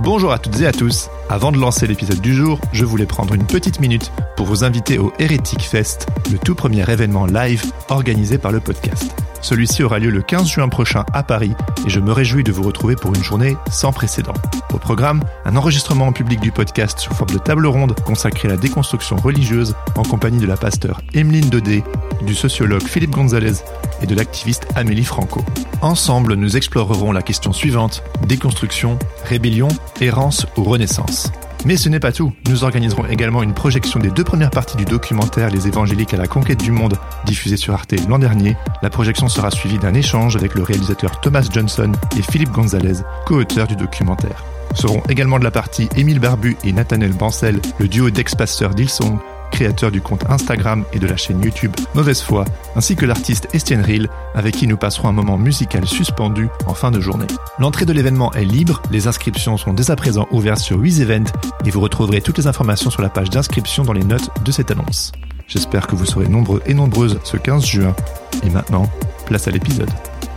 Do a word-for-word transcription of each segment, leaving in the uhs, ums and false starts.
Bonjour à toutes et à tous. Avant de lancer l'épisode du jour, je voulais prendre une petite minute pour vous inviter au Heretic Fest, le tout premier événement live organisé par le podcast. Celui-ci aura lieu le quinze juin prochain à Paris et je me réjouis de vous retrouver pour une journée sans précédent. Au programme, un enregistrement en public du podcast sous forme de table ronde consacrée à la déconstruction religieuse en compagnie de la pasteure Emeline Daudet, du sociologue Philippe Gonzalez et de l'activiste Amélie Franco. Ensemble, nous explorerons la question suivante: déconstruction, rébellion, errance ou renaissance. Mais ce n'est pas tout, nous organiserons également une projection des deux premières parties du documentaire Les évangéliques à la conquête du monde, diffusé sur Arte l'an dernier. La projection sera suivie d'un échange avec le réalisateur Thomas Johnson et Philippe Gonzalez, co-auteurs du documentaire. Seront également de la partie Émile Barbu et Nathanaël Bancel, le duo d'ex-pasteurs d'Hillsong, créateur du compte Instagram et de la chaîne YouTube Mauvaise Foi, ainsi que l'artiste Estienne Ril, avec qui nous passerons un moment musical suspendu en fin de journée. L'entrée de l'événement est libre, les inscriptions sont dès à présent ouvertes sur WizEvent et vous retrouverez toutes les informations sur la page d'inscription dans les notes de cette annonce. J'espère que vous serez nombreux et nombreuses ce quinze juin. Et maintenant, place à l'épisode.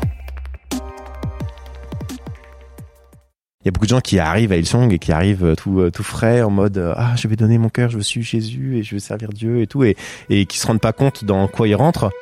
Il y a beaucoup de gens qui arrivent à Hillsong et qui arrivent tout tout frais en mode euh, ah je vais donner mon cœur, je suis Jésus et je vais servir Dieu et tout et et qui se rendent pas compte dans quoi ils rentrent.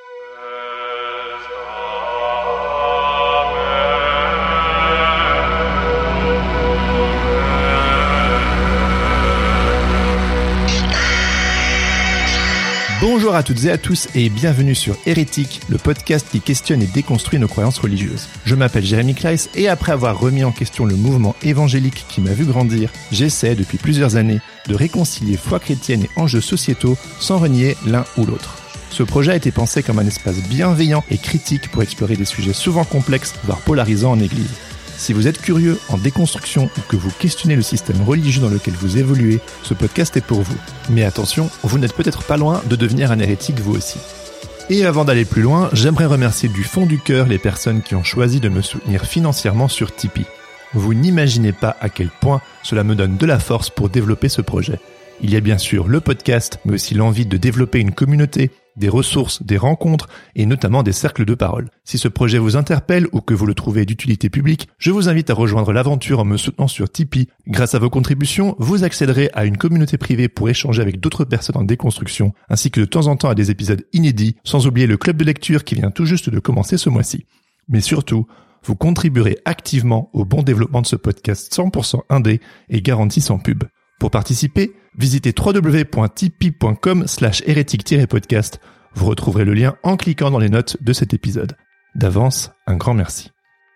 Bonjour à toutes et à tous et bienvenue sur Heretic, le podcast qui questionne et déconstruit nos croyances religieuses. Je m'appelle Jérémy Kleiss et après avoir remis en question le mouvement évangélique qui m'a vu grandir, j'essaie depuis plusieurs années de réconcilier foi chrétienne et enjeux sociétaux sans renier l'un ou l'autre. Ce projet a été pensé comme un espace bienveillant et critique pour explorer des sujets souvent complexes, voire polarisants en église. Si vous êtes curieux en déconstruction ou que vous questionnez le système religieux dans lequel vous évoluez, ce podcast est pour vous. Mais attention, vous n'êtes peut-être pas loin de devenir un hérétique vous aussi. Et avant d'aller plus loin, j'aimerais remercier du fond du cœur les personnes qui ont choisi de me soutenir financièrement sur Tipeee. Vous n'imaginez pas à quel point cela me donne de la force pour développer ce projet. Il y a bien sûr le podcast, mais aussi l'envie de développer une communauté, des ressources, des rencontres et notamment des cercles de parole. Si ce projet vous interpelle ou que vous le trouvez d'utilité publique, je vous invite à rejoindre l'aventure en me soutenant sur Tipeee. Grâce à vos contributions, vous accéderez à une communauté privée pour échanger avec d'autres personnes en déconstruction, ainsi que de temps en temps à des épisodes inédits, sans oublier le club de lecture qui vient tout juste de commencer ce mois-ci. Mais surtout, vous contribuerez activement au bon développement de ce podcast cent pour cent indé et garanti sans pub. Pour participer, visitez w w w point tipeee point com slash hérétique tiret podcast. Vous retrouverez le lien en cliquant dans les notes de cet épisode. D'avance, un grand merci.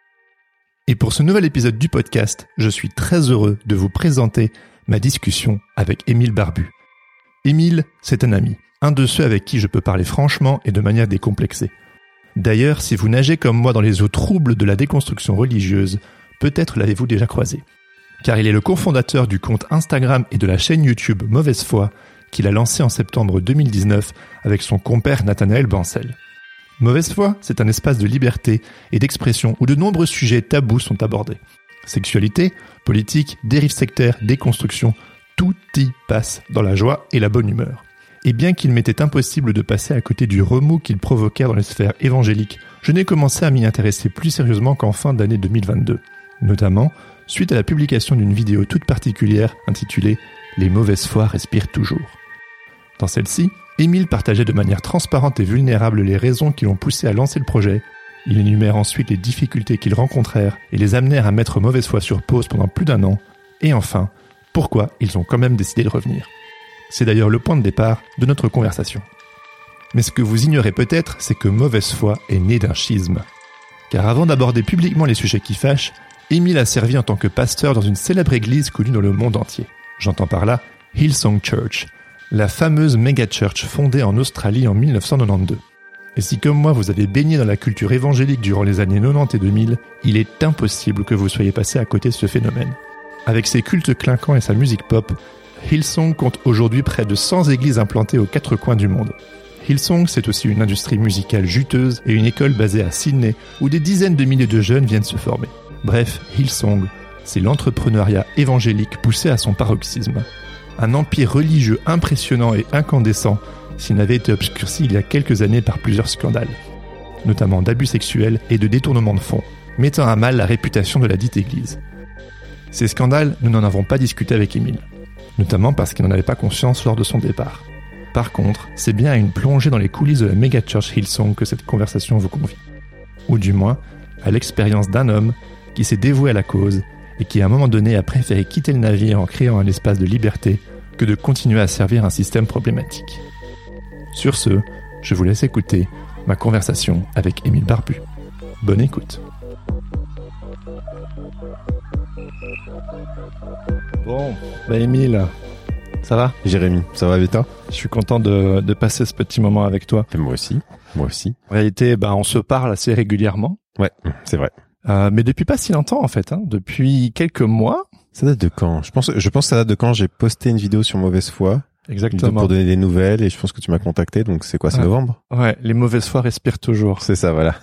Et pour ce nouvel épisode du podcast, je suis très heureux de vous présenter ma discussion avec Émile Barbu. Émile, c'est un ami, un de ceux avec qui je peux parler franchement et de manière décomplexée. D'ailleurs, si vous nagez comme moi dans les eaux troubles de la déconstruction religieuse, peut-être l'avez-vous déjà croisé. Car il est le cofondateur du compte Instagram et de la chaîne YouTube Mauvaise Foi, qu'il a lancé en septembre deux mille dix-neuf avec son compère Nathanaël Bancel. Mauvaise Foi, c'est un espace de liberté et d'expression où de nombreux sujets tabous sont abordés. Sexualité, politique, dérives sectaires, déconstruction, tout y passe dans la joie et la bonne humeur. Et bien qu'il m'était impossible de passer à côté du remous qu'il provoquait dans les sphères évangéliques, je n'ai commencé à m'y intéresser plus sérieusement qu'en fin d'année deux mille vingt-deux, notamment suite à la publication d'une vidéo toute particulière intitulée « Les mauvaises foi respirent toujours ». Dans celle-ci, Émile partageait de manière transparente et vulnérable les raisons qui l'ont poussé à lancer le projet. Il énumère ensuite les difficultés qu'ils rencontrèrent et les amenèrent à mettre Mauvaise Foi sur pause pendant plus d'un an. Et enfin, pourquoi ils ont quand même décidé de revenir. C'est d'ailleurs le point de départ de notre conversation. Mais ce que vous ignorez peut-être, c'est que Mauvaise Foi est né d'un schisme. Car avant d'aborder publiquement les sujets qui fâchent, Émile a servi en tant que pasteur dans une célèbre église connue dans le monde entier. J'entends par là Hillsong Church, la fameuse méga-church fondée en Australie en dix-neuf cent quatre-vingt-douze. Et si comme moi vous avez baigné dans la culture évangélique durant les années quatre-vingt-dix et deux mille, il est impossible que vous soyez passé à côté de ce phénomène. Avec ses cultes clinquants et sa musique pop, Hillsong compte aujourd'hui près de cent églises implantées aux quatre coins du monde. Hillsong, c'est aussi une industrie musicale juteuse et une école basée à Sydney où des dizaines de milliers de jeunes viennent se former. Bref, Hillsong, c'est l'entrepreneuriat évangélique poussé à son paroxysme. Un empire religieux impressionnant et incandescent s'il n'avait été obscurci il y a quelques années par plusieurs scandales, notamment d'abus sexuels et de détournement de fonds, mettant à mal la réputation de la dite église. Ces scandales, nous n'en avons pas discuté avec Émile, notamment parce qu'il n'en avait pas conscience lors de son départ. Par contre, c'est bien à une plongée dans les coulisses de la méga church Hillsong que cette conversation vous convie. Ou du moins, à l'expérience d'un homme qui s'est dévoué à la cause et qui à un moment donné a préféré quitter le navire en créant un espace de liberté que de continuer à servir un système problématique. Sur ce, je vous laisse écouter ma conversation avec Émile Barbu. Bonne écoute. Bon, bah Émile, ça va ? Jérémy, ça va vite, hein ? Je suis content de, de passer ce petit moment avec toi. Et moi aussi, moi aussi. En réalité, bah, on se parle assez régulièrement. Ouais, c'est vrai. Euh, mais depuis pas si longtemps en fait, hein, depuis quelques mois. Ça date de quand ? Je pense, je pense que ça date de quand j'ai posté une vidéo sur Mauvaise Foi. Exactement. Pour donner des nouvelles, et je pense que tu m'as contacté, donc c'est quoi, c'est ouais. novembre ? Ouais, les mauvaises foi respirent toujours. C'est ça, voilà.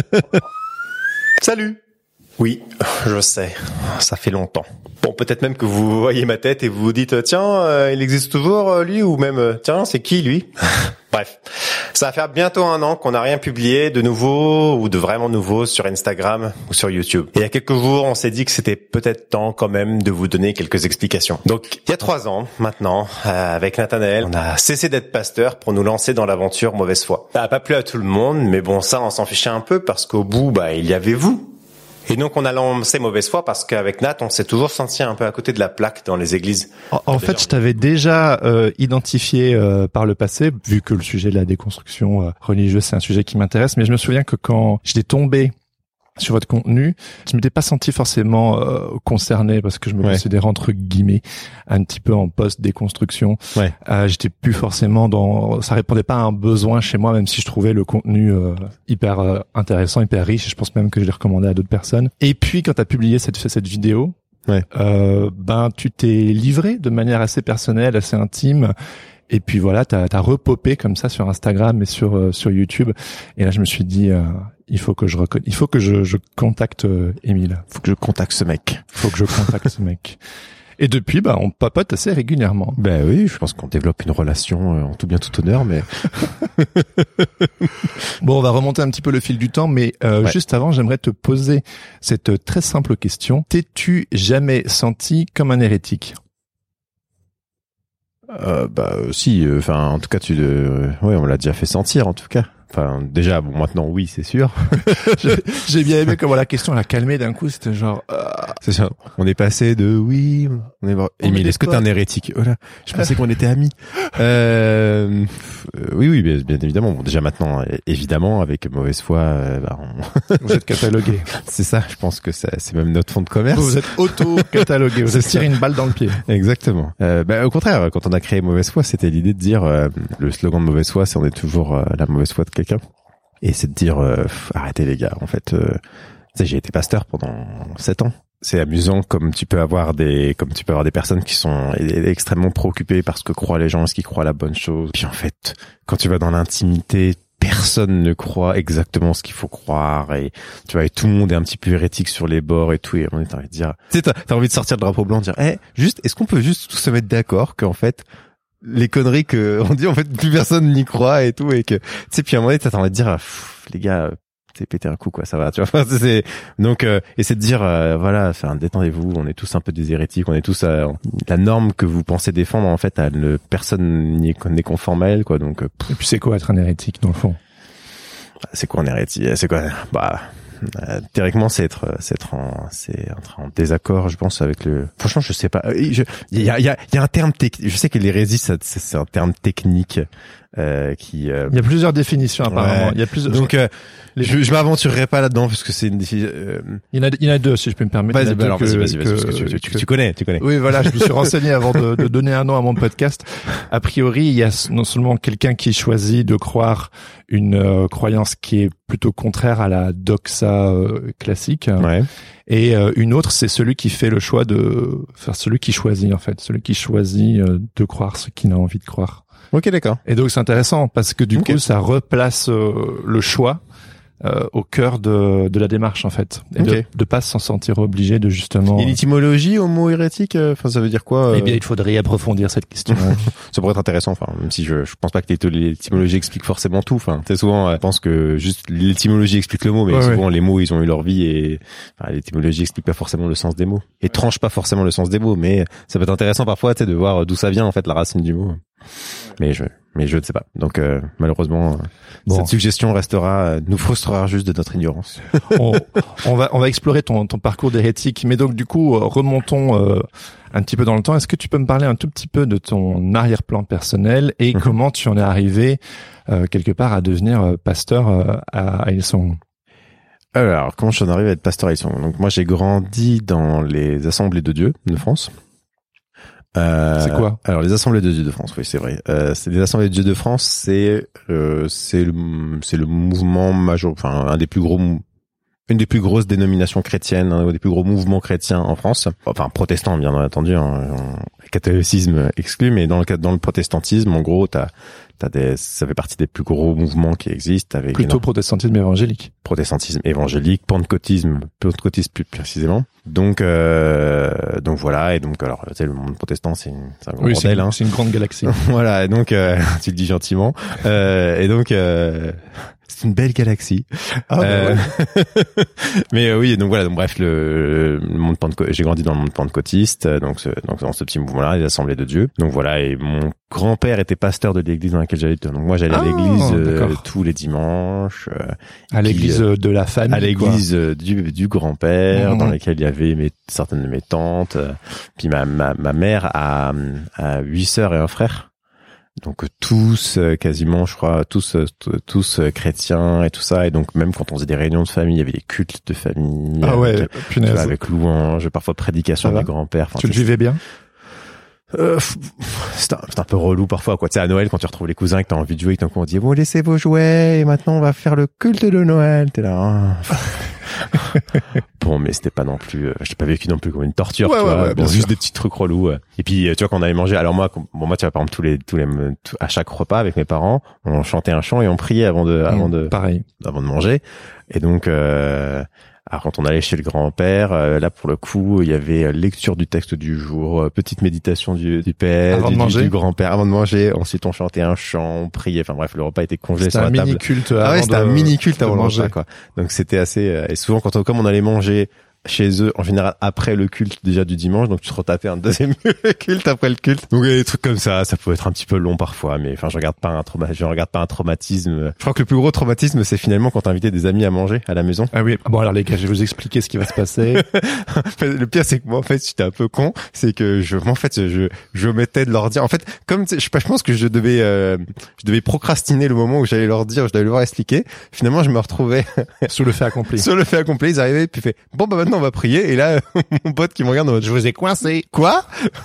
Salut. Oui, je sais, ça fait longtemps. Bon, peut-être même que vous voyez ma tête et vous vous dites, tiens, euh, il existe toujours euh, lui, ou même, euh, tiens, c'est qui lui ? Bref, ça va faire bientôt un an qu'on n'a rien publié de nouveau ou de vraiment nouveau sur Instagram ou sur YouTube. Et il y a quelques jours, on s'est dit que c'était peut-être temps quand même de vous donner quelques explications. Donc, il y a trois ans maintenant, euh, avec Nathanaël, on a cessé d'être pasteur pour nous lancer dans l'aventure Mauvaise Foi. Ça n'a pas plu à tout le monde, mais bon, ça, on s'en fichait un peu parce qu'au bout, bah, il y avait vous. Et donc, on a lancé Mauvaise Foi parce qu'avec Nat, on s'est toujours senti un peu à côté de la plaque dans les églises. En, en fait, je t'avais déjà euh, identifié euh, par le passé, vu que le sujet de la déconstruction euh, religieuse, c'est un sujet qui m'intéresse. Mais je me souviens que quand j'étais tombé sur votre contenu, je m'étais pas senti forcément euh, concerné parce que je me ouais. considérais entre guillemets un petit peu en post-déconstruction. Ouais. Euh, j'étais plus forcément dans, ça répondait pas à un besoin chez moi, même si je trouvais le contenu euh, hyper euh, intéressant, hyper riche. Et je pense même que je l'ai recommandé à d'autres personnes. Et puis quand t'as publié cette cette vidéo, ouais. euh, ben tu t'es livré de manière assez personnelle, assez intime. Et puis voilà, t'as, t'as repopé comme ça sur Instagram et sur euh, sur YouTube. Et là, je me suis dit, euh, il faut que je reconna... il faut que je, je contacte euh, Émile. Faut que je contacte ce mec. Faut que je contacte ce mec. Et depuis, bah, on papote assez régulièrement. Ben oui, je pense qu'on développe une relation euh, en tout bien tout honneur, mais bon, on va remonter un petit peu le fil du temps, mais euh, ouais. juste avant, j'aimerais te poser cette très simple question. T'es-tu jamais senti comme un hérétique ? Euh, bah euh, si, enfin euh, en tout cas tu, euh, ouais, on l'a déjà fait sentir en tout cas. Enfin déjà bon maintenant oui c'est sûr. j'ai, j'ai bien aimé comment la question l'a calmé d'un coup, c'était genre. Euh... C'est ça. On est passé de oui, on est. Émile, est-ce que t'es un hérétique ? Oh là, je pensais qu'on était amis. Euh, euh, oui oui bien, bien évidemment. Bon déjà maintenant évidemment avec Mauvaise Foi, euh, bah, on... vous êtes catalogué. C'est ça. Je pense que ça, c'est même notre fond de commerce. Vous êtes auto-catalogué. Vous êtes tiré une balle dans le pied. Exactement. Euh, bah, au contraire, quand on a créé Mauvaise Foi, c'était l'idée de dire euh, le slogan de Mauvaise Foi, c'est on est toujours euh, la mauvaise foi de quelqu'un. Et c'est de dire euh, arrêtez les gars. En fait, euh, tu sais, j'ai été pasteur pendant sept ans. C'est amusant comme tu peux avoir des comme tu peux avoir des personnes qui sont extrêmement préoccupées par ce que croient les gens, est-ce qu'ils croient la bonne chose. Puis en fait, quand tu vas dans l'intimité, personne ne croit exactement ce qu'il faut croire et tu vois, et tout le monde est un petit peu hérétique sur les bords et tout. Et on est envie de dire, tu sais, t'as, t'as envie de sortir le drapeau blanc, de dire, eh, juste, est-ce qu'on peut juste se mettre d'accord qu'en fait les conneries que on dit, en fait, plus personne n'y croit et tout, et que tu sais, puis à un moment donné, t'as envie de dire, les gars, c'est péter un coup quoi, ça va, tu vois. C'est donc euh, et c'est de dire euh, voilà, enfin détendez-vous, on est tous un peu des hérétiques, on est tous à, la norme que vous pensez défendre en fait, elle ne personne n'y n'est conforme à elle quoi. Donc euh, et puis c'est quoi être un hérétique dans le fond ? C'est quoi un hérétique ? C'est quoi bah euh, théoriquement c'est être c'est être en c'est être en désaccord je pense avec le franchement je sais pas il y a il y a il y a un terme technique, je sais que l'hérésie ça, c'est, c'est un terme technique euh, qui euh... il y a plusieurs définitions apparemment. Ouais. Il y a plusieurs donc euh, les... je je m'aventurerai pas là-dedans parce que c'est une définition euh... il y en a il y en a deux si je peux me permettre. Vas-y, bah alors, que, vas-y, vas-y, vas-y, que, parce que tu, tu, tu, que... tu connais tu connais oui voilà, je me suis renseigné avant de, de donner un nom à mon podcast. A priori il y a non seulement quelqu'un qui choisit de croire une euh, croyance qui est plutôt contraire à la doxa euh, classique. Ouais. Et euh, une autre, c'est celui qui fait le choix de, enfin celui qui choisit en fait, celui qui choisit euh, de croire ce qu'il a envie de croire. Ok, d'accord. Et donc c'est intéressant parce que du okay. coup ça replace euh, le choix euh, au cœur de, de la démarche en fait, et okay. de, de pas s'en sentir obligé de justement. Et l'étymologie au mot hérétique, enfin ça veut dire quoi euh... Eh bien, il faudrait approfondir cette question. Ça pourrait être intéressant, enfin même si je je pense pas que l'étymologie explique forcément tout. Enfin, tu sais souvent, je pense que juste l'étymologie explique le mot, mais ouais, souvent ouais. les mots ils ont eu leur vie et enfin, l'étymologie explique pas forcément le sens des mots et tranche pas forcément le sens des mots, mais ça peut être intéressant parfois, tu sais, de voir d'où ça vient en fait la racine du mot. Mais je mais je ne sais pas. Donc euh, malheureusement bon. cette suggestion restera nous frustrera juste de notre ignorance. on, on va on va explorer ton ton parcours d'hérétique, mais donc du coup remontons euh, un petit peu dans le temps. Est-ce que tu peux me parler un tout petit peu de ton arrière-plan personnel et mmh. comment tu en es arrivé euh, quelque part à devenir euh, pasteur euh, à, à Hillsong? Alors, comment je suis arrivé à être pasteur à Hillsong? Donc moi j'ai grandi dans les Assemblées de Dieu de France. Euh, c'est quoi? Alors les Assemblées de Dieu de France, oui c'est vrai. Euh, c'est les Assemblées de Dieu de France, c'est euh, c'est le c'est le mouvement majeur, enfin un des plus gros, une des plus grosses dénominations chrétiennes, un des plus gros mouvements chrétiens en France. Enfin protestant bien entendu, hein, catholicisme exclu, mais dans le dans le protestantisme, en gros, t'as T'as des, ça fait partie des plus gros mouvements qui existent avec plutôt énorme, protestantisme évangélique. Protestantisme évangélique, pentecôtisme, pentecôtisme plus précisément. Donc, euh, donc voilà. Et donc, alors, tu sais, le monde protestant, c'est, une, c'est un grand oui, bordel, c'est une, hein. C'est une grande galaxie. Voilà. Et donc, euh, tu le dis gentiment. Euh, et donc, euh, c'est une belle galaxie. Ah, euh, bah ouais. Mais euh, oui, donc voilà. Donc bref, le, le monde pentecôtiste, j'ai grandi dans le monde pentecôtiste, donc, ce, donc dans ce petit mouvement-là, les Assemblées de Dieu. Donc voilà. Et mon grand-père était pasteur de l'église dans laquelle j'allais. Donc moi, j'allais ah, à l'église euh, tous les dimanches. Euh, à l'église qui, euh, de la famille. À l'église euh, du, du grand-père, mmh. dans laquelle il y avait mes, certaines de mes tantes. Euh, puis ma, ma, ma mère a, a huit sœurs et un frère. Donc tous quasiment, je crois, tous tous chrétiens et tout ça. Et donc même quand on faisait des réunions de famille, il y avait des cultes de famille. Ah ouais, avec, punaise. Avec louange, parfois prédication du grand-père. Enfin, tu le vivais bien? Euh, c'est un, c'est un peu relou parfois, quoi. Tu sais, à Noël, quand tu retrouves les cousins et que t'as envie de jouer, donc on dit bon, laissez vos jouets et maintenant on va faire le culte de Noël. T'es là. Hein. Bon, mais c'était pas non plus, euh, j'ai pas vécu non plus comme une torture, ouais, tu ouais, vois. Ouais, bon, juste des petits trucs relous. Et puis, tu vois, quand on allait manger, alors moi, bon, moi, tu vois, par exemple, tous les, tous les, tout, à chaque repas avec mes parents, on chantait un chant et on priait avant de, avant mmh, de, pareil, avant de manger. Et donc, euh, alors quand on allait chez le grand-père, euh, là pour le coup, il y avait lecture du texte du jour, euh, petite méditation du, du père, avant du, de manger. du, du grand-père avant de manger. Ensuite, on chantait un chant, on priait. Enfin bref, le repas était congelé sur la table. C'était un mini culte. Ah ouais, c'était de, un mini culte avant de manger, quoi. Donc c'était assez. Euh, et souvent, quand on, comme on allait manger chez eux, en général après le culte déjà du dimanche, donc tu te retapais un deuxième culte après le culte. Donc il y a des trucs comme ça, ça peut être un petit peu long parfois, mais enfin je regarde pas un trauma, je regarde pas un traumatisme. Je crois que le plus gros traumatisme, c'est finalement quand t'invitais des amis à manger à la maison. Ah oui, bon alors les gars, je vais vous expliquer ce qui va se passer. Le pire c'est que moi en fait, j'étais un peu con, c'est que je, moi, en fait, je, je omettais de leur dire. En fait, comme je, je pense que je devais, euh, je devais procrastiner le moment où j'allais leur dire, je devais leur expliquer. Finalement, je me retrouvais sous le fait accompli. Sur le fait accompli, ils arrivaient puis fait bon bah maintenant on va prier et là mon pote qui me regarde en mode je vous ai coincé. Quoi?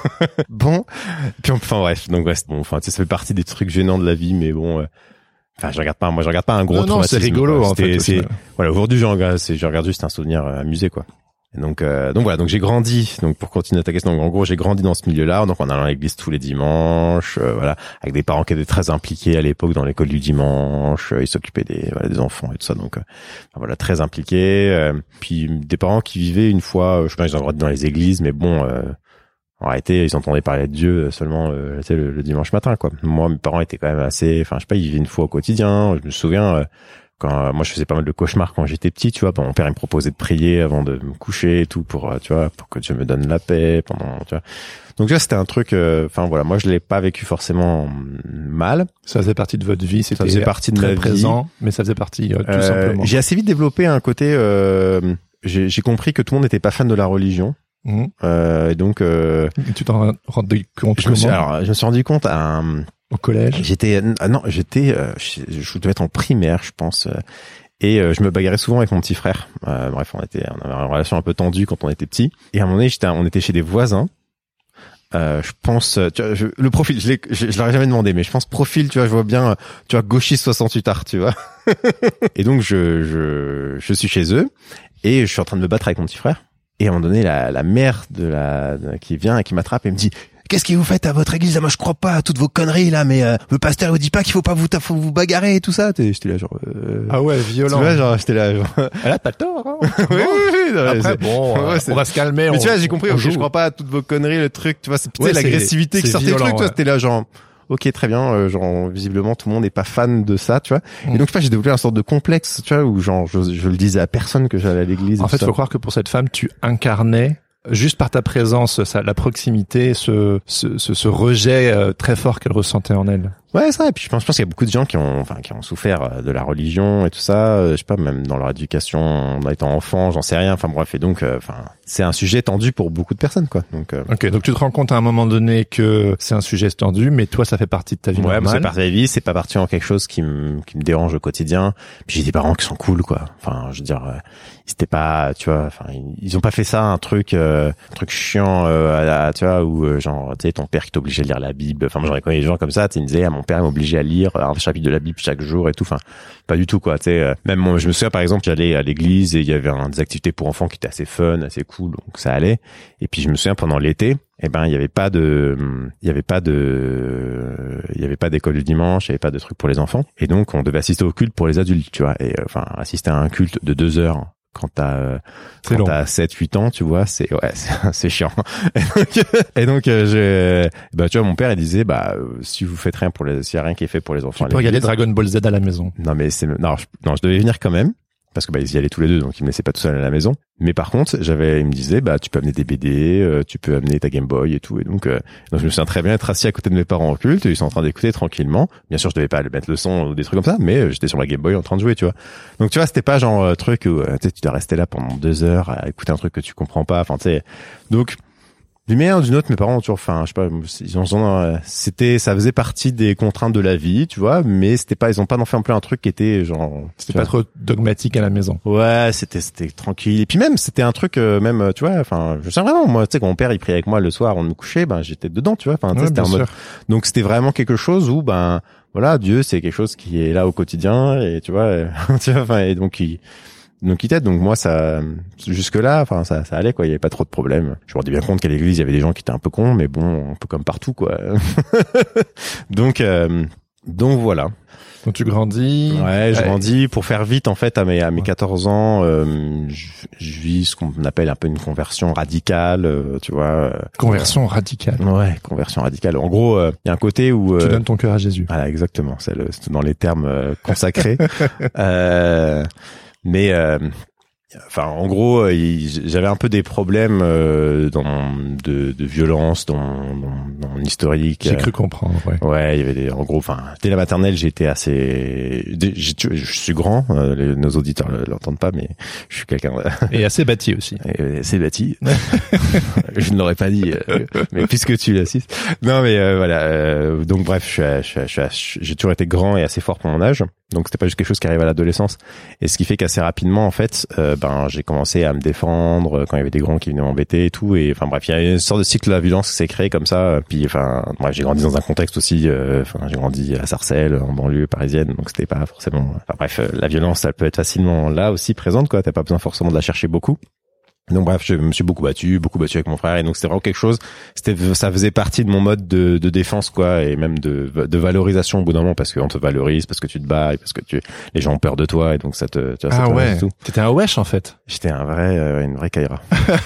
Bon. Puis enfin bref, donc ouais, bon enfin tu sais ça fait partie des trucs gênants de la vie mais bon euh, enfin je regarde pas moi je regarde pas un gros non, traumatisme. Non, c'est rigolo en fait. C'est voilà, aujourd'hui je regarde c'est je regarde juste un souvenir euh, amusé quoi. Et donc euh, donc voilà, donc j'ai grandi donc pour continuer ta question donc en gros j'ai grandi dans ce milieu-là donc en allant à l'église tous les dimanches euh, voilà avec des parents qui étaient très impliqués à l'époque dans l'école du dimanche, euh, ils s'occupaient des voilà des enfants et tout ça donc euh, voilà très impliqués euh, puis des parents qui vivaient une fois euh, je sais pas ils ont grandi dans les églises mais bon euh, en réalité ils entendaient parler de Dieu seulement euh, tu sais le, le dimanche matin quoi. Moi mes parents étaient quand même assez enfin je sais pas ils vivaient une fois au quotidien, je me souviens euh, quand euh, moi je faisais pas mal de cauchemars quand j'étais petit, tu vois, mon père il me proposait de prier avant de me coucher et tout pour euh, tu vois, pour que Dieu me donne la paix pendant tu vois. Donc tu vois, c'était un truc enfin euh, voilà, moi je l'ai pas vécu forcément mal. Ça faisait partie de votre vie, c'était ça faisait partie de très ma présent, vie. mais ça faisait partie euh, tout euh, simplement. J'ai assez vite développé un côté euh, j'ai j'ai compris que tout le monde n'était pas fan de la religion. Mmh. Euh, et donc euh, et tu t'en rendu compte je me suis, alors je me suis rendu compte à un au collège. J'étais ah non, j'étais euh, je, je devais être en primaire, je pense. Euh, et euh, je me bagarrais souvent avec mon petit frère. Euh, bref, on était on avait une relation un peu tendue quand on était petit. Et à un moment donné, j'étais on était chez des voisins. Euh, je pense tu vois, je, le profil, je l'ai je, je l'aurais jamais demandé mais je pense profil, tu vois, je vois bien tu vois gauchiste soixante-huit art, tu vois. Et donc je je je suis chez eux et je suis en train de me battre avec mon petit frère. Et à un moment donné, la, la mère de la de, qui vient et qui m'attrape et me dit qu'est-ce que vous faites à votre église? Ah, moi, je crois pas à toutes vos conneries, là, mais euh, le pasteur, il vous dit pas qu'il faut pas vous, faut vous bagarrer et tout ça. T'es, j'étais là, genre... Euh... Ah ouais, violent. Tu vois, genre, j'étais là, genre... Ah là, t'as tort, hein. oui, oui, oui. Non, Après, c'est... bon, ouais, on va se calmer. Mais on... tu vois, j'ai compris, ok, je crois pas à toutes vos conneries, le truc, tu vois, c'est peut-être ouais, l'agressivité c'est, qui sortait du truc, ouais. toi, c'était là, genre... Ok, très bien, euh, genre, visiblement, tout le monde n'est pas fan de ça, tu vois. Mm. Et donc, je sais pas, j'ai développé un sorte de complexe, tu vois, où genre, je, je le disais à personne que j'allais à l'église. En fait, il faut croire que pour cette femme, tu incarnais, juste par ta présence, ça, la proximité, ce, ce, ce, ce rejet euh, très fort qu'elle ressentait en elle. Ouais, ça. Et puis je pense, je pense qu'il y a beaucoup de gens qui ont, enfin, qui ont souffert de la religion et tout ça. Euh, je sais pas, même dans leur éducation, en étant enfant, j'en sais rien. Enfin bref, et donc, euh, enfin, c'est un sujet tendu pour beaucoup de personnes, quoi. Donc. Euh... Ok, donc tu te rends compte à un moment donné que c'est un sujet tendu, mais toi, ça fait partie de ta vie ouais, normale. c'est partie de la vie. C'est pas parti en quelque chose qui me, qui me dérange au quotidien. Puis j'ai des parents qui sont cool, quoi. Enfin, je veux dire, euh, c'était pas, tu vois, enfin, ils, ils ont pas fait ça un truc, euh, un truc chiant, euh, à, à, tu vois, où euh, genre, tu sais, ton père qui t'obligeait à lire la Bible. Enfin, moi, j'aurais connu des gens comme ça. Tu sais, ils me disaient, ah, mon père m'obligeait à lire un chapitre de la Bible chaque jour et tout. Enfin, pas du tout, quoi. Tu sais, même moi, je me souviens par exemple, j'allais à l'église et il y avait un, des activités pour enfants qui étaient assez fun, assez cool, donc ça allait. Et puis je me souviens pendant l'été, eh ben il y avait pas de, il y avait pas de, il y avait pas d'école du dimanche, il y avait pas de trucs pour les enfants. Et donc on devait assister au culte pour les adultes, tu vois. Et euh, enfin assister à un culte de deux heures. Quand t'as, euh, quand long. T'as sept, huit ans, tu vois, c'est, ouais, c'est, c'est chiant. Et donc, et donc, euh, je, bah, tu vois, mon père, il disait, bah, euh, si vous faites rien pour les, s'il y a rien qui est fait pour les enfants. Tu peux regarder Dragon Ball Z à la maison. Non, mais c'est, non, je, non, je devais venir quand même. Parce que bah ils y allaient tous les deux, donc ils me laissaient pas tout seul à la maison. Mais par contre, j'avais, il me disait, bah tu peux amener des B D, euh, tu peux amener ta Game Boy et tout. Et donc, euh, donc je me souviens très bien être assis à côté de mes parents en culte, et ils sont en train d'écouter tranquillement. Bien sûr, je devais pas mettre le son ou des trucs comme ça, mais j'étais sur la Game Boy en train de jouer, tu vois. Donc tu vois, c'était pas genre euh, truc où euh, tu dois rester là pendant deux heures à écouter un truc que tu comprends pas. Enfin, tu sais. Donc d'une manière ou d'une autre, mes parents ont toujours, enfin, je sais pas, ils ont, c'était, ça faisait partie des contraintes de la vie, tu vois, mais c'était pas, ils ont pas non fait en plein un truc qui était genre, c'était pas trop dogmatique à la maison. Ouais, c'était, c'était tranquille. Et puis même, c'était un truc, euh, même, tu vois, enfin, je sais vraiment, moi, tu sais, quand mon père, il priait avec moi le soir avant de me coucher, ben, j'étais dedans, tu vois, enfin, ouais, c'était en mode, sûr. donc c'était vraiment quelque chose où, ben, voilà, Dieu, c'est quelque chose qui est là au quotidien, et tu vois, tu vois, enfin, et donc, il, donc il t'aide, donc moi ça jusque là enfin ça ça allait quoi, il y avait pas trop de problèmes. Je me rendais bien compte qu'à l'église il y avait des gens qui étaient un peu cons, mais bon, un peu comme partout quoi. donc euh, donc voilà. Donc tu grandis. Ouais, je grandis. Pour faire vite, en fait, à mes à mes quatorze ans, euh, je, je vis ce qu'on appelle un peu une conversion radicale, euh, tu vois. Conversion radicale. Ouais, conversion radicale. En gros, il euh, y a un côté où euh, tu donnes ton cœur à Jésus. Voilà, exactement. C'est, le, c'est dans les termes euh, consacrés. euh, mais euh, enfin, en gros, il, j'avais un peu des problèmes euh, dans de, de violence dans, dans, dans mon historique. J'ai cru comprendre. Ouais. Ouais, il y avait des. En gros, enfin, dès la maternelle, j'étais assez. J'ai, je suis grand. Euh, les, nos auditeurs l'entendent pas, mais je suis quelqu'un. Et assez bâti aussi. Et assez bâti. Je ne l'aurais pas dit, euh, mais puisque tu l'assistes. Non, mais euh, voilà. Euh, donc bref, je suis, je suis, je suis, j'ai toujours été grand et assez fort pour mon âge. Donc c'était pas juste quelque chose qui arrive à l'adolescence. Et ce qui fait qu'assez rapidement, en fait, euh, ben j'ai commencé à me défendre quand il y avait des grands qui venaient m'embêter et tout. Et enfin bref, il y a une sorte de cycle de la violence qui s'est créé comme ça. Puis enfin, moi j'ai grandi dans un contexte aussi. Enfin, euh, j'ai grandi à Sarcelles, en banlieue parisienne, donc c'était pas forcément. Enfin bref, euh, la violence, elle peut être facilement là aussi présente, quoi. T'as pas besoin forcément de la chercher beaucoup. Donc bref, je me suis beaucoup battu, beaucoup battu avec mon frère, et donc c'était vraiment quelque chose. C'était, ça faisait partie de mon mode de, de défense, quoi, et même de, de valorisation au bout d'un moment, parce qu'on te valorise, parce que tu te bats, et parce que tu, les gens ont peur de toi, et donc ça te, tu vois, ah ça te ouais. tout. T'étais un wesh en fait. J'étais un vrai, euh, une vraie caïra.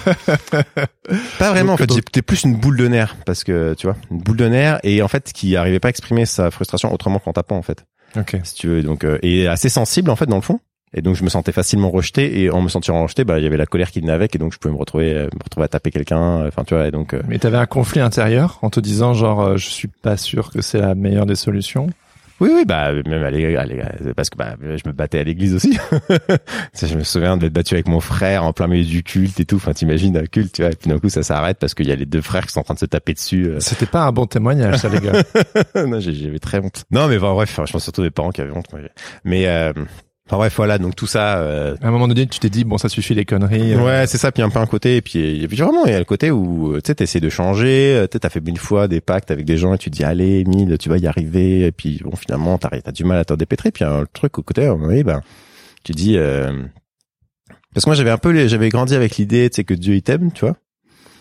Pas vraiment, donc, en fait. Donc... J'étais plus une boule de nerfs, parce que tu vois, une boule de nerfs, et en fait, qui arrivait pas à exprimer sa frustration autrement qu'en tapant, en fait. Ok. Si tu veux, donc, euh, et assez sensible en fait dans le fond. Et donc je me sentais facilement rejeté, et en me sentant rejeté, bah il y avait la colère qui venait avec, et donc je pouvais me retrouver me retrouver à taper quelqu'un, enfin tu vois, et donc euh... Mais t'avais un conflit intérieur en te disant genre euh, je suis pas sûr que c'est la meilleure des solutions. Oui oui, bah même à l'église, parce que bah je me battais à l'église aussi. Je me souviens d'être battu avec mon frère en plein milieu du culte et tout, enfin t'imagines un culte, tu vois, et puis d'un coup ça s'arrête parce qu'il y a les deux frères qui sont en train de se taper dessus. C'était pas un bon témoignage ça les gars. Non, j'avais très honte. Non mais enfin, bref, je pense surtout des parents qui avaient honte, mais euh enfin bref, voilà, donc tout ça... Euh... À un moment donné, tu t'es dit, bon, ça suffit les conneries. Euh... Ouais, c'est ça, puis un peu un côté, et puis, et puis vraiment, il y a le côté où, tu sais, t'essaies de changer, tu sais, t'as fait une fois des pactes avec des gens, et tu te dis, allez, Emile, tu vas y arriver, et puis bon, finalement, t'as, t'as du mal à te dépêtrer, puis un truc au côté, à un moment donné, ben, tu dis... Euh... Parce que moi, j'avais un peu, j'avais grandi avec l'idée, tu sais, que Dieu, il t'aime, tu vois.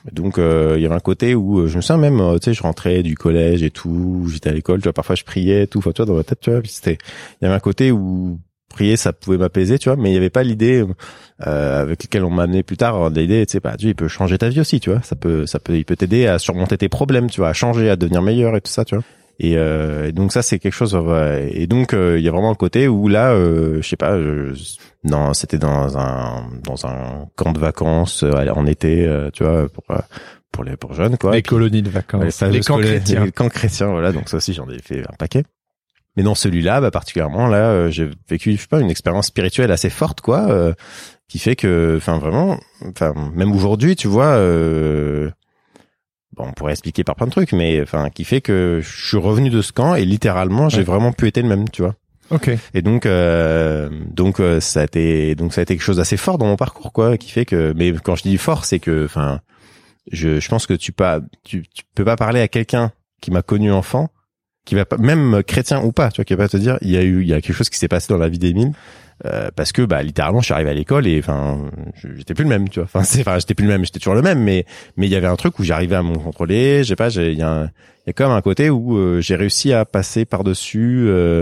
Donc euh, il y avait un côté où euh, je me souviens même, euh, tu sais, je rentrais du collège et tout, j'étais à l'école, tu vois, parfois je priais, tout, enfin tu vois, dans ma tête, tu vois, puis c'était, il y avait un côté où prier ça pouvait m'apaiser, tu vois, mais il y avait pas l'idée euh, avec laquelle on m'a amené plus tard, l'idée, tu sais, bah Dieu il peut changer ta vie aussi, tu vois, ça peut, ça peut, il peut t'aider à surmonter tes problèmes, tu vois, à changer, à devenir meilleur et tout ça, tu vois. Et, euh, et donc ça c'est quelque chose, ouais. Et donc euh, il y a vraiment un côté où là, euh, je sais pas, je, non, c'était dans un dans un camp de vacances euh, en été, euh, tu vois, pour pour les pour jeunes quoi. Les colonies de vacances, les, les camps chrétiens, les camps chrétiens, voilà. Donc ça aussi j'en ai fait un paquet. Mais dans celui-là, bah particulièrement là, euh, j'ai vécu, je sais pas, une expérience spirituelle assez forte quoi, euh, qui fait que, enfin vraiment, enfin même aujourd'hui, tu vois. Euh, Bon, on pourrait expliquer par plein de trucs, mais enfin, qui fait que je suis revenu de ce camp et littéralement, j'ai ouais. vraiment pu être le même, tu vois. Ok. Et donc, euh, donc euh, ça a été, donc ça a été quelque chose d'assez fort dans mon parcours, quoi, qui fait que, mais quand je dis fort, c'est que, enfin, je, je pense que tu pas, tu, tu peux pas parler à quelqu'un qui m'a connu enfant, qui va pas, même chrétien ou pas, tu vois, qui va pas te dire, il y a eu, il y a quelque chose qui s'est passé dans la vie d'Émile. Euh, parce que bah littéralement je suis arrivé à l'école et enfin j'étais plus le même, tu vois, enfin c'est enfin j'étais plus le même, j'étais toujours le même, mais mais il y avait un truc où j'arrivais à me contrôler, je sais pas, il y a un, il y a quand même un côté où euh, j'ai réussi à passer par dessus, euh,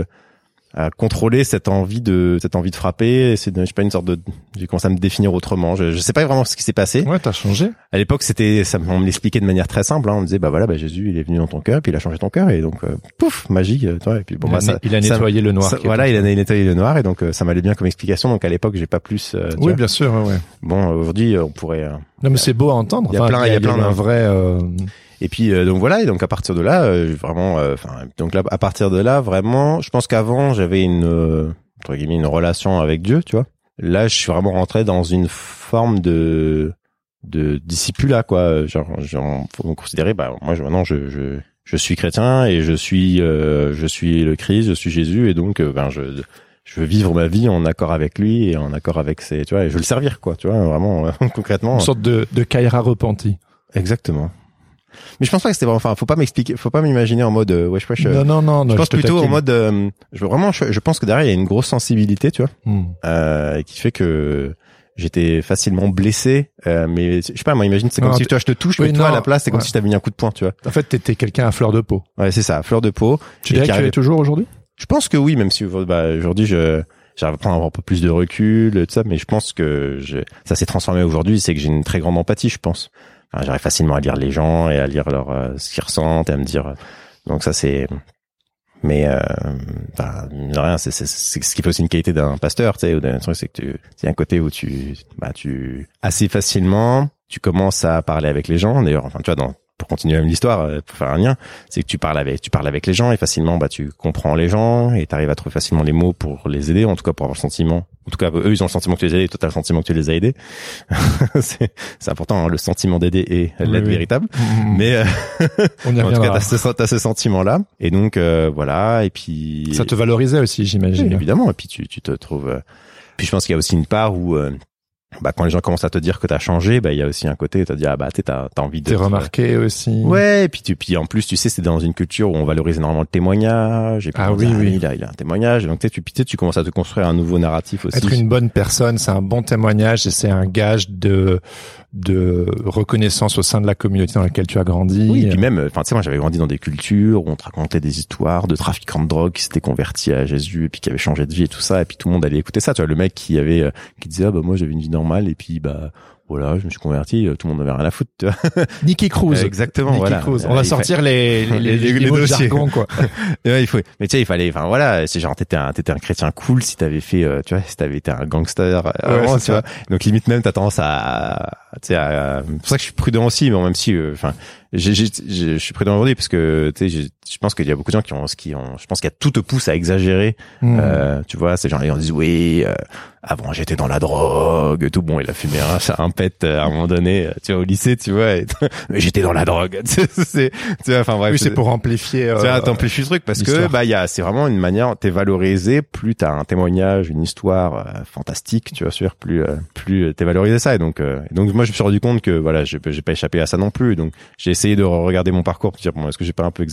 à contrôler cette envie de cette envie de frapper, c'est je sais pas une sorte de, j'ai commencé à me définir autrement, je, je sais pas vraiment ce qui s'est passé. Ouais, t'as changé. À l'époque c'était, ça on me l'expliquait de manière très simple, hein, on me disait bah voilà, bah Jésus il est venu dans ton cœur puis il a changé ton cœur et donc euh, pouf magie, tu vois, et puis bon il, bah, a, ça, il a nettoyé ça, le noir. Ça, voilà, il a nettoyé le noir et donc euh, ça m'allait bien comme explication, donc à l'époque j'ai pas plus. Euh, oui, vois. Bien sûr, ouais. ouais. Bon aujourd'hui on pourrait. Euh, non mais c'est beau à entendre. Il y a enfin, plein, il y a, y a plein d'un vrai. Euh... Et puis euh, donc voilà, et donc à partir de là, euh, vraiment, enfin euh, donc là à partir de là, vraiment, je pense qu'avant j'avais une euh, entre guillemets une relation avec Dieu, tu vois. Là, je suis vraiment rentré dans une forme de de discipulat, quoi. Genre, genre faut me considérer, bah moi je, maintenant je je je suis chrétien et je suis euh, je suis le Christ, je suis Jésus et donc euh, ben je je veux vivre ma vie en accord avec lui et en accord avec ses, tu vois, et je veux le servir, quoi, tu vois, vraiment concrètement. Une sorte de de Kaira repenti. Exactement. Mais je pense pas que c'était vraiment, enfin, faut pas m'expliquer, faut pas m'imaginer en mode, euh, wesh, wesh. Non, non, non, je non. pense je plutôt taquine. en mode, euh, je veux vraiment, je, je pense que derrière, il y a une grosse sensibilité, tu vois, mm. euh, qui fait que j'étais facilement blessé, euh, mais je sais pas, moi, imagine, c'est comme non, si, tu vois, je te touche, oui, mais toi, non, à la place, c'est comme ouais. si je t'avais mis un coup de poing, tu vois. En fait, t'étais quelqu'un à fleur de peau. Ouais, c'est ça, fleur de peau. Tu dirais que tu l'es toujours aujourd'hui? Je pense que oui, même si, bah, aujourd'hui, je, j'arrive à prendre un peu plus de recul, tout ça, mais je pense que je, ça s'est transformé aujourd'hui, c'est que j'ai une très grande empathie, je pense. Enfin, j'arrive facilement à lire les gens et à lire leur euh, ce qu'ils ressentent et à me dire. Euh, donc ça c'est. Mais euh, bah, rien, c'est, c'est, c'est ce qui fait aussi une qualité d'un pasteur, tu sais, ou d'un truc, c'est que tu, c'est un côté où tu, bah, tu assez facilement, tu commences à parler avec les gens. D'ailleurs, enfin, tu vois, dans, pour continuer même l'histoire, pour faire un lien, c'est que tu parles avec, tu parles avec les gens et facilement, bah, tu comprends les gens et t'arrives à trouver facilement les mots pour les aider, en tout cas pour avoir le sentiment. En tout cas, eux, ils ont le sentiment que tu les as aidés, toi, t'as le sentiment que tu les as aidés. c'est, c'est important, hein, le sentiment d'aider et l'aide oui, oui. véritable. Mmh. Mais, euh, on y en tout cas, t'as ce, t'as ce sentiment-là. Et donc, euh, voilà. Et puis. Ça te valorisait aussi, j'imagine. Oui, évidemment. Et puis, tu, tu te trouves, euh... puis je pense qu'il y a aussi une part où, euh, bah, quand les gens commencent à te dire que t'as changé, bah, il y a aussi un côté, t'as dit, ah, bah, t'as, t'as envie de. T'es remarqué euh... aussi. Ouais, et puis tu, puis en plus, tu sais, c'est dans une culture où on valorise énormément le témoignage. Et puis ah oui, ah, oui. Il a, il a un témoignage. Donc, tu sais, tu, tu, tu commences à te construire un nouveau narratif aussi. Être une bonne personne, c'est un bon témoignage et c'est un gage de, de reconnaissance au sein de la communauté dans laquelle tu as grandi. Oui, et puis même, enfin, tu sais, moi, j'avais grandi dans des cultures où on te racontait des histoires de trafiquants de drogue qui s'étaient convertis à Jésus et puis qui avaient changé de vie et tout ça. Et puis tout le monde allait écouter ça. Tu vois, le mec qui avait, euh, qui disait, ah, bah, moi, j'avais une vie normale et puis, bah, voilà, je me suis converti, tout le monde n'avait rien à foutre, tu vois. Nicky Cruz. Exactement, Nicky voilà. Cruz. On va sortir les, les, les, les, les dossiers. Jargon, quoi. Ouais, il faut, mais tu sais, il fallait, enfin, voilà, c'est genre, t'étais un, t'étais un chrétien cool si t'avais fait, euh, tu vois, si t'avais été un gangster, ouais, avant, tu vois. Donc, limite même, t'as tendance à, tu sais, à, c'est pour ça que je suis prudent aussi, mais même si, enfin, euh, j'ai, j'ai, j'ai, je suis prudent aujourd'hui parce que, tu sais, je pense qu'il y a beaucoup de gens qui ont, qui ont, je pense qu'il y a tout te pousse à exagérer, mmh. euh, tu vois, ces gens, ils disent, oui, euh, avant j'étais dans la drogue, tout bon, il a fumé un, un pet à un moment donné, tu vois, au lycée, tu vois, et mais j'étais dans la drogue, c'est, tu vois, enfin bref. Oui, c'est pour amplifier. Euh, tu vois, t'amplifies le truc parce l'histoire. Que bah il y a, c'est vraiment une manière, t'es valorisé, plus t'as un témoignage, une histoire euh, fantastique, tu vois, sûr, plus euh, plus t'es valorisé ça, et donc euh, et donc moi je me suis rendu compte que voilà, j'ai, j'ai pas échappé à ça non plus, donc j'ai essayé de regarder mon parcours pour dire bon, est-ce que j'ai pas un peu exagéré certains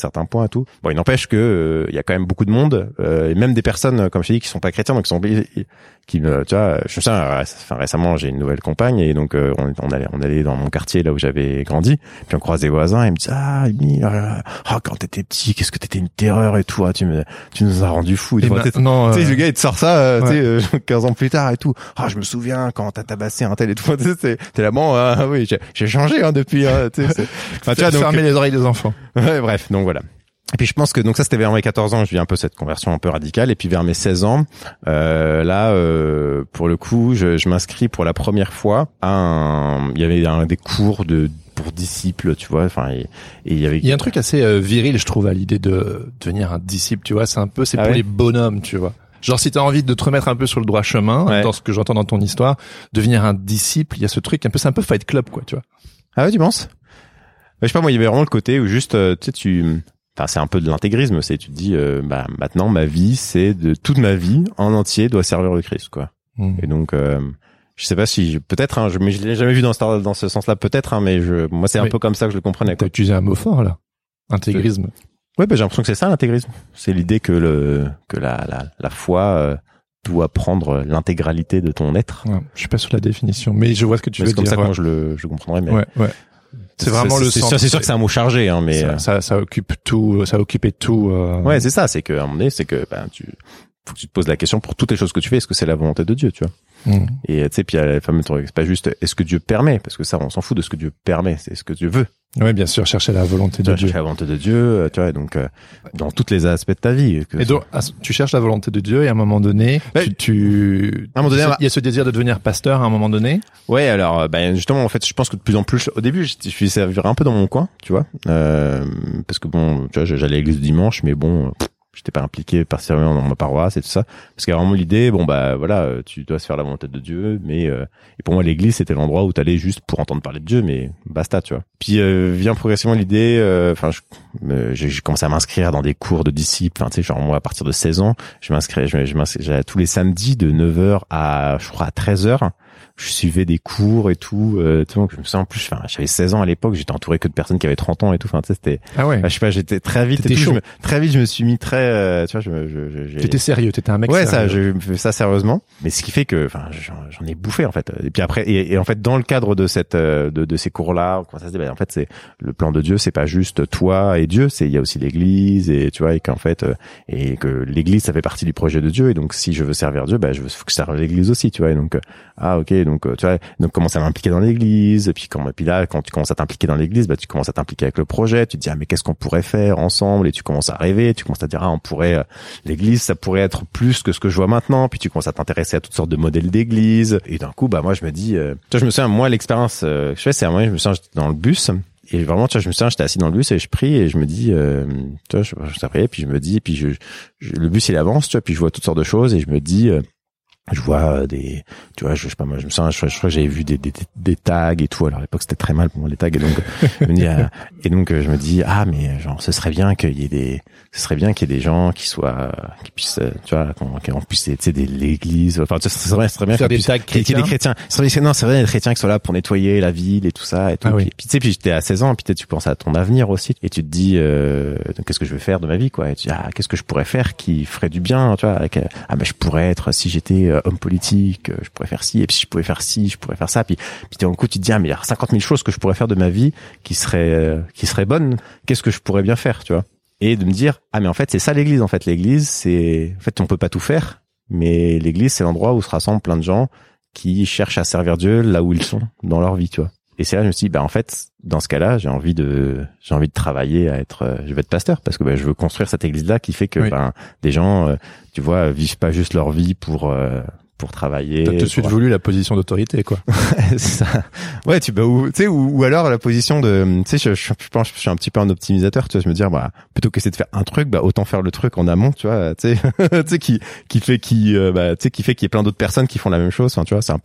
certains points et tout. Bon, il n'empêche que il euh, y a quand même beaucoup de monde, euh, et même des personnes, comme je t'ai dit, qui sont pas chrétiens, donc qui sont qui me, tu vois, je sais, enfin récemment j'ai une nouvelle compagne et donc euh, on, on allait on allait dans mon quartier là où j'avais grandi, puis on croise des voisins, et ils me disent ah, Amy, ah, ah quand t'étais petit, qu'est-ce que t'étais une terreur et tout, ah, tu me tu nous as rendu fou. Tu non, sais, euh... le gars il te sort ça, euh, ouais. tu sais, euh, quinze ans plus tard et tout. Ah, je me souviens quand t'as tabassé un tel et tout. Tu sais, t'es là bon, ah oui, j'ai, j'ai changé hein, depuis. Hein, tu sais, enfin, tu vois, donc fermer les oreilles des enfants. Ouais, bref, donc voilà. Et puis je pense que donc ça c'était vers mes quatorze ans, je vis un peu cette conversion un peu radicale, et puis vers mes seize ans, euh, là euh, pour le coup, je, je m'inscris pour la première fois à un, il y avait un, des cours de pour disciples, tu vois, enfin et, et il y avait il y a un truc assez euh, viril, je trouve, à l'idée de devenir un disciple, tu vois, c'est un peu c'est ah pour ouais les bonhommes, tu vois. Genre si t'as envie de te remettre un peu sur le droit chemin, ouais. dans ce que j'entends dans ton histoire, devenir un disciple, il y a ce truc un peu, c'est un peu Fight Club, quoi, tu vois. Ah ouais, tu penses? Je sais pas, moi il y avait vraiment le côté où juste euh, tu sais tu Enfin, c'est un peu de l'intégrisme, c'est tu te dis euh, bah maintenant ma vie c'est de toute ma vie en entier doit servir le Christ, quoi. Mmh. Et donc euh, je sais pas si je, peut-être hein, je mais je l'ai jamais vu dans ce dans ce sens-là peut-être hein, mais je moi c'est un mais peu comme ça que je le comprenais, quoi. T'as utilisé un mot fort là. Intégrisme. Ouais, bah j'ai l'impression que c'est ça l'intégrisme. C'est l'idée que le que la la la foi euh, doit prendre l'intégralité de ton être. Ouais, je suis pas sur la définition, mais je vois ce que tu mais veux dire. C'est comme ça ouais. que moi je le je comprendrais, mais ouais ouais. C'est vraiment c'est, le c'est sens. Sûr, c'est sûr que c'est un mot chargé, hein, mais ça, ça, ça occupe tout, ça occupait tout. Euh... Ouais, c'est ça. C'est que à un moment donné, c'est que ben tu faut que tu te poses la question pour toutes les choses que tu fais, est-ce que c'est la volonté de Dieu, tu vois? Mmh. Et tu sais, puis il y a la fameuse truc, c'est pas juste est-ce que Dieu permet, parce que ça, on s'en fout de ce que Dieu permet, c'est ce que Dieu veut. Ouais, bien sûr, chercher la volonté de Dieu. Chercher la volonté de Dieu, tu vois, donc euh, dans tous les aspects de ta vie. Que et donc, tu cherches la volonté de Dieu et à un moment donné, ouais. tu, tu, à un moment donné, il y a ce désir de devenir pasteur à un moment donné. Ouais, alors, ben justement, en fait, je pense que de plus en plus, au début, je, je suis servir un peu dans mon coin, tu vois, euh, parce que bon, tu vois, j'allais à l'église le dimanche, mais bon. Pff, j'étais pas impliqué particulièrement dans ma paroisse et tout ça, parce qu'il y a vraiment l'idée, bon bah voilà, tu dois se faire la volonté de Dieu, mais euh, et pour moi l'église c'était l'endroit où t'allais juste pour entendre parler de Dieu, mais basta, tu vois. Puis euh, vient progressivement l'idée, enfin euh, j'ai, j'ai commencé à m'inscrire dans des cours de disciples, enfin tu sais, genre moi à partir de seize ans, je m'inscris, je, je m'inscris tous les samedis de neuf heures à je crois à treize heures. Je suivais des cours et tout, euh, tu vois, je me souviens en plus, enfin, j'avais seize ans à l'époque, j'étais entouré que de personnes qui avaient trente ans et tout, enfin, tu sais, c'était, ah ouais. Bah, je sais pas, j'étais très vite, et tout, je me, très vite, je me suis mis très, euh, tu vois, je me, je, je, j'ai... T'étais sérieux, t'étais un mec ouais, sérieux. ça, je me fais ça sérieusement. Mais ce qui fait que, enfin, j'en, j'en ai bouffé, en fait. Et puis après, et, et en fait, dans le cadre de cette, de, de ces cours-là, comment ça se dit, bah, en fait, c'est, le plan de Dieu, c'est pas juste toi et Dieu, c'est, il y a aussi l'église et, tu vois, et qu'en fait, euh, et que l'église, ça fait partie du projet de Dieu. Et donc, si je veux servir Dieu, bah, je veux, faut que je serve l'église aussi, tu vois. Et donc, euh, ah, ok, donc, euh, tu vois, donc, commencer à m'impliquer dans l'église, et puis quand, et puis là, quand tu commences à t'impliquer dans l'église, bah, tu commences à t'impliquer avec le projet, tu te dis, ah, mais qu'est-ce qu'on pourrait faire ensemble, et tu commences à rêver, tu commences à dire, ah, on pourrait, euh, l'église, ça pourrait être plus que ce que je vois maintenant, puis tu commences à t'intéresser à toutes sortes de modèles d'église, et d'un coup, bah, moi, je me dis, euh, tu vois, je me souviens, moi, l'expérience, euh, que je fais, c'est à moi, je me souviens, j'étais dans le bus, et vraiment, tu vois, je me souviens, j'étais assis dans le bus et je prie et je me dis, euh, tu vois, je, je prie, puis je me dis, puis je, je, le bus, il avance, tu vois, puis je vois toutes sortes de choses, et je me dis, euh, je vois des, tu vois, je, je sais pas moi, je me sens, je, je crois que j'avais vu des, des, des tags et tout. Alors à l'époque c'était très mal pour moi les tags, et donc, je me dis, euh, et donc je me dis, ah mais genre ce serait bien qu'il y ait des, ce serait bien qu'il y ait des gens qui soient, qui puissent, tu vois, qu'on, qu'on puisse, tu sais, des l'église, enfin ce serait bien, ce serait bien faire des puisse, tags chrétiens, des chrétiens. Ce serait, non, c'est vrai, des chrétiens qui soient là pour nettoyer la ville et tout ça et tout. Ah oui. Puis, puis tu sais, puis j'étais à seize ans, puis peut-être tu penses à ton avenir aussi, et tu te dis, euh, qu'est-ce que je vais faire de ma vie, quoi. Et tu dis, ah qu'est-ce que je pourrais faire qui ferait du bien, tu vois, avec, ah ben je pourrais être, si j'étais euh, homme politique, je pourrais faire ci, et puis si je pouvais faire ci, je pourrais faire ça, puis puis d'un coup tu te dis, ah mais il y a cinquante mille choses que je pourrais faire de ma vie qui seraient euh, qui seraient bonnes, qu'est-ce que je pourrais bien faire, tu vois. Et de me dire, ah mais en fait c'est ça l'église, en fait l'église c'est, en fait on peut pas tout faire, mais l'église c'est l'endroit où se rassemblent plein de gens qui cherchent à servir Dieu là où ils sont dans leur vie, tu vois. Et c'est là que je me suis dit, bah en fait dans ce cas-là j'ai envie de j'ai envie de travailler à être, euh, je veux être pasteur, parce que bah, je veux construire cette église-là qui fait que oui. ben des gens, euh, tu vois, vivent pas juste leur vie pour euh, pour travailler. T'as tout de suite pour... voulu la position d'autorité, quoi. ça. Ouais, tu bah ou tu sais ou, ou alors la position de, tu sais, je, je, je pense, je suis un petit peu un optimisateur, tu vois, je me dire, bah plutôt qu'essayer de faire un truc, bah autant faire le truc en amont, tu vois, tu sais, tu sais qui qui fait qui, euh, bah tu sais qui fait qu'il y ait plein d'autres personnes qui font la même chose, enfin tu vois, c'est un peu.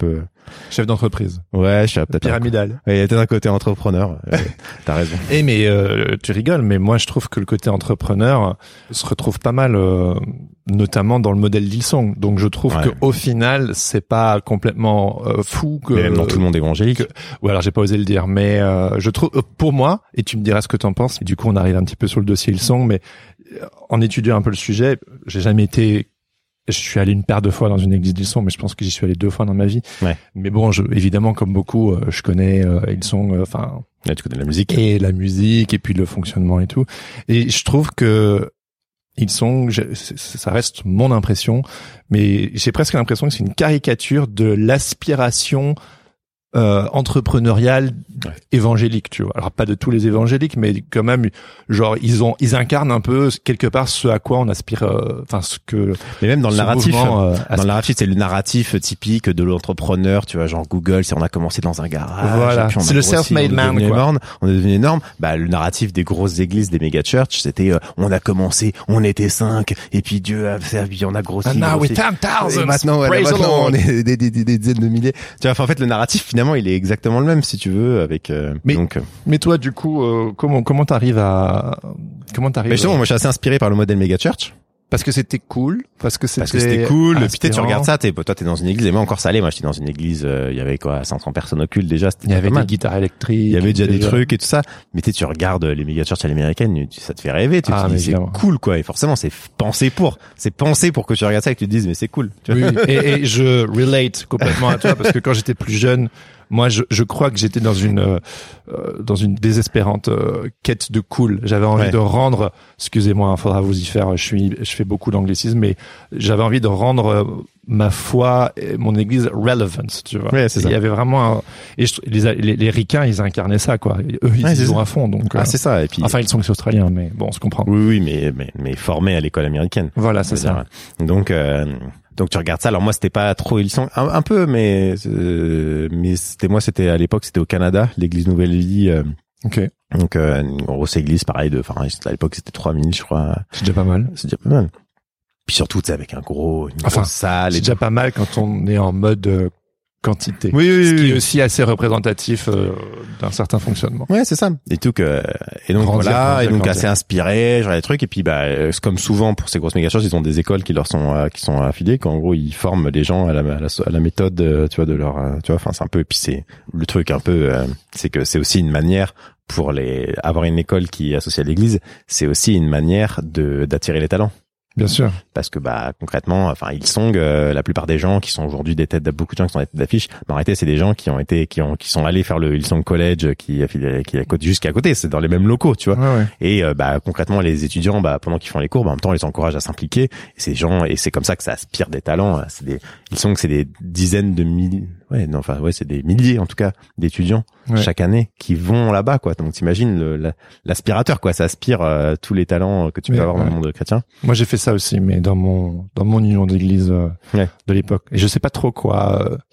Chef d'entreprise. Ouais, je suis peut-être pyramidal. Un... Ouais, il y a peut-être un côté entrepreneur. euh, T'as raison. Et mais euh, tu rigoles, mais moi je trouve que le côté entrepreneur se retrouve pas mal, euh, notamment dans le modèle d'Hillsong. Donc je trouve Ouais. que au final c'est pas complètement euh, fou que. Mais même dans tout le monde évangélique. Que, ou alors j'ai pas osé le dire, mais euh, je trouve, pour moi, et tu me diras ce que t'en penses. Et du coup on arrive un petit peu sur le dossier Hillsong, mais en étudiant un peu le sujet, j'ai jamais été. Je suis allé une paire de fois dans une église d'Hillsong, mais je pense que j'y suis allé deux fois dans ma vie. Ouais. Mais bon, je, évidemment, comme beaucoup, euh, je connais euh, Hillsong, enfin, euh, ouais, tu connais la musique. et la musique, et puis le fonctionnement et tout. Et je trouve que Hillsong, je, ça reste mon impression, mais j'ai presque l'impression que c'est une caricature de l'aspiration euh, entrepreneuriale ouais. évangélique, tu vois. Alors pas de tous les évangéliques, mais quand même, genre ils ont, ils incarnent un peu quelque part ce à quoi on aspire, enfin euh, ce que. Mais même dans le narratif, mouvement, euh, dans le narratif, c'est le narratif typique de l'entrepreneur, tu vois, genre Google, si on a commencé dans un garage, voilà, puis on a c'est le grossi, self-made on est man, devenu quoi. énorme, on est devenu énorme. Bah le narratif des grosses églises, des méga church, c'était euh, on a commencé, on était cinq, et puis Dieu a servi, on a grossi. And now grossi. we're ten thousand. Et maintenant, ouais, Praise the maintenant Lord. on est des, des, des, des dizaines de milliers. Tu vois, enfin, en fait, le narratif finalement, il est exactement le même, si tu veux, avec. Euh, Mais, donc. Euh, mais toi, du coup, euh, comment comment t'arrives à comment t'arrives mais justement, à... moi, je suis assez inspiré par le modèle méga church. Parce que c'était cool, parce que c'était Parce que c'était cool. Puis tu inspirant. regardes ça, t'es, toi t'es dans une église, et moi encore ça allait. Moi j'étais dans une église, euh, il y avait quoi, cinq cents personnes occultes déjà. C'était Il y avait pas mal. des guitares électriques. Il y avait déjà, déjà des trucs et tout ça. Mais tu tu regardes les méga church à l'américaine, tu- ça te fait rêver. Tu Ah, te mais dis c'est évidemment. cool quoi. Et forcément c'est pensé pour, c'est pensé pour que tu regardes ça et que tu te dises mais c'est cool. Tu vois. Oui, oui. Et, et je relate complètement à toi parce que quand j'étais plus jeune, moi, je, je crois que j'étais dans une euh, euh, dans une désespérante euh, quête de cool. J'avais envie Ouais. de rendre, excusez-moi, il faudra vous y faire. Je suis, je fais beaucoup d'anglicisme, mais j'avais envie de rendre euh, ma foi, et mon église relevant, tu vois. Ouais, c'est ça. Il y avait vraiment un... et je, les, les les ricains, ils incarnaient ça, quoi. Et eux, ils Ouais, y c'est vont ça. à fond, donc. Ah euh, c'est ça. Et puis. Enfin, ils sont que australiens, mais bon, on se comprend. Oui oui mais mais mais formé à l'école américaine. Voilà, c'est Je veux ça. dire. Donc euh, donc tu regardes ça. Alors moi c'était pas trop ils sont un, un peu mais euh, mais c'était moi c'était à l'époque c'était au Canada l'église Nouvelle Vie. Euh, Ok, donc euh, une grosse église pareil de enfin à l'époque c'était trois mille je crois. c'est déjà pas mal. C'est déjà pas mal. Puis surtout tu sais avec un gros une Enfin, grosse salle. C'est Et déjà pas mal quand on est en mode euh, quantité. oui oui Ce qui oui. est aussi assez représentatif euh, d'un certain fonctionnement. Ouais, c'est ça. Et tout que et donc Grandir, voilà, grandir, et donc grandir. assez inspiré, genre des trucs et puis bah euh, c'est comme souvent pour ces grosses méga churches, ils ont des écoles qui leur sont euh, qui sont affiliées, qu'en gros ils forment les gens à la à la, à la méthode, euh, tu vois, de leur euh, tu vois, enfin c'est un peu et puis c'est le truc un peu euh, c'est que c'est aussi une manière pour les avoir une école qui est associée à l'église, c'est aussi une manière de d'attirer les talents. Bien sûr. Parce que bah concrètement, enfin Hillsong, euh, la plupart des gens qui sont aujourd'hui des têtes, beaucoup de gens qui sont des têtes d'affiche, mais en réalité c'est des gens qui ont été, qui ont, qui sont allés faire le Hillsong College, qui qui est juste à côté, c'est dans les mêmes locaux, tu vois. Ouais, ouais. Et euh, bah concrètement les étudiants, bah pendant qu'ils font les cours, bah, en même temps on les encourage à s'impliquer. Et ces gens, et c'est comme ça que ça aspire des talents. C'est des Hillsong, c'est des dizaines de milliers, ouais, non, enfin ouais, c'est des milliers en tout cas d'étudiants Ouais. chaque année qui vont là-bas, quoi. Donc t'imagines le, la- l'aspirateur, quoi. Ça aspire euh, tous les talents que tu peux Ouais, avoir dans ouais. le monde chrétien. Moi, j'ai fait ça aussi, mais dans mon dans mon union d'église euh, Ouais. de l'époque. Et je sais pas trop quoi euh,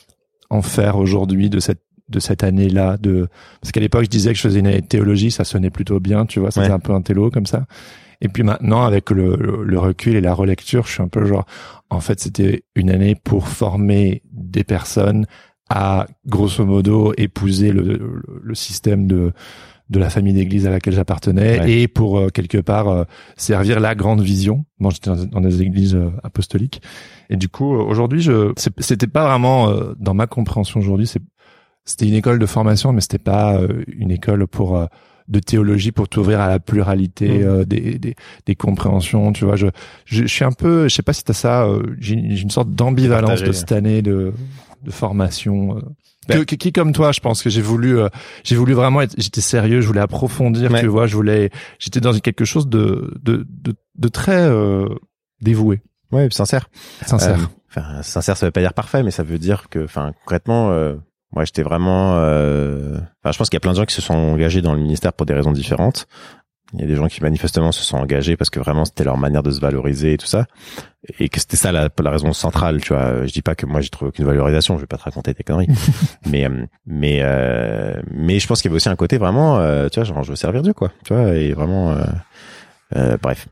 en faire aujourd'hui de cette de cette année-là. De parce qu'à l'époque, je disais que je faisais une année de théologie, ça sonnait plutôt bien, tu vois. C'était Ouais. un peu un télo comme ça. Et puis maintenant, avec le, le, le recul et la relecture, je suis un peu genre, en fait, c'était une année pour former des personnes à, grosso modo, épouser le, le, le système de de la famille d'église à laquelle j'appartenais Ouais. et pour euh, quelque part euh, servir la grande vision. Moi, j'étais dans, dans des églises euh, apostoliques et du coup, euh, aujourd'hui, je c'est- c'était pas vraiment euh, dans ma compréhension aujourd'hui. C'est c'était une école de formation, mais c'était pas euh, une école pour euh, de théologie pour t'ouvrir à la pluralité Mmh. euh, des, des des compréhensions. Tu vois, je je, je suis un peu, je sais pas si t'as ça. Euh, j'ai j'ai une sorte d'ambivalence Partagé. de cette année de de formation. Euh, Ben. que- que- qui comme toi, je pense que j'ai voulu, euh, j'ai voulu vraiment être, j'étais sérieux, je voulais approfondir, Ouais. tu vois, je voulais, j'étais dans quelque chose de de de, de très euh, dévoué, Ouais, sincère. sincère. Euh, Enfin, sincère, ça veut pas dire parfait, mais ça veut dire que, enfin, concrètement, euh, moi, j'étais vraiment. euh, Enfin, je pense qu'il y a plein de gens qui se sont engagés dans le ministère pour des raisons différentes. Il y a des gens qui manifestement se sont engagés parce que vraiment c'était leur manière de se valoriser et tout ça, et que c'était ça la, la raison centrale. Tu vois, je dis pas que moi j'ai trouvé aucune valorisation, je vais pas te raconter des conneries, mais euh, mais euh, mais je pense qu'il y avait aussi un côté vraiment, euh, tu vois, genre je veux servir Dieu, quoi. Tu vois, et vraiment, euh, euh, bref.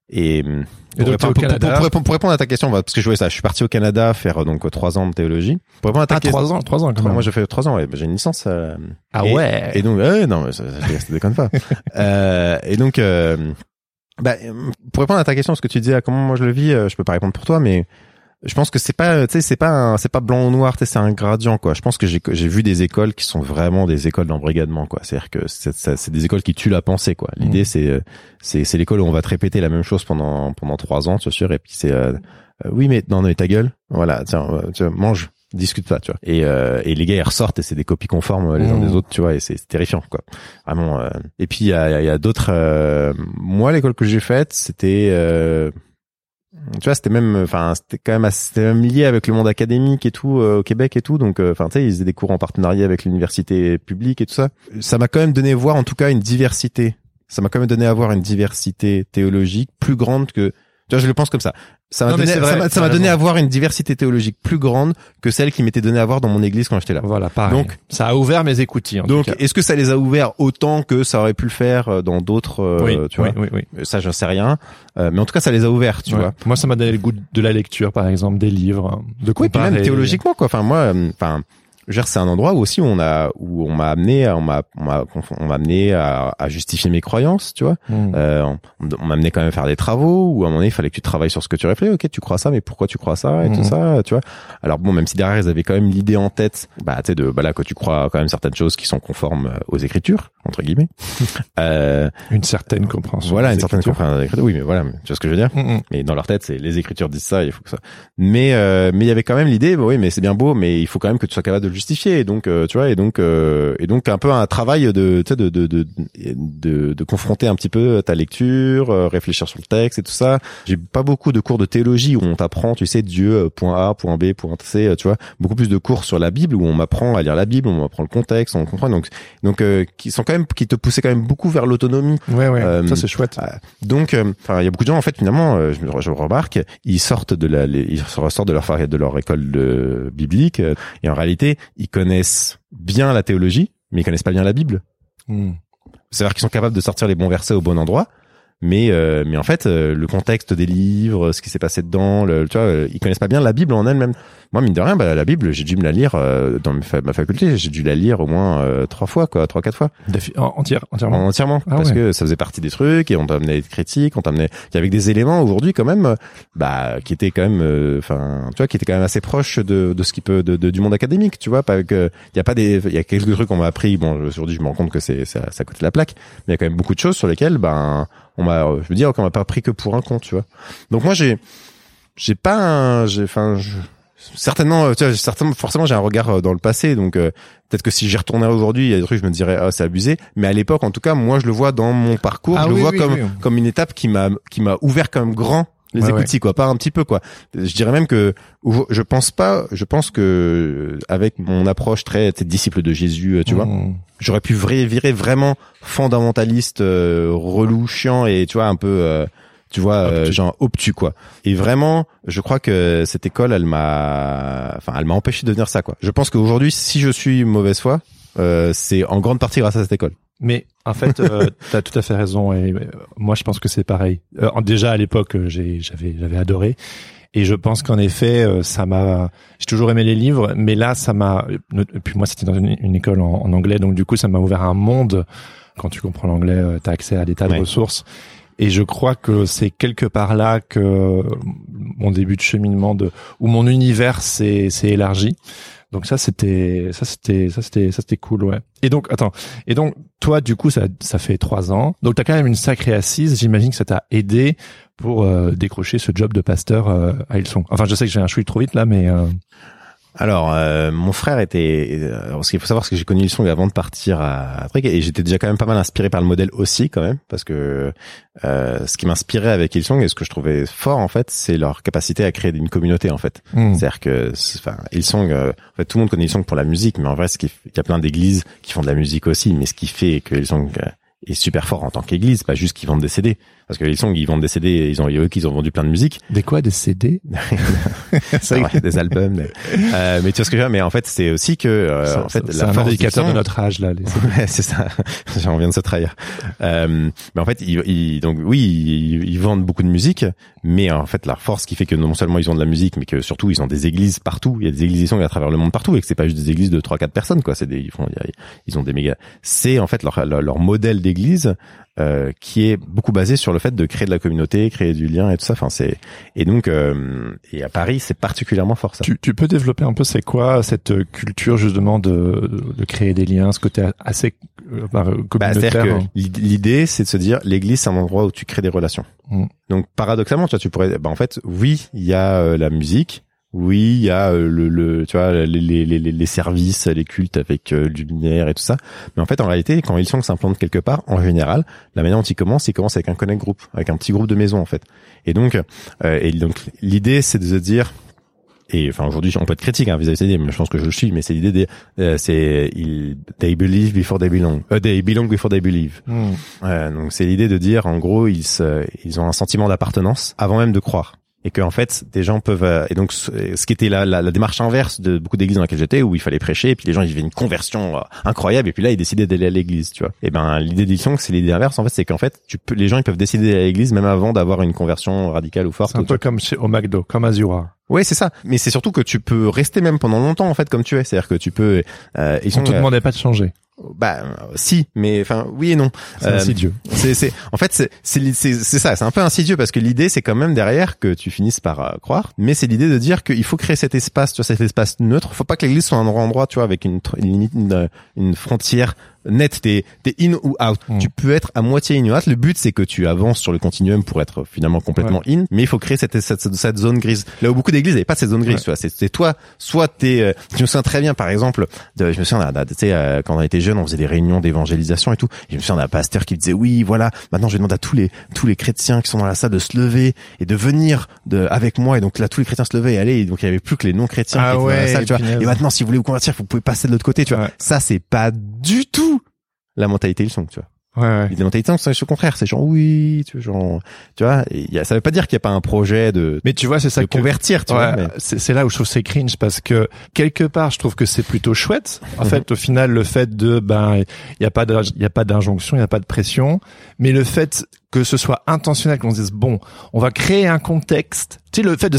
Et, Et pour, donc, répondre, au pour, Canada, pour, pour, pour répondre à ta question, parce que je voulais ça, je suis parti au Canada faire donc trois ans de théologie. Pour répondre à ta ah, question, trois ans, trois ans quand même. moi j'ai fait trois ans, ouais, j'ai une licence. Euh, ah et, ouais. Et donc, euh, non, ça, ça, ça déconne pas. euh, et donc, euh, bah, pour répondre à ta question, ce que tu disais, à comment moi je le vis, euh, je peux pas répondre pour toi, mais je pense que c'est pas, tu sais, c'est pas, un, c'est pas blanc ou noir, tu sais, c'est un gradient, quoi. Je pense que j'ai, j'ai vu des écoles qui sont vraiment des écoles d'embrigadement, quoi. C'est-à-dire que c'est, c'est, c'est des écoles qui tuent la pensée, quoi. L'idée, mmh. c'est, c'est, c'est l'école où on va te répéter la même chose pendant, pendant trois ans, tu sûr, et puis c'est, euh, euh, oui, mais non, non, ta gueule, voilà, tiens, euh, tiens, mange. Discute pas, tu vois. Et euh, et les gars ils ressortent et c'est des copies conformes les uns mmh. des autres, tu vois, et c'est, c'est terrifiant, quoi. Vraiment. Euh... Et puis il y a, y a d'autres. Euh... Moi, l'école que j'ai faite, c'était, euh... tu vois, c'était même, enfin, c'était quand même, assez, c'était même lié avec le monde académique et tout euh, au Québec et tout. Donc, enfin, euh, tu sais, ils faisaient des cours en partenariat avec l'université publique et tout ça. Ça m'a quand même donné à voir, en tout cas, une diversité. Ça m'a quand même donné à voir une diversité théologique plus grande que. Tu vois, je le pense comme ça. Ça m'a non, donné, vrai, ça m'a, ça m'a donné à voir une diversité théologique plus grande que celle qui m'était donnée à voir dans mon église quand j'étais là. Voilà, pareil. Donc, ça a ouvert mes écoutilles, en donc, tout cas. est-ce que ça les a ouverts autant que ça aurait pu le faire dans d'autres, euh, oui, tu oui, vois? Oui, oui, Ça, j'en sais rien. Euh, mais en tout cas, ça les a ouverts, tu ouais. vois. Moi, ça m'a donné le goût de la lecture, par exemple, des livres, de comparer. Oui, puis même théologiquement, quoi. Enfin, moi, enfin, je veux dire, c'est un endroit où aussi on a, où on m'a amené, on m'a, on m'a, on m'a amené à, à justifier mes croyances, tu vois. Mmh. Euh, on, on m'a amené quand même à faire des travaux où à un moment donné, il fallait que tu travailles sur ce que tu réfléchis. Ok, tu crois ça, mais pourquoi tu crois ça et mmh. tout ça, tu vois. Alors bon, même si derrière ils avaient quand même l'idée en tête, bah tu sais de, bah là que tu crois quand même certaines choses qui sont conformes aux Écritures entre guillemets. euh, une certaine compréhension. Voilà, une certaine compréhension des Écritures. Oui, mais voilà, tu vois ce que je veux dire. Mmh. Mais dans leur tête, c'est les Écritures disent ça, il faut que ça. Mais euh, mais il y avait quand même l'idée, bah oui, mais c'est bien beau, mais il faut quand même que tu sois capable de justifier, et donc euh, tu vois, et donc euh, et donc un peu un travail de tu sais de de, de de de confronter un petit peu ta lecture, euh, réfléchir sur le texte et tout ça. J'ai pas beaucoup de cours de théologie où on t'apprend, tu sais, Dieu point A, point B, point C, tu vois, beaucoup plus de cours sur la Bible où on m'apprend à lire la Bible, on m'apprend le contexte, on comprend, donc donc euh, qui sont quand même qui te poussaient quand même beaucoup vers l'autonomie. Ouais ouais, euh, ça c'est chouette. Euh, donc enfin euh, il y a beaucoup de gens en fait finalement, euh, je, je remarque, ils sortent de la les, ils ressortent de leur de leur école de, biblique euh, et en réalité, ils connaissent bien la théologie, mais ils connaissent pas bien la Bible. Mm. C'est-à-dire qu'ils sont capables de sortir les bons versets au bon endroit, mais euh, mais en fait, euh, le contexte des livres, ce qui s'est passé dedans, le, tu vois, euh, ils connaissent pas bien la Bible en elle-même. Moi, mine de rien, bah, la Bible, j'ai dû me la lire euh, dans ma faculté, j'ai dû la lire au moins euh, trois fois, quoi, trois, quatre fois. Entière, entièrement. Entièrement, ah parce ouais. que ça faisait partie des trucs et on t'amenait des critiques, on t'amenait, il y avait des éléments aujourd'hui quand même, bah, qui étaient quand même, enfin, euh, tu vois, qui étaient quand même assez proches de de ce qui peut, de, de du monde académique, tu vois, pas que, il y a pas des, il y a quelques trucs qu'on m'a appris. Bon, aujourd'hui, je me rends compte que c'est, c'est à côté de la plaque, mais il y a quand même beaucoup de choses sur lesquelles, ben, on m'a, je veux dire, qu'on m'a pas pris que pour un con, tu vois. Donc moi, j'ai, j'ai pas un, j'ai, enfin, je, certainement, tu vois, certainement, forcément, j'ai un regard dans le passé, donc euh, peut-être que si j'y retournais aujourd'hui, il y a des trucs, je me dirais, ah, c'est abusé. Mais à l'époque, en tout cas, moi, je le vois dans mon parcours, ah, je oui, le vois oui, comme oui. comme une étape qui m'a qui m'a ouvert quand même grand les ouais, écoutilles, ouais. quoi, pas un petit peu, quoi. Je dirais même que je pense pas, je pense que avec mon approche très, très disciple de Jésus, tu mmh. vois, j'aurais pu virer vraiment fondamentaliste, euh, relou, chiant et tu vois un peu. Euh, tu vois, euh, genre obtus, quoi. Et vraiment, je crois que cette école, elle m'a, enfin, elle m'a empêché de devenir ça, quoi. Je pense qu'aujourd'hui, si je suis mauvaise foi, euh, c'est en grande partie grâce à cette école. Mais en fait, euh, t'as tout à fait raison. Et euh, moi, je pense que c'est pareil. Euh, déjà à l'époque, j'ai, j'avais, j'avais adoré. Et je pense qu'en effet, euh, ça m'a. J'ai toujours aimé les livres, mais là, ça m'a. Et puis moi, c'était dans une, une école en, en anglais, donc du coup, ça m'a ouvert un monde. Quand tu comprends l'anglais, euh, t'as accès à des tas de ouais. ressources. Et je crois que c'est quelque part là que mon début de cheminement de où mon univers s'est s'est élargi. Donc ça c'était ça c'était ça c'était ça c'était cool, ouais. Et donc attends, et donc toi du coup ça ça fait trois ans. Donc t'as quand même une sacrée assise, j'imagine que ça t'a aidé pour euh, décrocher ce job de pasteur euh, à Hillsong. Enfin, je sais que j'ai un chouï trop vite là, mais euh... Alors, euh, mon frère était. Euh, ce qu'il faut savoir, c'est que j'ai connu Hillsong avant de partir à, à Truc, et j'étais déjà quand même pas mal inspiré par le modèle aussi, quand même, parce que euh, ce qui m'inspirait avec Hillsong et ce que je trouvais fort, en fait, c'est leur capacité à créer une communauté, en fait. Mmh. C'est-à-dire que, enfin, Hillsong, euh, en fait, tout le monde connaît Hillsong pour la musique, mais en vrai, ce qui, il y a plein d'églises qui font de la musique aussi, mais ce qui fait que Hillsong est super fort en tant qu'église, pas juste qu'ils vendent des C D. Parce que les sons, ils vendent des C D, ils ont, eux, qu'ils ont vendu plein de musique. Des quoi, des C D? C'est vrai, des albums. Mais, euh, mais tu vois ce que je veux dire? Mais en fait, c'est aussi que, euh, ça, en fait, c'est la un force indicateur son, de notre âge, là, les C D. Ouais, c'est ça. J'en viens de se trahir. Euh, mais en fait, ils, ils donc, oui, ils, ils vendent beaucoup de musique, mais en fait, leur force qui fait que non seulement ils ont de la musique, mais que surtout, ils ont des églises partout. Il y a des églises qui sont à travers le monde partout et que c'est pas juste des églises de trois, quatre personnes, quoi. C'est des, ils font, ils ont des méga, c'est en fait leur, leur, leur modèle d'église, Euh, qui est beaucoup basé sur le fait de créer de la communauté, créer du lien et tout ça. Enfin, c'est et donc euh, et à Paris, c'est particulièrement fort ça. Tu, tu peux développer un peu c'est quoi cette culture justement de, de, de créer des liens, ce côté assez euh, communautaire. Bah, c'est-à-dire que l'idée, c'est de se dire, l'église, c'est un endroit où tu crées des relations. Mm. Donc paradoxalement, tu vois, tu pourrais, bah en fait, oui, il y a euh, la musique. Oui, il y a euh, le, le, tu vois, les, les, les, les services, les cultes avec euh, luminaire et tout ça. Mais en fait, en réalité, quand Hillsong s'implante quelque part, en général, la manière dont il commence, il commence avec un connect group, avec un petit groupe de maison, en fait. Et donc, euh, et donc, l'idée, c'est de se dire, et enfin aujourd'hui, on peut être critique hein, vis-à-vis de l'idée, mais je pense que je le suis. Mais c'est l'idée des, euh, c'est ils, they believe before they belong, euh, they belong before they believe. Mm. Euh, donc c'est l'idée de dire, en gros, ils, se, ils ont un sentiment d'appartenance avant même de croire. Et que en fait des gens peuvent euh, et donc ce qui était la, la, la démarche inverse de beaucoup d'églises dans lesquelles j'étais où il fallait prêcher et puis les gens ils vivaient une conversion euh, incroyable et puis là ils décidaient d'aller à l'église, tu vois. Et ben l'idée d'Hillsong c'est l'idée inverse en fait, c'est qu'en fait tu peux les gens ils peuvent décider d'aller à l'église même avant d'avoir une conversion radicale ou forte. C'est un peu comme chez au McDo, comme Azura. Ouais, c'est ça. Mais c'est surtout que tu peux rester même pendant longtemps en fait comme tu es, c'est-à-dire que tu peux euh, ils sont, On te euh, demandait pas de changer. Bah si, mais enfin oui et non. C'est euh, insidieux. C'est c'est en fait c'est c'est c'est c'est ça, c'est un peu insidieux parce que l'idée c'est quand même derrière que tu finisses par euh, croire, mais c'est l'idée de dire qu'il faut créer cet espace, tu vois, cet espace neutre. Faut pas que l'église soit un endroit, tu vois, avec une une limite, une, une frontière nette. T'es t'es in ou out. Mmh. Tu peux être à moitié in ou out. Le but c'est que tu avances sur le continuum pour être finalement complètement ouais. in, mais il faut créer cette cette cette zone grise. Là où beaucoup d'églises n'avaient pas cette zone grise, ouais. tu vois. C'est c'est toi, soit t'es. Euh, je me souviens très bien, par exemple, de, je me souviens, tu sais, euh, quand on était jeune, on faisait des réunions d'évangélisation et tout. Et je me souviens d'un pasteur qui disait oui, voilà, maintenant je demande à tous les tous les chrétiens qui sont dans la salle de se lever et de venir de avec moi. Et donc là, tous les chrétiens se levaient et allaient. Et donc il y avait plus que les non chrétiens ah qui ouais, étaient dans la salle, tu vois. Punaise. Et maintenant, si vous voulez vous convertir, vous pouvez passer de l'autre côté, tu vois. Ouais. Ça, c'est pas du tout la mentalité Hillsong, tu vois. Ouais, ouais. La mentalité Hillsong, c'est au contraire, c'est genre oui, tu vois, genre, tu vois, y a, ça veut pas dire qu'il y a pas un projet de, mais tu vois, c'est ça de que, convertir, tu ouais, vois. Mais... C'est, c'est là où je trouve c'est cringe parce que quelque part, je trouve que c'est plutôt chouette. En mm-hmm. fait, au final, le fait de, ben, il y a pas de, il y a pas d'injonction, il y a pas de pression, mais le fait que ce soit intentionnel, qu'on se dise bon, on va créer un contexte. Tu sais, le fait de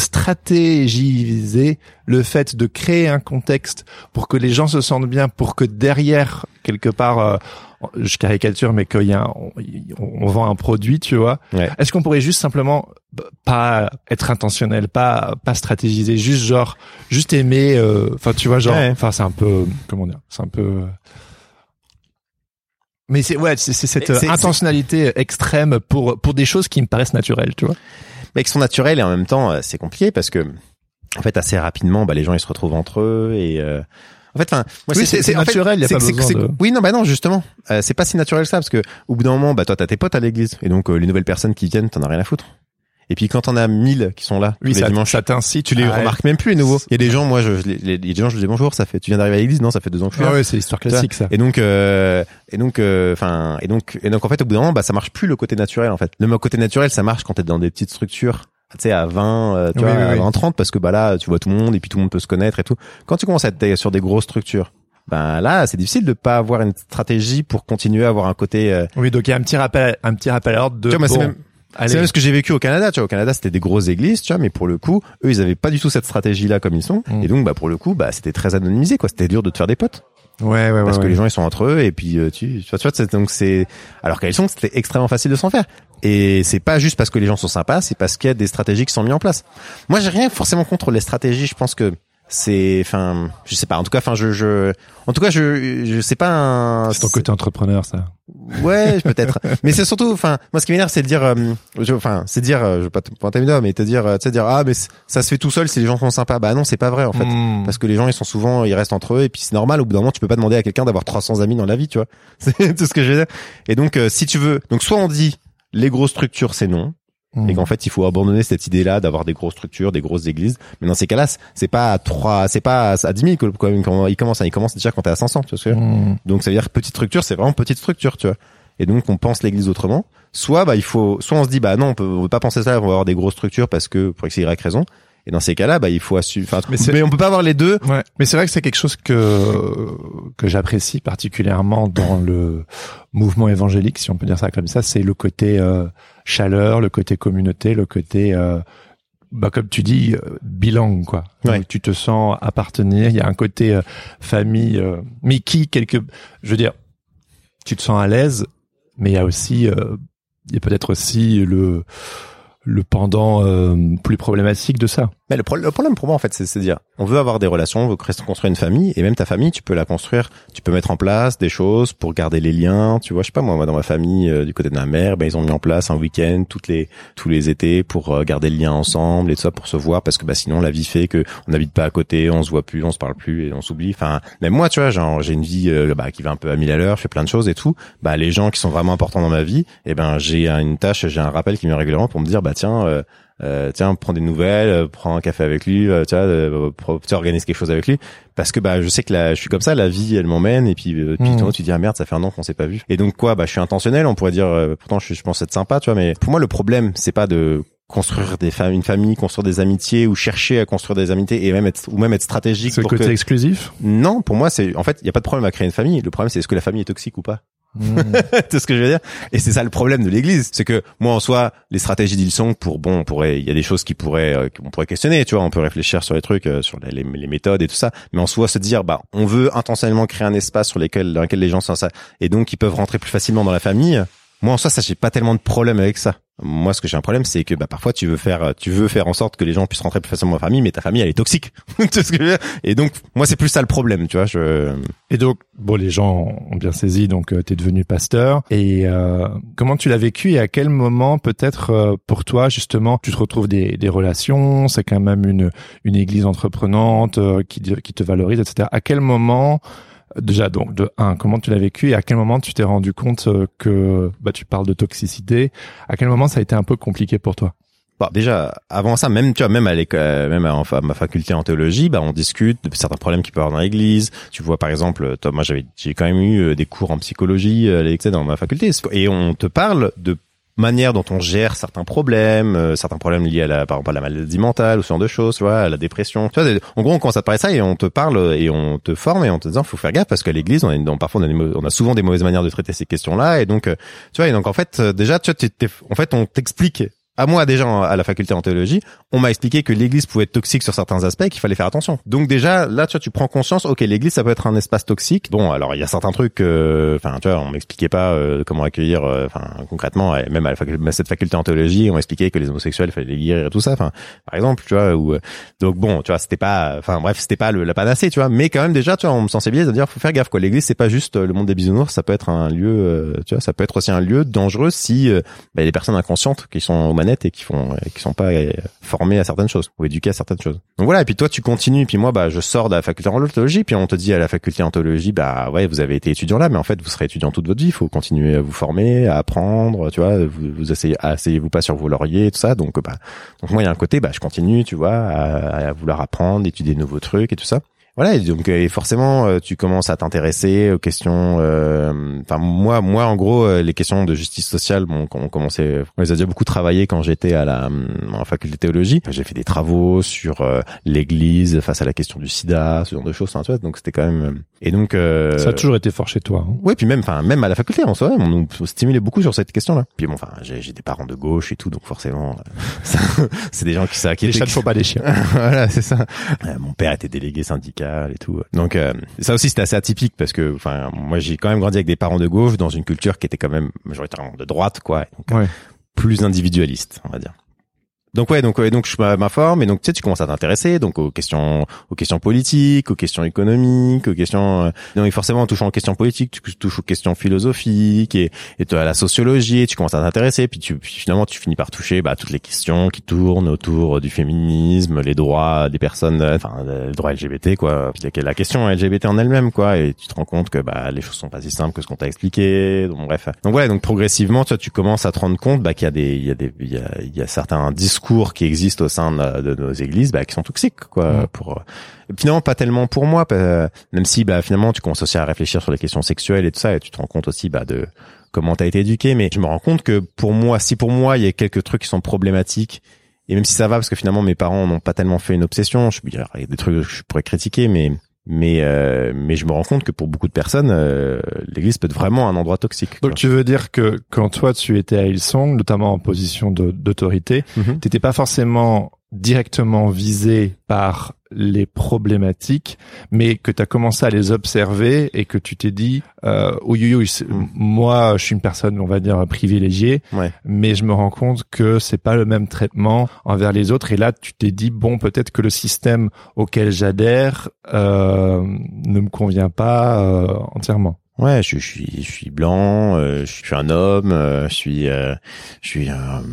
stratégiser, le fait de créer un contexte pour que les gens se sentent bien, pour que derrière, quelque part, euh, je caricature, mais qu'il y a, un, on, on vend un produit, tu vois. Ouais. Est-ce qu'on pourrait juste simplement pas être intentionnel, pas pas stratégiser, juste genre, juste aimer, enfin, euh, tu vois, genre, enfin, ouais. c'est un peu, comment dire, c'est un peu. Euh, Mais c'est ouais, c'est, c'est cette c'est, intentionnalité c'est... extrême pour pour des choses qui me paraissent naturelles, tu vois. Mais qui sont naturelles et en même temps c'est compliqué parce que en fait assez rapidement bah les gens ils se retrouvent entre eux et euh... en fait enfin moi oui, c'est, c'est, c'est naturel, il y a pas c'est, besoin c'est, de... Oui non bah non justement euh, c'est pas si naturel que ça parce que au bout d'un moment bah toi t'as tes potes à l'église et donc euh, les nouvelles personnes qui viennent t'en as rien à foutre. Et puis quand on a mille qui sont là, oui, les ça, dimanches, ça t'incite, tu les ah, remarques ouais. même plus les nouveaux. Il y a des gens, moi, je, les, les, les gens, je dis bonjour, ça fait, tu viens d'arriver à l'église, non, ça fait deux ans que je suis là. Ah ouais, c'est l'histoire classique ça. Et donc, euh, et donc, enfin, euh, et donc, et donc en fait, au bout d'un moment, bah ça marche plus le côté naturel en fait. Le côté naturel, ça marche quand t'es dans des petites structures. Tu sais, à vingt, euh, tu oui, vois, oui, à oui. vingt, trente, parce que bah là, tu vois tout le monde et puis tout le monde peut se connaître et tout. Quand tu commences à être sur des grosses structures, ben là, c'est difficile de pas avoir une stratégie pour continuer à avoir un côté. Euh... Oui, donc il y a un petit rappel, un petit rappel à l'ordre de. Tu vois, bon, c'est même, allez. c'est même ce que j'ai vécu au Canada. Tu vois, au Canada, c'était des grosses églises, tu vois, mais pour le coup, eux, ils avaient pas du tout cette stratégie-là comme ils sont, mmh. et donc bah pour le coup, bah c'était très anonymisé, quoi. C'était dur de te faire des potes. Ouais, ouais, parce ouais, que ouais. les gens ils sont entre eux et puis euh, tu, tu vois, tu vois, c'est, donc c'est alors qu'à Hillsong c'était extrêmement facile de s'en faire. Et c'est pas juste parce que les gens sont sympas, c'est parce qu'il y a des stratégies qui sont mises en place. Moi, j'ai rien forcément contre les stratégies. Je pense que c'est, enfin, je sais pas. En tout cas, enfin, je, je, en tout cas, je, je sais pas. Un... C'est ton côté entrepreneur, ça. Ouais, peut-être. Mais c'est surtout, enfin, moi, ce qui m'énerve, c'est de dire, euh, je, enfin, c'est de dire, euh, je veux pas te pointer mes doigts, mais te dire, tu sais, dire, ah, mais ça se fait tout seul si les gens sont sympas. Bah non, c'est pas vrai en fait, mmh. parce que les gens, ils sont souvent, ils restent entre eux, et puis c'est normal. Au bout d'un moment, tu peux pas demander à quelqu'un d'avoir trois cents amis dans la vie, tu vois. C'est tout ce que je veux dire. Et donc, euh, si tu veux, donc soit on dit les grosses structures, c'est non. Et qu'en fait, il faut abandonner cette idée-là d'avoir des grosses structures, des grosses églises. Mais dans ces cas-là, c'est pas à trois, c'est pas à dix mille quand il commence. Il commence déjà quand t'es à cinq cents, tu vois ce que je veux dire. Mmh. Donc ça veut dire petite structure, c'est vraiment petite structure, tu vois. et donc on pense l'Église autrement. Soit bah il faut, soit on se dit bah non, on peut, on peut pas penser ça, on va avoir des grosses structures parce que pour x y raison. Et dans ces cas-là, bah il faut assumer. Enfin, mais, mais on peut pas avoir les deux. Ouais. Mais c'est vrai que c'est quelque chose que que j'apprécie particulièrement dans le mouvement évangélique, si on peut dire ça comme ça, c'est le côté euh, chaleur, le côté communauté, le côté euh, bah comme tu dis euh, bilingue quoi. Ouais. Donc, tu te sens appartenir, il y a un côté euh, famille euh, mais qui quelque je veux dire tu te sens à l'aise, mais il y a aussi euh, il y a peut-être aussi le le pendant euh, plus problématique de ça. Mais le, pro- le problème pour moi en fait, c'est, c'est de dire, on veut avoir des relations, on veut construire une famille, et même ta famille, tu peux la construire, tu peux mettre en place des choses pour garder les liens. Tu vois, je sais pas moi, moi dans ma famille euh, du côté de ma mère, ben ils ont mis en place un week-end toutes les tous les étés pour euh, garder le lien ensemble et tout ça pour se voir parce que bah sinon la vie fait que on n'habite pas à côté, on se voit plus, on se parle plus et on s'oublie. Enfin, même moi, tu vois, genre j'ai une vie euh, bah qui va un peu à mille à l'heure, je fais plein de choses et tout. Bah les gens qui sont vraiment importants dans ma vie, et ben j'ai une tâche, j'ai un rappel qui me vient régulièrement pour me dire bah tiens. Euh, Euh, tiens, prends des nouvelles, euh, prends un café avec lui, euh, tiens, euh, tu organises quelque chose avec lui, parce que bah je sais que là, je suis comme ça, la vie elle m'emmène et puis euh, puis mmh. tu dis ah merde, ça fait un an qu'on s'est pas vu. Et donc quoi, bah je suis intentionnel, on pourrait dire, euh, pourtant je, je pense être sympa, tu vois, mais pour moi le problème c'est pas de construire des familles, une famille, construire des amitiés ou chercher à construire des amitiés et même être ou même être stratégique. C'est pour le côté que... exclusif. Non, pour moi c'est en fait il y a pas de problème à créer une famille. Le problème c'est est-ce que la famille est toxique ou pas. Mmh. C'est ce que je veux dire. Et c'est ça le problème de l'Église, c'est que moi en soi les stratégies d'Hillsong pour bon on pourrait il y a des choses qui pourraient euh, qu'on pourrait questionner, tu vois, on peut réfléchir sur les trucs, euh, sur les, les méthodes et tout ça, mais en soi se dire bah on veut intentionnellement créer un espace sur lesquels dans lequel les gens sont ça et donc ils peuvent rentrer plus facilement dans la famille. Moi en soi ça j'ai pas tellement de problème avec ça. Moi, ce que j'ai un problème, c'est que bah parfois tu veux faire, tu veux faire en sorte que les gens puissent rentrer plus facilement dans la famille, mais ta famille elle est toxique. Tu sais ce que je veux dire ? Et donc moi c'est plus ça le problème, tu vois. Je... Et donc bon, les gens ont bien saisi, donc euh, t'es devenu pasteur. Et euh, comment tu l'as vécu et à quel moment peut-être euh, pour toi justement tu te retrouves des, des relations, c'est quand même une une église entreprenante euh, qui qui te valorise, et cetera. À quel moment Déjà, donc, de un, comment tu l'as vécu et à quel moment tu t'es rendu compte que, bah, tu parles de toxicité. À quel moment ça a été un peu compliqué pour toi? Bon, déjà, avant ça, même, tu vois, même à l'école, même à, à ma faculté en théologie, bah, on discute de certains problèmes qu'il peut y avoir dans l'église. Tu vois, par exemple, toi, moi, j'avais, j'ai quand même eu des cours en psychologie, à l'excès dans ma faculté. Et on te parle de manière dont on gère certains problèmes, euh, certains problèmes liés à la, par exemple, à la maladie mentale ou ce genre de choses, tu vois, à la dépression. Tu vois, en gros, on commence à te parler ça et on te parle et on te forme et on te dit, faut faire gaffe parce qu'à l'église, on a, une, parfois, on a, des, on a souvent des mauvaises manières de traiter ces questions-là et donc, euh, tu vois, et donc en fait, déjà, tu vois, t'es, t'es, en fait, on t'explique. À moi déjà à la faculté en théologie, on m'a expliqué que l'église pouvait être toxique sur certains aspects et qu'il fallait faire attention. Donc déjà là tu vois tu prends conscience, OK, l'église ça peut être un espace toxique. Bon, alors il y a certains trucs enfin euh, tu vois, on m'expliquait pas euh, comment accueillir enfin euh, concrètement même à, la fac- à cette faculté en théologie, on m'expliquait que les homosexuels fallait les guérir et tout ça, enfin par exemple, tu vois ou euh, donc bon, tu vois, c'était pas enfin bref, c'était pas le, la panacée, tu vois, mais quand même déjà tu vois, on me sensibilise à dire faut faire gaffe quoi. L'église c'est pas juste le monde des bisounours, ça peut être un lieu euh, tu vois, ça peut être aussi un lieu dangereux si euh, bah, il y a des personnes inconscientes qui sont aux manettes et qui font qui sont pas formés à certaines choses ou éduqués à certaines choses. Donc voilà, et puis toi tu continues, puis moi bah je sors de la faculté en théologie, puis on te dit à la faculté en théologie bah ouais, vous avez été étudiant là, mais en fait vous serez étudiant toute votre vie, il faut continuer à vous former, à apprendre, tu vois, vous, vous asseyez asseyez-vous pas sur vos lauriers et tout ça. Donc bah donc moi il y a un côté bah je continue, tu vois, à, à vouloir apprendre, étudier de nouveaux trucs et tout ça. Voilà, et donc et forcément tu commences à t'intéresser aux questions euh, enfin moi moi en gros les questions de justice sociale, bon on commençait on les a déjà beaucoup travaillé quand j'étais à la en faculté de théologie. J'ai fait des travaux sur euh, l'église face à la question du sida, ce genre de choses, hein, tu vois, donc c'était quand même et donc euh, ça a toujours été fort chez toi. Hein. Ouais, puis même enfin même à la faculté en soi, on nous stimulait beaucoup sur cette question-là. Puis bon enfin j'ai j'ai des parents de gauche et tout, donc forcément ça, c'est des gens qui ça qui les chats ne font pas des chiens. Voilà, c'est ça. Euh, mon père était délégué syndical et tout. Donc euh, ça aussi c'était assez atypique parce que enfin moi j'ai quand même grandi avec des parents de gauche dans une culture qui était quand même majoritairement de droite quoi, donc ouais. Plus individualiste, on va dire. Donc ouais, donc ouais, donc je m'informe et donc tu sais tu commences à t'intéresser donc aux questions aux questions politiques, aux questions économiques, aux questions euh, donc forcément en touchant aux questions politiques, tu touches aux questions philosophiques et et à la sociologie, et tu commences à t'intéresser puis tu puis finalement tu finis par toucher bah toutes les questions qui tournent autour du féminisme, les droits des personnes enfin les droits L G B T quoi, puis la question L G B T en elle-même quoi, et tu te rends compte que bah les choses sont pas si simples que ce qu'on t'a expliqué. Donc bref. Donc voilà, donc progressivement tu vois, tu commences à te rendre compte bah qu'il y a des il y a des il y a il y a certains discours qui existent au sein de, de nos églises bah qui sont toxiques quoi. Mmh. Pour finalement pas tellement pour moi, même si bah finalement tu commences aussi à réfléchir sur les questions sexuelles et tout ça et tu te rends compte aussi bah de comment t'as été éduqué, mais je me rends compte que pour moi, si pour moi il y a quelques trucs qui sont problématiques, et même si ça va parce que finalement mes parents n'ont pas tellement fait une obsession, je il y a des trucs que je pourrais critiquer, mais mais euh, mais je me rends compte que pour beaucoup de personnes, euh, l'église peut être vraiment un endroit toxique. Donc quoi. tu veux dire que quand toi tu étais à Hillsong, notamment en position de, d'autorité, Mm-hmm. t'étais pas forcément directement visé par les problématiques, mais que tu as commencé à les observer et que tu t'es dit euh, oui, oui, oui, Mm. moi je suis une personne, on va dire, privilégiée, Ouais. mais je me rends compte que c'est pas le même traitement envers les autres, et là tu t'es dit bon, peut-être que le système auquel j'adhère euh, ne me convient pas euh, entièrement. Ouais, je, je suis, je suis blanc, euh, je suis un homme, euh, je suis, euh, je suis euh,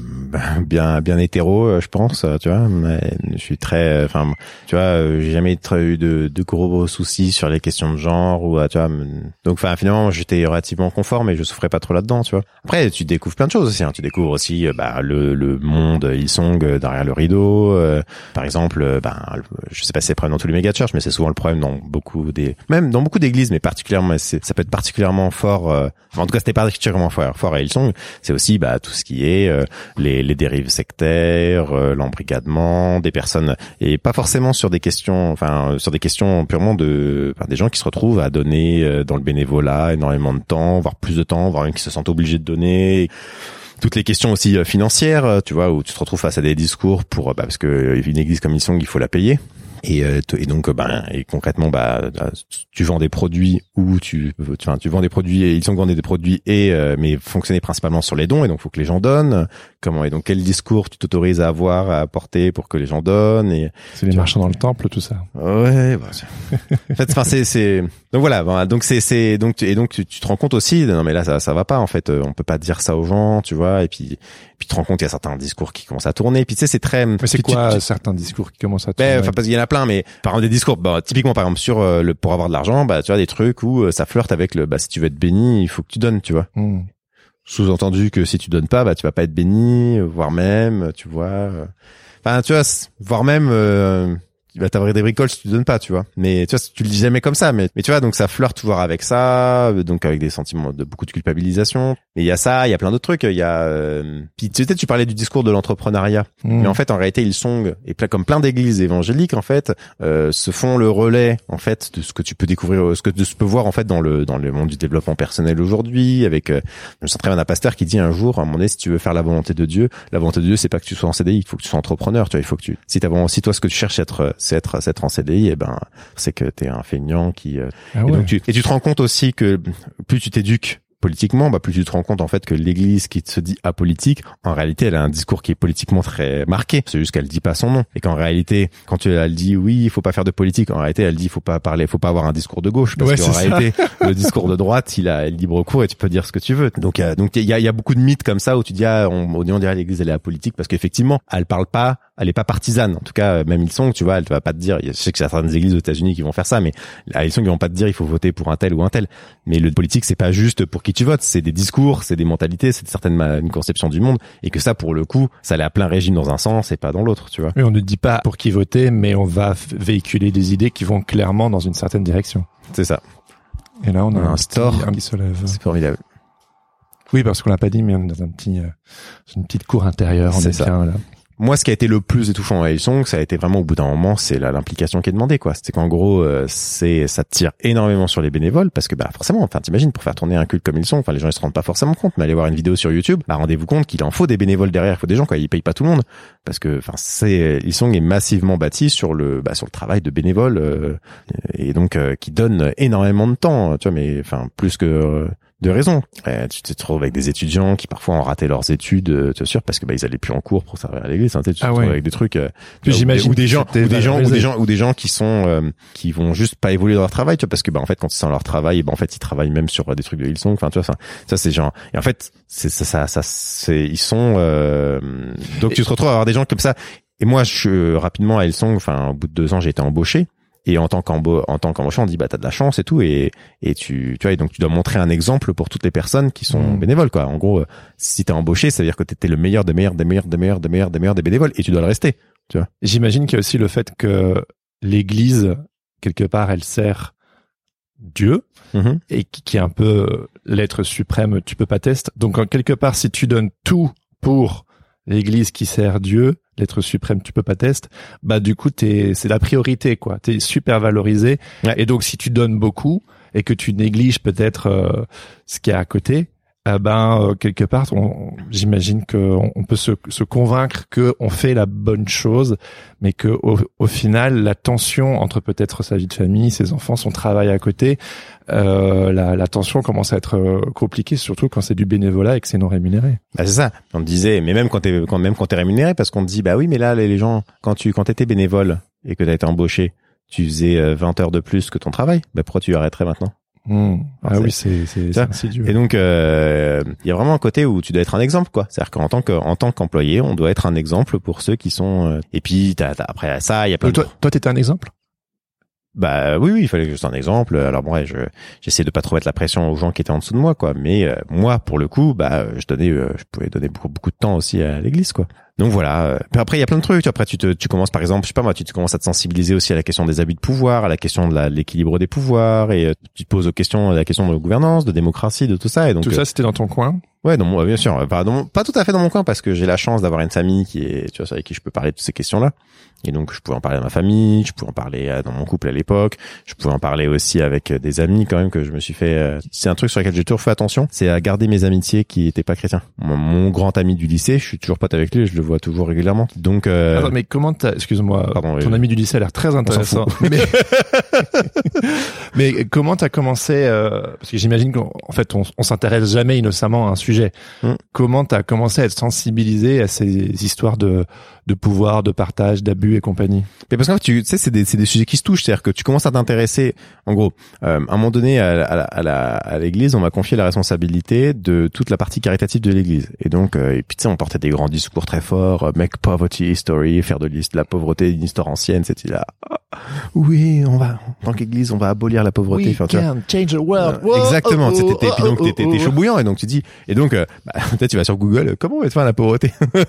bien, bien hétéro, euh, je pense, euh, tu vois. Mais je suis très, enfin, euh, tu vois, euh, j'ai jamais très eu de, de gros soucis sur les questions de genre ou, euh, tu vois. Donc, enfin, finalement, j'étais relativement conforme et je souffrais pas trop là-dedans, tu vois. Après, tu découvres plein de choses aussi. Hein. Tu découvres aussi, euh, bah, le, le monde Hillsong euh, derrière le rideau. Euh, par exemple, euh, bah, je sais pas si c'est le problème dans tous les méga church, mais c'est souvent le problème dans beaucoup des, même dans beaucoup d'églises, mais particulièrement, c'est, ça peut être particulièrement fort, euh, enfin, en tout cas c'était particulièrement fort, fort à Hillsong, c'est aussi bah tout ce qui est euh, les, les dérives sectaires, euh, l'embrigadement des personnes, et pas forcément sur des questions, enfin sur des questions purement de enfin, des gens qui se retrouvent à donner euh, dans le bénévolat énormément de temps, voire plus de temps, voire même qui se sentent obligés de donner. Toutes les questions aussi euh, financières, tu vois, où tu te retrouves face à des discours pour bah, parce que une église comme Hillsong, il faut la payer. Et, euh, et donc, ben, et concrètement, bah, tu vends des produits ou tu, tu, enfin, tu vends des produits et ils sont vendés des produits et, euh, mais fonctionner principalement sur les dons. Et donc, faut que les gens donnent. Comment, et donc, quel discours tu t'autorises à avoir, à apporter pour que les gens donnent et. C'est les marchands dans le temple, tout ça. Ouais, bah, en fait, enfin, c'est, c'est, donc voilà, ben, donc c'est, c'est, donc, et donc, tu, tu te rends compte aussi, non, mais là, ça, ça va pas, en fait, on peut pas dire ça aux gens, tu vois, et puis, puis tu te rends compte qu'il y a certains discours qui commencent à tourner, et puis tu sais, c'est très. Mais c'est quoi tu, tu, certains discours qui commencent à tourner? Ben, enfin, parce qu'il y en a plein, mais par exemple des discours, bah, typiquement par exemple sur euh, le pour avoir de l'argent, bah tu vois des trucs où euh, ça flirte avec le bah si tu veux être béni, il faut que tu donnes, tu vois. Mmh. Sous-entendu que si tu donnes pas, bah tu vas pas être béni, voire même, tu vois. euh, Enfin, tu vois, voire même euh, il va t'avoir des bricoles si tu donnes pas, tu vois. Mais tu vois, tu le dis jamais comme ça, mais mais tu vois, donc ça flirte toujours avec ça, donc avec des sentiments de beaucoup de culpabilisation. Mais il y a ça, il y a plein d'autres trucs. Il y a, euh... puis peut-être tu parlais du discours de l'entrepreneuriat, mmh. mais en fait, en réalité, Hillsong et comme plein d'églises évangéliques, en fait, euh, se font le relais, en fait, de ce que tu peux découvrir, ce que tu peux voir en fait dans le dans le monde du développement personnel aujourd'hui. Avec, euh, je me sens très bien un pasteur qui dit un jour, à un moment donné, si tu veux faire la volonté de Dieu, la volonté de Dieu, c'est pas que tu sois en C D I, il faut que tu sois entrepreneur. Tu vois, il faut que tu, si t'as vraiment, si toi ce que tu cherches être c'est être, c'est être en C D I, et ben, c'est que t'es un feignant qui, euh, ah et ouais. donc tu, et tu te rends compte aussi que plus tu t'éduques politiquement, bah, plus tu te rends compte, en fait, que l'église qui se dit apolitique, en réalité, elle a un discours qui est politiquement très marqué. C'est juste qu'elle dit pas son nom. Et qu'en réalité, quand tu, elle dit oui, il faut pas faire de politique, en réalité, elle dit faut pas parler, faut pas avoir un discours de gauche. Parce ouais, qu'en ça. réalité, le discours de droite, il a le libre cours et tu peux dire ce que tu veux. Donc, euh, donc, il y a, il y a beaucoup de mythes comme ça où tu dis, ah, on, on dirait l'église, elle est apolitique parce qu'effectivement, elle parle pas, elle est pas partisane. En tout cas, même Hillsong, tu vois, elle va pas te dire, je sais que certaines églises aux États-Unis qui vont faire ça, mais à Hillsong, ils vont pas te dire, il faut voter pour un tel ou un tel. Mais le politique, c'est pas juste pour qui tu votes, c'est des discours, c'est des mentalités, c'est certaines une conception du monde, et que ça, pour le coup, ça allait à plein régime dans un sens et pas dans l'autre, tu vois. Mais on ne dit pas pour qui voter, mais on va f- véhiculer des idées qui vont clairement dans une certaine direction. C'est ça. Et là, on a On a un, un petit- store. un qui se lève. C'est formidable. Oui, parce qu'on l'a pas dit, mais on est dans un petit, euh, une petite cour intérieure. On C'est est ça. bien là. Moi, ce qui a été le plus étouffant à Hillsong, ça a été vraiment au bout d'un moment, c'est la, l'implication qui est demandée, quoi. C'est qu'en gros, euh, c'est, ça tire énormément sur les bénévoles, parce que, bah, forcément, enfin, t'imagines, pour faire tourner un culte comme Hillsong, enfin, les gens, ils se rendent pas forcément compte, mais allez voir une vidéo sur YouTube, bah, rendez-vous compte qu'il en faut des bénévoles derrière, il faut des gens, quoi. Ils payent pas tout le monde. Parce que, enfin, c'est, Hillsong est massivement bâti sur le, bah, sur le travail de bénévoles, euh, et donc, euh, qui donne énormément de temps, tu vois, mais, enfin, plus que, euh, de raison. Euh, tu te retrouves avec des étudiants qui parfois ont raté leurs études, euh, tu es sûr, parce que bah ils allaient plus en cours pour servir à l'église. Hein, tu te Ah retrouves ouais. avec des trucs. Euh, Puis ou j'imagine des, ou des que gens, c'était ou des gens, ou des valorisé. gens, ou des gens qui sont, euh, qui vont juste pas évoluer dans leur travail, tu vois, parce que bah en fait quand ils sont dans leur travail, bah en fait ils travaillent même sur des trucs de Hillsong. Enfin, tu vois, ça, ça c'est genre. Et en fait, c'est ça, ça, ça c'est, ils sont. Euh, donc tu te retrouves à avoir des gens comme ça. Et moi, je suis rapidement à Hillsong. Enfin, au bout de deux ans, j'ai été embauché. Et en tant qu'embo- en tant qu'embauché, on dit bah t'as de la chance et tout, et et tu tu vois, et donc tu dois montrer un exemple pour toutes les personnes qui sont Mmh. bénévoles, quoi. En gros, si t'es embauché, ça veut dire que t'étais le meilleur des meilleurs des meilleurs des meilleurs des meilleurs des meilleurs des bénévoles, et tu dois le rester, tu vois. J'imagine qu'il y a aussi le fait que l'Église, quelque part, elle sert Dieu, Mm-hmm. et qui, qui est un peu l'être suprême, tu peux pas tester. Donc, en quelque part, si tu donnes tout pour l'Église qui sert Dieu, l'être suprême, tu peux pas tester, bah du coup, t'es, c'est la priorité, quoi. T'es super valorisé. Ouais. Et donc, si tu donnes beaucoup et que tu négliges peut-être euh, ce qui est à côté, eh ben euh, quelque part, on, j'imagine qu'on on peut se, se convaincre que on fait la bonne chose, mais que au, au final, la tension entre peut-être sa vie de famille, ses enfants, son travail à côté, euh, la, la tension commence à être euh, compliquée, surtout quand c'est du bénévolat et que c'est non rémunéré. Bah, c'est ça. On te disait, mais même quand t'es, quand, même quand t'es rémunéré, parce qu'on te dit, bah oui, mais là, les, les gens, quand tu, quand t'étais bénévole et que t'as été embauché, tu faisais vingt heures de plus que ton travail, bah pourquoi tu arrêterais maintenant? Mmh. Ah c'est, oui, c'est c'est, c'est insidieux. Et donc, euh, il y a vraiment un côté où tu dois être un exemple, quoi. C'est-à-dire qu'en tant que, en tant qu'employé, on doit être un exemple pour ceux qui sont. Euh, et puis, t'as, t'as, après ça, il y a plein. Euh, toi, de... toi, t'étais un exemple. Bah oui, oui, il fallait juste un exemple. Alors bon, ouais, je j'essaie de pas trop mettre la pression aux gens qui étaient en dessous de moi, quoi. Mais euh, moi, pour le coup, bah je donnais, euh, je pouvais donner beaucoup beaucoup de temps aussi à l'église, quoi. Donc voilà. Puis après, il y a plein de trucs. Après, tu te, tu commences par exemple, je sais pas moi, tu te commences à te sensibiliser aussi à la question des abus de pouvoir, à la question de la, l'équilibre des pouvoirs, et euh, tu te poses aux questions, à la question de gouvernance, de démocratie, de tout ça. Et donc tout ça, c'était dans ton coin. Ouais, non, bien sûr, pas, dans, pas tout à fait dans mon coin parce que j'ai la chance d'avoir une famille qui est, tu vois, avec qui je peux parler de toutes ces questions-là. Et donc, je pouvais en parler à ma famille, je pouvais en parler dans mon couple à l'époque, je pouvais en parler aussi avec des amis quand même que je me suis fait. C'est un truc sur lequel j'ai toujours fait attention, c'est à garder mes amitiés qui étaient pas chrétiens. Mon, mon grand ami du lycée, je suis toujours pote avec lui, je le vois toujours régulièrement. Donc, euh... Attends, mais comment t'as, excuse-moi, Pardon, ton oui. ami du lycée a l'air très intéressant. Mais, mais comment t'as commencé, euh, parce que j'imagine qu'en fait, on, on s'intéresse jamais innocemment à un sujet. Mm. Comment t'as commencé à être sensibilisé à ces histoires de, de pouvoir, de partage, d'abus et compagnie? Mais parce qu'en fait, tu sais, c'est des, c'est des sujets qui se touchent. C'est-à-dire que tu commences à t'intéresser, en gros, euh, à un moment donné, à, à, à, la, à l'église, on m'a confié la responsabilité de toute la partie caritative de l'église. Et donc, euh, et puis tu sais, on portait des grands discours très forts, euh, make poverty history, faire de l'histoire, la pauvreté une histoire ancienne, c'était là. Ah, oui, on va, en tant qu'église, on va abolir la pauvreté. We enfin, tu can vois. change the world. Euh, exactement. Oh, oh, C'était, oh, puis donc, oh, t'étais, oh, t'es oh. chaud bouillant, et donc tu dis, et donc, euh, bah, peut-être tu vas sur Google, comment on va mettre fin à la pauvreté?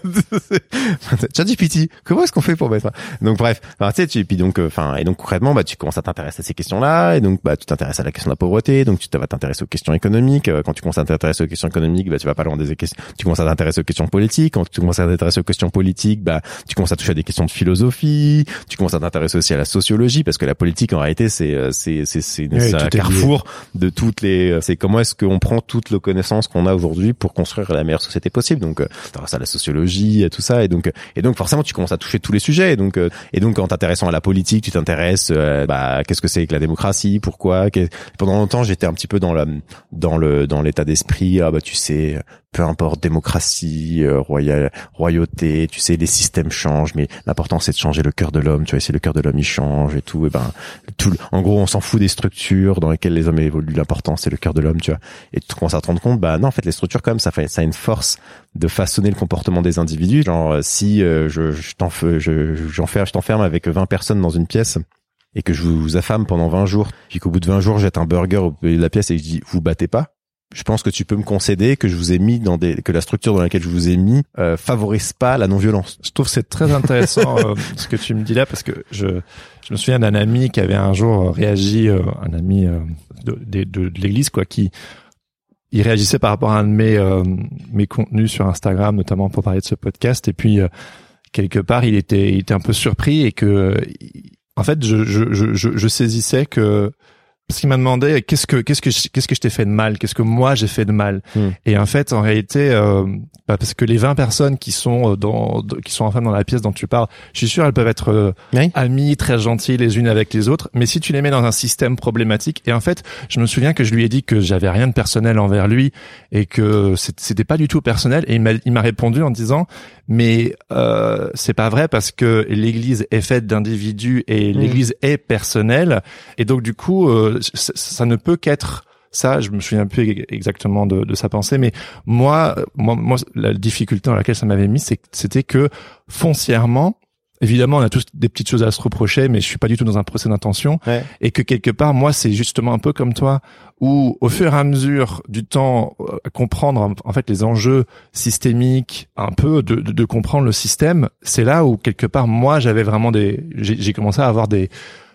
ChatGPT, comment est-ce qu'on fait pour mettre fin? Donc bref, enfin, tu sais, tu, puis donc, enfin, euh, et donc concrètement, bah, tu commences à t'intéresser à ces questions-là, et donc, bah, tu t'intéresses à la question de la pauvreté, donc tu vas t'intéresser aux questions économiques. Quand tu commences à t'intéresser aux questions économiques, bah, tu vas pas loin des questions. Tu commences à t'intéresser aux questions politiques. Quand tu commences à t'intéresser aux questions politiques, bah, tu commences à toucher à des questions de philosophie. Tu commences à t'intéresser aussi à la sociologie, parce que la politique, en réalité, c'est, c'est, c'est, c'est, Oui, c'est un tout est carrefour de toutes les. C'est comment est-ce qu'on prend toutes les connaissances qu'on a aujourd'hui pour construire la meilleure société possible. Donc, euh, t'intéresses à la sociologie, à tout ça, et donc, et donc forcément, tu commences à toucher tous les sujets. Et donc, euh, et donc, en t'intéressant à la politique, tu t'intéresses, euh, bah, qu'est-ce que c'est que la démocratie, pourquoi. Qu'est... Pendant longtemps, j'étais un petit peu dans la, dans le, dans l'état d'esprit. Ah bah, tu sais, peu importe démocratie, euh, royal, royauté, tu sais, les systèmes changent, mais l'important c'est de changer le cœur de l'homme. Tu vois, si le cœur de l'homme il change et tout, et ben, tout. En gros, on s'en fout des structures dans lesquelles les hommes évoluent. L'important c'est le cœur de l'homme, tu vois. Et tu commences à te rendre compte, bah non, en fait, les structures quand même, ça fait, ça a une force de façonner le comportement des individus. Genre, si euh, je, je, t'en, je, j'enferme, je t'enferme avec vingt personnes dans une pièce et que je vous affame pendant vingt jours, puis qu'au bout de vingt jours, je jette un burger au milieu de la pièce et que je dis, vous battez pas. Je pense que tu peux me concéder que je vous ai mis dans des, que la structure dans laquelle je vous ai mis euh, favorise pas la non-violence. Je trouve que c'est très intéressant euh, ce que tu me dis là, parce que je, je me souviens d'un ami qui avait un jour réagi, euh, un ami euh, de, de, de, de l'église, quoi, qui il réagissait par rapport à un de mes, euh, mes contenus sur Instagram, notamment pour parler de ce podcast, et puis euh, quelque part il était, il était un peu surpris et que, en fait, je, je, je, je saisissais que parce qu'il m'a demandé qu'est-ce que qu'est-ce que je, qu'est-ce que je t'ai fait de mal, qu'est-ce que moi j'ai fait de mal. Mm. Et en fait, en réalité, euh, bah parce que les vingt personnes qui sont dans qui sont enfin dans la pièce dont tu parles, je suis sûr elles peuvent être euh, oui. amies, très gentilles les unes avec les autres, mais si tu les mets dans un système problématique, et en fait, je me souviens que je lui ai dit que j'avais rien de personnel envers lui et que c'était pas du tout personnel, et il m'a il m'a répondu en disant mais euh, c'est pas vrai parce que l'Église est faite d'individus et mm. l'Église est personnelle, et donc du coup euh, ça, ça ne peut qu'être ça. Je me souviens plus exactement de, de sa pensée, mais moi, moi, moi, la difficulté dans laquelle ça m'avait mis, c'est, c'était que foncièrement, évidemment, on a tous des petites choses à se reprocher, mais je suis pas du tout dans un procès d'intention, ouais. Et que quelque part, moi, c'est justement un peu comme toi, où au fur et à mesure du temps, à comprendre en fait les enjeux systémiques, un peu de, de, de comprendre le système, c'est là où quelque part, moi, j'avais vraiment des, j'ai, j'ai commencé à avoir des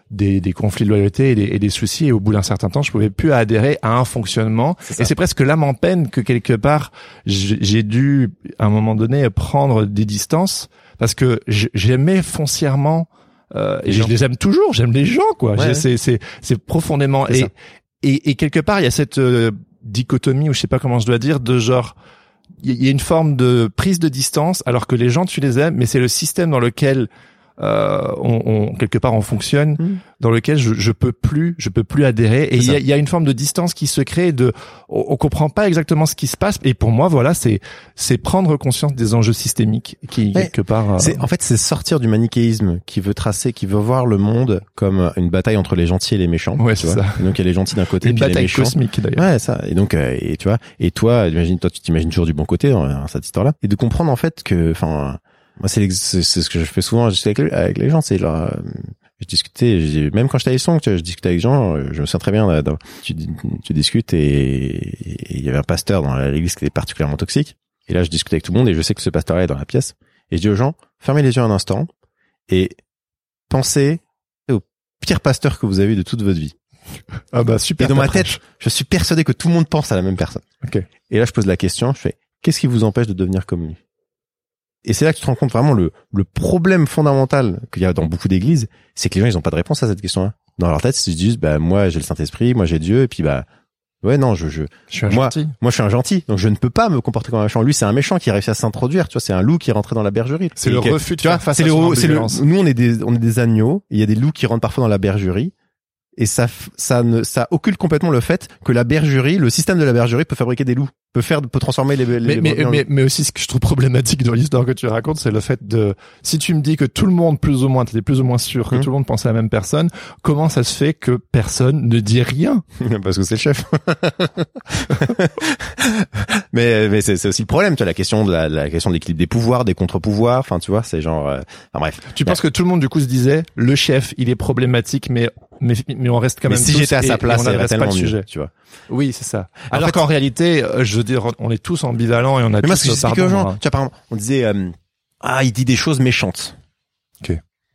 des, des conflits de loyauté et des, et des soucis. Et au bout d'un certain temps, je pouvais plus adhérer à un fonctionnement. C'est et c'est presque l'âme en peine que quelque part j'ai dû à un moment donné prendre des distances parce que j'aimais foncièrement euh, et je les aime toujours. J'aime les gens, quoi. Ouais. C'est c'est c'est profondément et, et et quelque part il y a cette euh, dichotomie ou je sais pas comment je dois dire de genre il y a une forme de prise de distance alors que les gens tu les aimes mais c'est le système dans lequel euh, on, on quelque part on fonctionne mmh. dans lequel je, je peux plus je peux plus adhérer et il y a, y a une forme de distance qui se crée de on, on comprend pas exactement ce qui se passe et pour moi voilà c'est c'est prendre conscience des enjeux systémiques qui ouais. quelque part euh... c'est en fait c'est sortir du manichéisme qui veut tracer qui veut voir le monde comme une bataille entre les gentils et les méchants ouais tu c'est vois ça et donc il y a les gentils d'un côté une puis bataille les méchants cosmique d'ailleurs ouais ça et donc euh, et tu vois et toi imagine toi tu t'imagines toujours du bon côté dans, dans cette histoire là et de comprendre en fait que enfin moi, c'est, c'est, c'est ce que je fais souvent avec, avec les gens, c'est là, euh, je discutais, même quand j'étais à Issong, tu vois, je discutais avec des gens, je me souviens très bien, là, dans, tu, tu discutes et il y avait un pasteur dans l'église qui était particulièrement toxique. Et là, je discutais avec tout le monde et je sais que ce pasteur-là est dans la pièce. Et je dis aux gens, fermez les yeux un instant et pensez au pire pasteur que vous avez eu de toute votre vie. Ah bah super. Et dans ma tête, je suis persuadé que tout le monde pense à la même personne. Okay. Et là, je pose la question, je fais, qu'est-ce qui vous empêche de devenir comme lui? Et c'est là que tu te rends compte vraiment le, le problème fondamental qu'il y a dans beaucoup d'églises, c'est que les gens, ils ont pas de réponse à cette question-là. Dans leur tête, ils se disent, bah, moi, j'ai le Saint-Esprit, moi, j'ai Dieu, et puis, bah, ouais, non, je, je, je suis un moi, gentil. moi, je suis un gentil. Donc, je ne peux pas me comporter comme un méchant. Lui, c'est un méchant qui a réussi à s'introduire. Tu vois, c'est un loup qui est rentré dans la bergerie. C'est et le que, refus de tu vois, faire face c'est à le, son c'est le, ambivalence. nous, on est des, on est des agneaux. Il y a des loups qui rentrent parfois dans la bergerie. Et ça, ça ne, ça occulte complètement le fait que la bergerie, le système de la bergerie peut fabriquer des loups, peut faire, peut transformer les, les, mais, les mais, les... mais, mais aussi ce que je trouve problématique dans l'histoire que tu racontes, c'est le fait de, si tu me dis que tout le monde, plus ou moins, t'es plus ou moins sûr que mmh. tout le monde pense à la même personne, comment ça se fait que personne ne dit rien? Parce que c'est le chef. mais, mais c'est, c'est aussi le problème, tu vois, la question de la, la question de l'équilibre des pouvoirs, des contre-pouvoirs, enfin, tu vois, c'est genre, euh... enfin, bref. Tu penses que tout le monde, du coup, se disait, le chef, il est problématique, mais Mais, mais on reste quand même. Mais si j'étais à sa place, ça irait tellement mieux, sujet. Tu vois. Oui, c'est ça. Alors en fait, qu'en réalité, je veux dire, on est tous ambivalents et on a mais tous. Moi, ce que j'explique aux gens, hein. tu vois, par exemple, on disait, euh, ah, il dit des choses méchantes. Ok.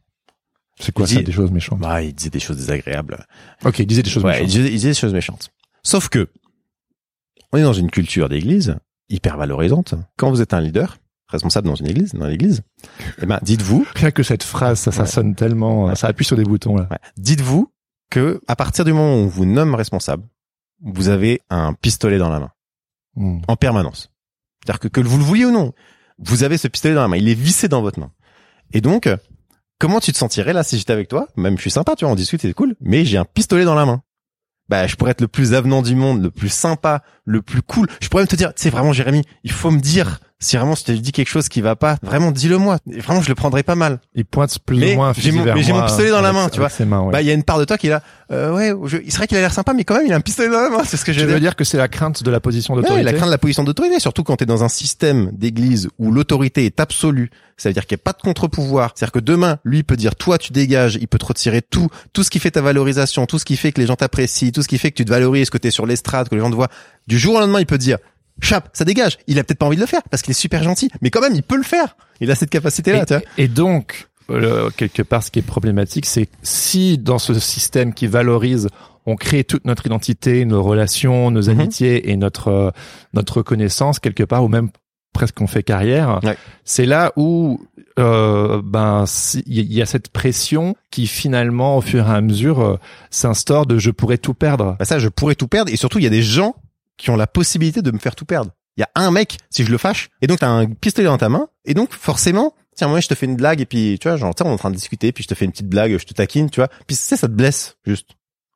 C'est quoi il ça, dit, des choses méchantes? Ah, il disait des choses désagréables. Ok, il disait des choses ouais, méchantes. Il disait, il disait des choses méchantes. Sauf que, on est dans une culture d'église hyper valorisante. Quand vous êtes un leader, responsable dans une église, dans l'église, eh ben, dites-vous. Rien que cette phrase, ça, ça ouais. sonne tellement, ouais. ça appuie sur des boutons, là. Ouais. Dites-vous que, à partir du moment où on vous nomme responsable, vous avez un pistolet dans la main. Mmh. En permanence. C'est-à-dire que, que vous le vouliez ou non, vous avez ce pistolet dans la main. Il est vissé dans votre main. Et donc, comment tu te sentirais là si j'étais avec toi? Même je suis sympa, tu vois, on discute, c'est cool, mais j'ai un pistolet dans la main. Bah, je pourrais être le plus avenant du monde, le plus sympa, le plus cool. Je pourrais même te dire, tu sais, vraiment, Jérémy, il faut me dire si vraiment je te dis quelque chose qui va pas. Vraiment, dis-le moi. Vraiment, je le prendrai pas mal. Il pointe plus mais ou moins. J'ai mon, mais j'ai mon pistolet dans avec, la main, tu vois. Mains, ouais. Bah, il y a une part de toi qui est là. Euh, ouais, je, il serait qu'il a l'air sympa, mais quand même, il a un pistolet dans la main. C'est ce que je veux dire. Tu veux dire que c'est la crainte de la position d'autorité. Ouais, la crainte de la position d'autorité, surtout quand t'es dans un système d'église où l'autorité est absolue. Ça veut dire qu'il n'y a pas de contre-pouvoir. C'est-à-dire que demain, lui peut dire, toi, tu dégages, il peut te retirer tout, tout ce qui fait ta valorisation, tout ce qui fait que les gens t'apprécient, tout ce qui fait que tu te valorises, que t'es sur l'estrade, que les gens te voient. Du jour au lendemain, il peut te dire, Chap, ça dégage. Il a peut-être pas envie de le faire parce qu'il est super gentil, mais quand même, il peut le faire. Il a cette capacité-là, et, tu vois. Et donc, euh, quelque part, ce qui est problématique, c'est si dans ce système qui valorise, on crée toute notre identité, nos relations, nos mm-hmm. amitiés et notre euh, notre reconnaissance quelque part, ou même presque qu'on fait carrière, ouais. c'est là où euh, ben il y, y a cette pression qui finalement, au fur et à mesure, euh, s'instaure de je pourrais tout perdre. Bah ça, je pourrais tout perdre, et surtout il y a des gens qui ont la possibilité de me faire tout perdre. Il y a un mec, si je le fâche, et donc t'as un pistolet dans ta main, et donc forcément, tiens, moi je te fais une blague, et puis tu vois, genre, on est en train de discuter, puis je te fais une petite blague, je te taquine, tu vois, puis c'est ça te blesse, juste.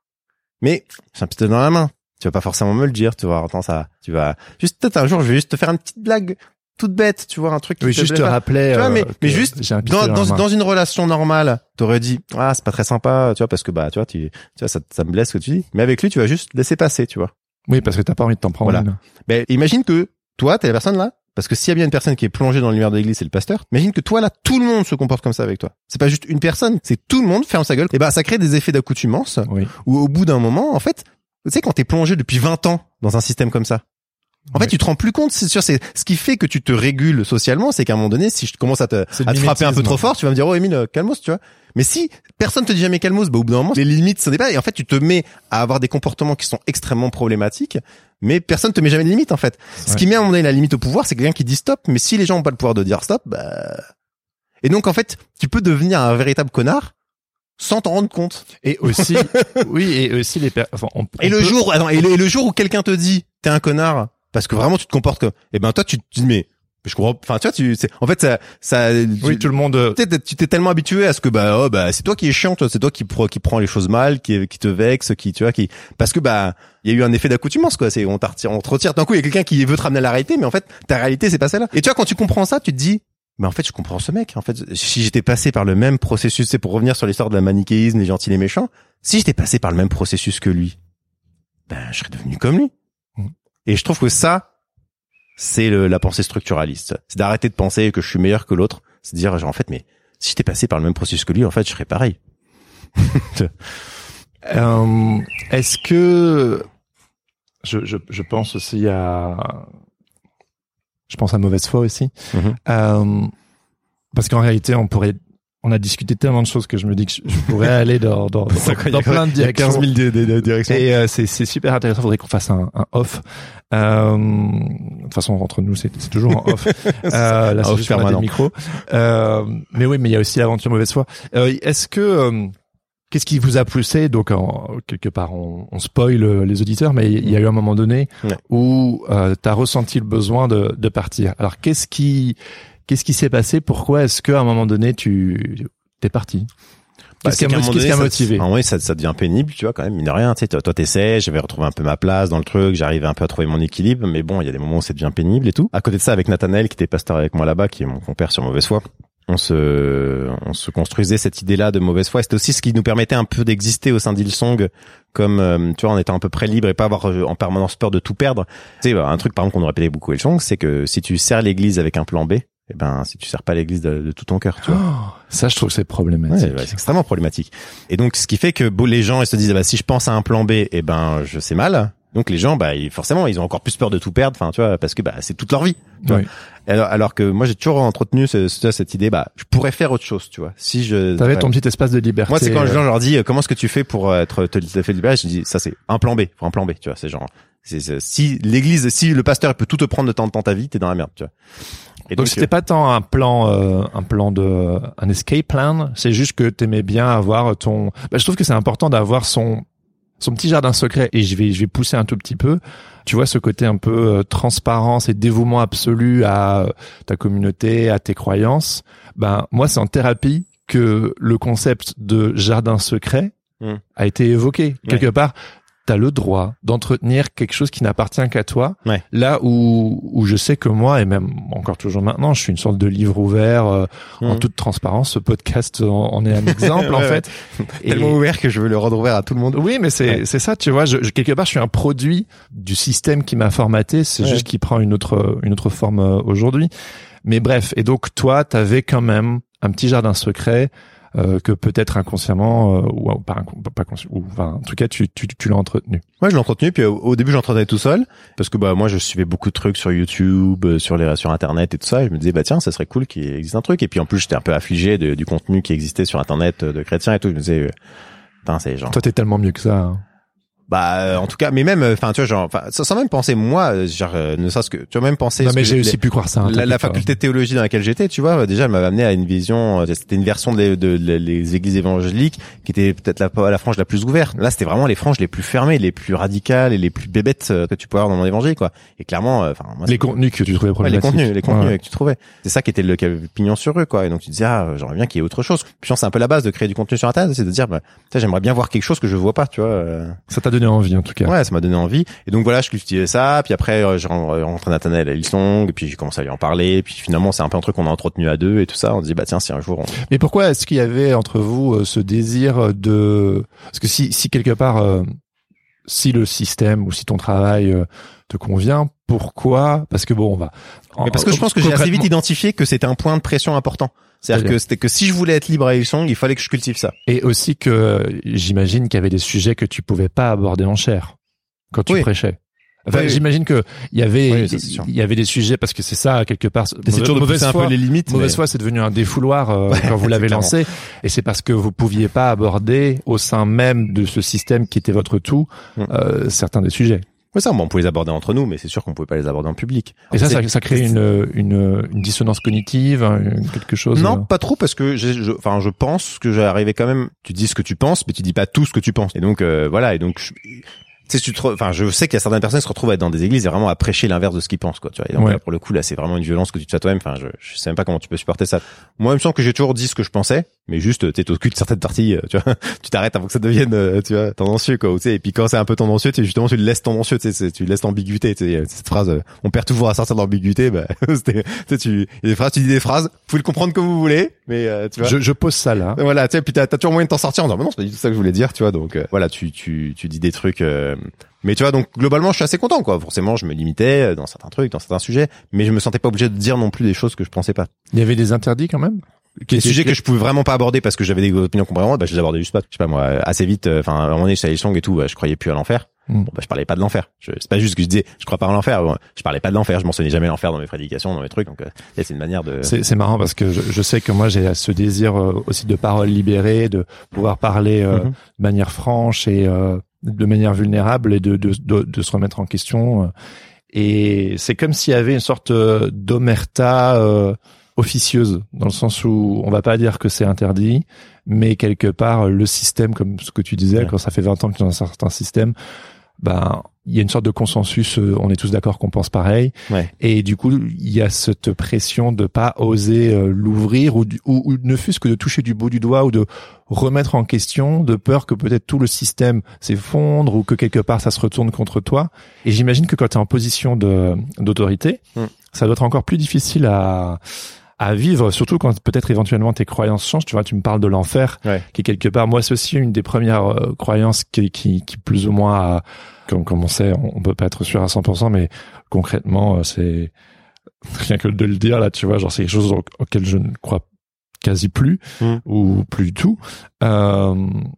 Mais j'ai un pistolet dans la main. Tu vas pas forcément me le dire, tu vois, attends, ça, tu vas, juste, peut-être un jour, je vais juste te faire une petite blague toute bête, tu vois, un truc qui oui, te juste te rappeler, tu vois, euh, mais, mais juste, dans, dans, dans une relation normale, t'aurais dit, ah, c'est pas très sympa, tu vois, parce que, bah, tu vois, tu, tu vois, ça, ça me blesse ce que tu dis. Mais avec lui, tu vas juste laisser passer, tu vois. Oui, parce que t'as pas envie de t'en prendre voilà. une. Mais imagine que, toi, t'es la personne là, parce que s'il y a bien une personne qui est plongée dans l'univers de l'église, c'est le pasteur. Imagine que toi là, tout le monde se comporte comme ça avec toi. C'est pas juste une personne, c'est tout le monde ferme sa gueule. Et bah, ça crée des effets d'accoutumance, oui. où au bout d'un moment, en fait, tu sais, quand t'es plongé depuis vingt ans dans un système comme ça, En fait, tu te rends plus compte, c'est sûr, c'est ce qui fait que tu te régules socialement, c'est qu'à un moment donné, si je commence à te, à te frapper un peu trop fort, tu vas me dire, oh, Émile, calmos, tu vois. Mais si personne te dit jamais calmos, bah, au bout d'un moment, les limites se dépassent et en fait, tu te mets à avoir des comportements qui sont extrêmement problématiques, mais personne te met jamais de limite, en fait. Ouais. Ce qui met à un moment donné la limite au pouvoir, c'est quelqu'un qui dit stop, mais si les gens ont pas le pouvoir de dire stop, bah, et donc, en fait, tu peux devenir un véritable connard sans t'en rendre compte. Et aussi, oui, et aussi les, per... enfin, on, on et le peut... jour, attends, et le, et le jour où quelqu'un te dit, t'es un connard, parce que vraiment tu te comportes comme, eh ben toi tu te dis mais je comprends, enfin tu vois tu c'est en fait ça ça oui tu, tout le monde tu t'es, tu t'es tellement habitué à ce que bah oh bah c'est toi qui es chiant, toi c'est toi qui pro, qui prend les choses mal, qui qui te vexe, qui tu vois qui parce que bah il y a eu un effet d'accoutumance quoi, c'est on t'attire, on te retire d'un coup il y a quelqu'un qui veut te ramener à la réalité mais en fait ta réalité c'est pas celle-là. Et tu vois quand tu comprends ça, tu te dis mais en fait je comprends ce mec en fait si j'étais passé par le même processus, c'est pour revenir sur l'histoire de la manichéisme, les gentils les méchants, si j'étais passé par le même processus que lui, ben je serais devenu comme lui. Et je trouve que ça, c'est le, la pensée structuraliste. C'est d'arrêter de penser que je suis meilleur que l'autre. C'est de dire, genre, en fait, mais si j'étais passé par le même processus que lui, en fait, je serais pareil. euh, est-ce que, je, je, je pense aussi à, je pense à mauvaise foi aussi. Mm-hmm. Euh, parce qu'en réalité, on pourrait, on a discuté tellement de choses que je me dis que je pourrais aller dans, dans, dans, dans plein de directions. quinze mille de, de, de directions. Et euh, c'est, c'est super intéressant. Faudrait qu'on fasse un, un off. Euh, de toute façon, entre nous, c'est, c'est toujours un off. euh, là, c'est juste qu'on a des micros. Euh, mais oui, mais il y a aussi l'aventure mauvaise foi. Euh, est-ce que, euh, qu'est-ce qui vous a poussé? Donc, en, quelque part, on, on spoil les auditeurs, mais il y a eu un moment donné ouais. où euh, tu as ressenti le besoin de, de partir. Alors, qu'est-ce qui Qu'est-ce qui s'est passé? Pourquoi est-ce qu'à un moment donné, tu t'es parti? Bah, qu'est-ce, qui a, qu'est-ce qui a motivé? En vrai, ça, ça devient pénible, tu vois, quand même, mine de rien. Tu sais, toi, toi, t'essaies, j'avais retrouvé un peu ma place dans le truc, j'arrivais un peu à trouver mon équilibre, mais bon, il y a des moments où ça devient pénible et tout. À côté de ça, avec Nathanaël, qui était pasteur avec moi là-bas, qui est mon compère sur mauvaise foi, on se, on se construisait cette idée-là de mauvaise foi. C'était aussi ce qui nous permettait un peu d'exister au sein d'Hillsong, comme, euh, tu vois, en étant à peu près libre et pas avoir en permanence peur de tout perdre. Tu sais, un truc, par exemple, qu'on nous répétait beaucoup à Hillsong, c'est que si tu sers l'église avec un plan B, eh ben, si tu sers pas l'église de, de tout ton cœur, tu vois. Oh, ça, je trouve que c'est problématique. Ouais, ouais, c'est extrêmement problématique. Et donc, ce qui fait que bon, les gens, ils se disent, bah, si je pense à un plan B, eh ben, je sais mal. Donc, les gens, bah, ils, forcément, ils ont encore plus peur de tout perdre, enfin, tu vois, parce que, bah, c'est toute leur vie. Tu oui. vois. Alors, alors que moi, j'ai toujours entretenu ce, ce, cette idée, bah, je pourrais faire autre chose, tu vois. Si je. T'avais ouais. ton petit espace de liberté. Moi, c'est quand les gens leur dis, comment est-ce que tu fais pour être tout à fait libéré? Je dis, ça, c'est un plan B, pour un plan B, tu vois. C'est genre, c'est, c'est, si l'église, si le pasteur, il peut tout te prendre de temps dans ta vie, t'es dans la merde, tu vois. Et donc, donc c'était euh, pas tant un plan, euh, un plan de, un escape plan. C'est juste que t'aimais bien avoir ton. Bah, je trouve que c'est important d'avoir son, son petit jardin secret. Et je vais, je vais pousser un tout petit peu. Tu vois ce côté un peu euh, transparence et dévouement absolu à euh, ta communauté, à tes croyances. Ben moi, c'est en thérapie que le concept de jardin secret mmh. a été évoqué ouais. quelque part. T'as le droit d'entretenir quelque chose qui n'appartient qu'à toi. Ouais. Là où où je sais que moi, et même encore toujours maintenant, je suis une sorte de livre ouvert euh, mmh. en toute transparence. Ce podcast en, en est un exemple ouais, en fait. Et tellement ouvert que je veux le rendre ouvert à tout le monde. Oui, mais c'est ouais. c'est ça, tu vois. Je, je, quelque part, je suis un produit du système qui m'a formaté. C'est ouais. juste qu'il prend une autre une autre forme euh, aujourd'hui. Mais bref, et donc toi, t'avais quand même un petit jardin secret. Euh, que peut-être inconsciemment euh, ou pas, pas conscient, ou enfin en tout cas tu tu tu l'as entretenu. Ouais, je l'ai entretenu puis au, au début j'entretenais tout seul parce que bah moi je suivais beaucoup de trucs sur YouTube, sur les sur internet et tout ça et je me disais bah tiens, ça serait cool qu'il existe un truc et puis en plus j'étais un peu affligé de, du contenu qui existait sur internet de chrétiens et tout, je me disais putain, c'est genre toi t'es tellement mieux que ça. Hein. Bah en tout cas mais même enfin tu vois genre enfin sans même penser moi genre ne serait-ce que tu vois même penser non mais j'ai aussi pu croire ça la, la faculté de théologie dans laquelle j'étais tu vois déjà elle m'avait amené à une vision c'était une version de, de, de les églises évangéliques qui était peut-être la la frange la plus ouverte là c'était vraiment les franges les plus fermées les plus radicales et les plus bébêtes que tu peux avoir dans mon évangile quoi et clairement enfin moi, les contenus que tu trouvais problématiques ouais, les contenus les contenus ouais. que tu trouvais c'est ça qui était le qui avait pignon sur rue quoi et donc tu disais ah j'aimerais bien qu'il y ait autre chose puis c'est un peu la base de créer du contenu sur internet c'est de dire bah j'aimerais bien voir quelque chose que je vois pas tu vois ça t'a donné envie en tout cas. Ouais, ça m'a donné envie. Et donc voilà, je cultivais ça. Puis après, euh, j'ai rencontré Nathanaël à Hillsong. Et puis j'ai commencé à lui en parler. Et puis finalement, c'est un peu un truc qu'on a entretenu à deux et tout ça. On se dit bah tiens, si un jour. On... Mais pourquoi est-ce qu'il y avait entre vous euh, ce désir de parce que si si quelque part euh, si le système ou si ton travail euh, te convient, pourquoi? Parce que bon, on va. Mais parce que je pense que j'ai assez vite identifié que c'était un point de pression important. C'est-à-dire que c'était que si je voulais être libre à Hillsong, il fallait que je cultive ça. Et aussi que j'imagine qu'il y avait des sujets que tu pouvais pas aborder en chair quand tu oui. prêchais. Enfin, oui. j'imagine que il y avait, Oui, ça, c'est sûr. il y avait des sujets parce que c'est ça quelque part. C'est toujours de pousser un peu les limites. Mauvaise mais... foi, c'est devenu un défouloir euh, quand vous l'avez lancé, et c'est parce que vous pouviez pas aborder au sein même de ce système qui était votre tout mm. euh, certains des sujets. Oui, ça, bon, on pouvait les aborder entre nous, mais c'est sûr qu'on pouvait pas les aborder en public. Et ça, ça, c'est... ça crée une, une, une dissonance cognitive, une, quelque chose. Non, euh... pas trop, parce que j'ai, je, enfin, je pense que j'arrivais quand même. Tu dis ce que tu penses, mais tu dis pas tout ce que tu penses. Et donc, euh, voilà. Et donc, je... tu sais, tu te, enfin, je sais qu'il y a certaines personnes qui se retrouvent à être dans des églises et vraiment à prêcher l'inverse de ce qu'ils pensent, quoi. Tu vois. Et donc, ouais. là, pour le coup, là, c'est vraiment une violence que tu te fais à toi-même. Enfin, je, je sais même pas comment tu peux supporter ça. Moi, il me semble que j'ai toujours dit ce que je pensais, mais juste, t'es au cul de certaines parties, tu vois. Tu t'arrêtes avant que ça devienne, tu vois, tendancieux, quoi. Tu sais. Et puis quand c'est un peu tendancieux, tu justement, tu le laisses tendancieux, tu sais, tu laisses l'ambiguïté, tu sais. Cette phrase, on perd toujours à sortir de l'ambiguïté, bah, c'était, tu sais, tu, il y a des phrases, tu dis des phrases, vous pouvez le comprendre comme vous voulez, mais, euh, tu vois. Je, je pose ça là. Voilà, tu sais, puis t'as, t'as toujours moyen de t'en sortir en disant, mais non, c'est pas du tout ça que je voulais dire, tu vois. Donc, euh, voilà, tu, tu, tu dis des trucs, euh, mais tu vois, donc globalement, je suis assez content, quoi. Forcément, je me limitais dans certains trucs, dans certains sujets, mais je me sentais pas obligé de dire non plus des choses que je pensais pas. Il y avait des interdits quand même. Des sujets que je pouvais vraiment pas aborder parce que j'avais des opinions complémentaires, bah je les abordais juste pas. Je sais pas moi, assez vite. Enfin, à un moment donné, chez Hillsong et tout, bah, je croyais plus à l'enfer. Mm. Bon, bah je parlais pas de l'enfer. Je, c'est pas juste que je disais, je crois pas à l'enfer. Bon, je parlais pas de l'enfer. Je mentionnais jamais l'enfer dans mes prédications, dans mes trucs. Donc, euh, c'est une manière de. C'est, c'est marrant parce que je, je sais que moi j'ai ce désir euh, aussi de parole libérée, de pouvoir parler euh, mm-hmm. de manière franche et euh, de manière vulnérable et de, de, de, de se remettre en question. Et c'est comme s'il y avait une sorte d'omerta euh, officieuse, dans le sens où on va pas dire que c'est interdit, mais quelque part le système, comme ce que tu disais, ouais. quand ça fait vingt ans que tu es dans un certain système, ben il y a une sorte de consensus, on est tous d'accord qu'on pense pareil, ouais. et du coup il y a cette pression de pas oser euh, l'ouvrir ou, ou, ou ne fût-ce que de toucher du bout du doigt ou de remettre en question, de peur que peut-être tout le système s'effondre ou que quelque part ça se retourne contre toi. Et j'imagine que quand tu es en position de d'autorité, mm. ça doit être encore plus difficile à à vivre, surtout quand peut-être éventuellement tes croyances changent. Tu vois, tu me parles de l'enfer, ouais. qui est quelque part, moi c'est aussi une des premières euh, croyances qui, qui, qui plus ou moins, a, comme, comme on sait, on, on peut pas être sûr à cent pour cent, mais concrètement, euh, c'est rien que de le dire là, tu vois, genre c'est quelque chose auquel je ne crois quasi plus mmh. ou plus du tout. Euh,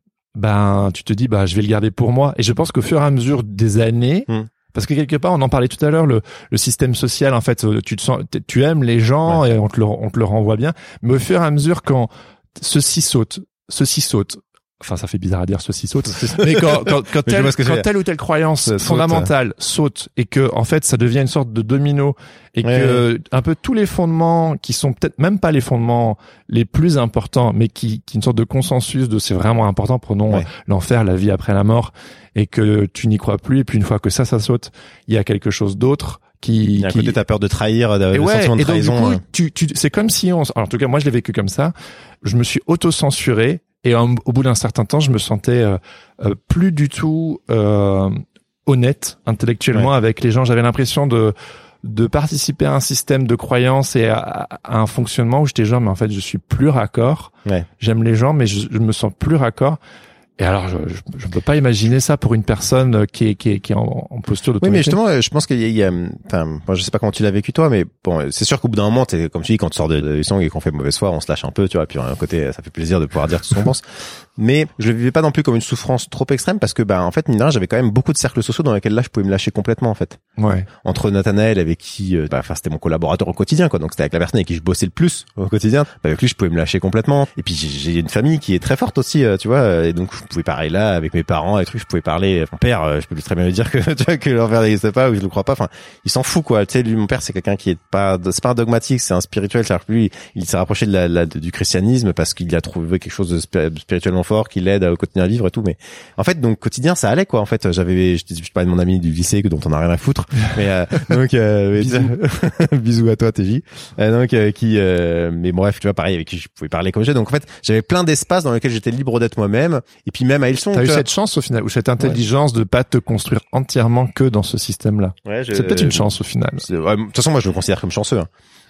ben, tu te dis, bah je vais le garder pour moi. Et je pense qu'au fur et à mesure des années. Mmh. Parce que quelque part, on en parlait tout à l'heure, le, le système social, en fait, tu te sens, tu aimes les gens ouais. et on te le, on te le renvoie bien. Mais au fur et à mesure, quand ceci saute, ceci saute, enfin, ça fait bizarre à dire ceci saute, mais quand, quand, quand, telle, quand telle ou telle croyance ça fondamentale saute, saute et que, en fait, ça devient une sorte de domino et ouais, que ouais. un peu tous les fondements qui sont peut-être même pas les fondements les plus importants, mais qui, qui une sorte de consensus de c'est vraiment important, prenons ouais. l'enfer, la vie après la mort, et que tu n'y crois plus, et puis une fois que ça, ça saute, il y a quelque chose d'autre qui... Il y a un qui... côté, t'as peur de trahir, de, de ouais, sentiment de et trahison. Donc, du coup, ouais. tu, tu, c'est comme si on... Alors, en tout cas, moi, je l'ai vécu comme ça. Je me suis auto-censuré, et um, au bout d'un certain temps, je me sentais euh, euh, plus du tout euh, honnête intellectuellement ouais. avec les gens. J'avais l'impression de... de participer à un système de croyances et à, à un fonctionnement où j'étais genre, mais en fait, je suis plus raccord. Ouais. J'aime les gens, mais je, je me sens plus raccord. Et alors, je, je, je peux pas imaginer ça pour une personne qui est, qui est, qui est en, en posture d'autorité. Oui, mais justement, je pense qu'il y a, il y a, enfin, moi, je sais pas comment tu l'as vécu toi, mais bon, c'est sûr qu'au bout d'un moment, t'es, comme tu dis, quand tu sors de, de Hillsong et qu'on fait mauvaise foi, on se lâche un peu, tu vois, puis d'un côté, ça fait plaisir de pouvoir dire tout ce qu'on pense. Mais je le vivais pas non plus comme une souffrance trop extrême parce que, bah, en fait, mine de rien, j'avais quand même beaucoup de cercles sociaux dans lesquels là, je pouvais me lâcher complètement, en fait. Ouais. Entre Nathanaël, avec qui, bah, enfin, c'était mon collaborateur au quotidien, quoi. Donc, c'était avec la personne avec qui je bossais le plus au quotidien. Bah, avec lui, je pouvais me lâcher complètement. Et puis, j'ai, j'ai une famille qui est très forte aussi, tu vois. Et donc, je pouvais parler là, avec mes parents, et trucs, je pouvais parler. Mon père, je peux très bien lui dire que, tu vois, que l'enfer n'existe pas ou que je le crois pas. Enfin, il s'en fout, quoi. Tu sais, lui, mon père, c'est quelqu'un qui est pas, c'est pas un dogmatique, c'est un spirituel. C'est-à-dire que lui, il s'est rapproché de la, la, du christianisme parce qu'il a trouvé quelque chose de spirituellement fort qui l'aide au quotidien à vivre et tout. Mais en fait, donc quotidien, ça allait, quoi. En fait, j'avais, je, je parlais de mon ami du lycée dont on a rien à foutre. Mais euh, donc, euh, bisous. bisous à toi, T J. Euh, donc, euh, qui, euh, mais bref, tu vois, pareil, avec qui je pouvais parler comme j'ai. Donc en fait, j'avais plein d'espaces dans lesquels j'étais libre d'être moi-même. Et puis même à Hillsong. T'as eu cette chance au final, ou cette intelligence ouais. de pas te construire entièrement que dans ce système-là. Ouais, je, c'est peut-être une chance au final. Ouais, de toute façon, moi, je le considère comme chanceux. Hein.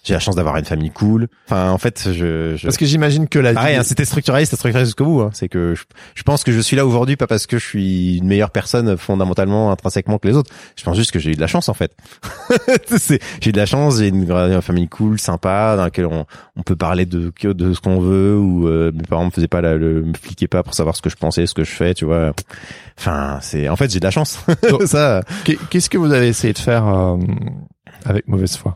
j'ai la chance d'avoir une famille cool. Enfin, en fait, je, je... Parce que j'imagine que la pareil, vie... hein, c'était structuraliste, c'était structuraliste jusqu'au bout. Hein. C'est que je, je pense que je suis là aujourd'hui pas parce que je suis une meilleure personne fondamentalement, intrinsèquement que les autres. Je pense juste que j'ai eu de la chance en fait. c'est, j'ai eu de la chance, j'ai une, une famille cool, sympa, dans laquelle on, on peut parler de de ce qu'on veut. Ou euh, mes parents me faisaient pas la, le, me fliquaient pas pour savoir ce que je pensais, ce que je fais, tu vois. Enfin, c'est en fait j'ai de la chance. Donc, ça. Qu'est-ce que vous avez essayé de faire euh, avec mauvaise foi?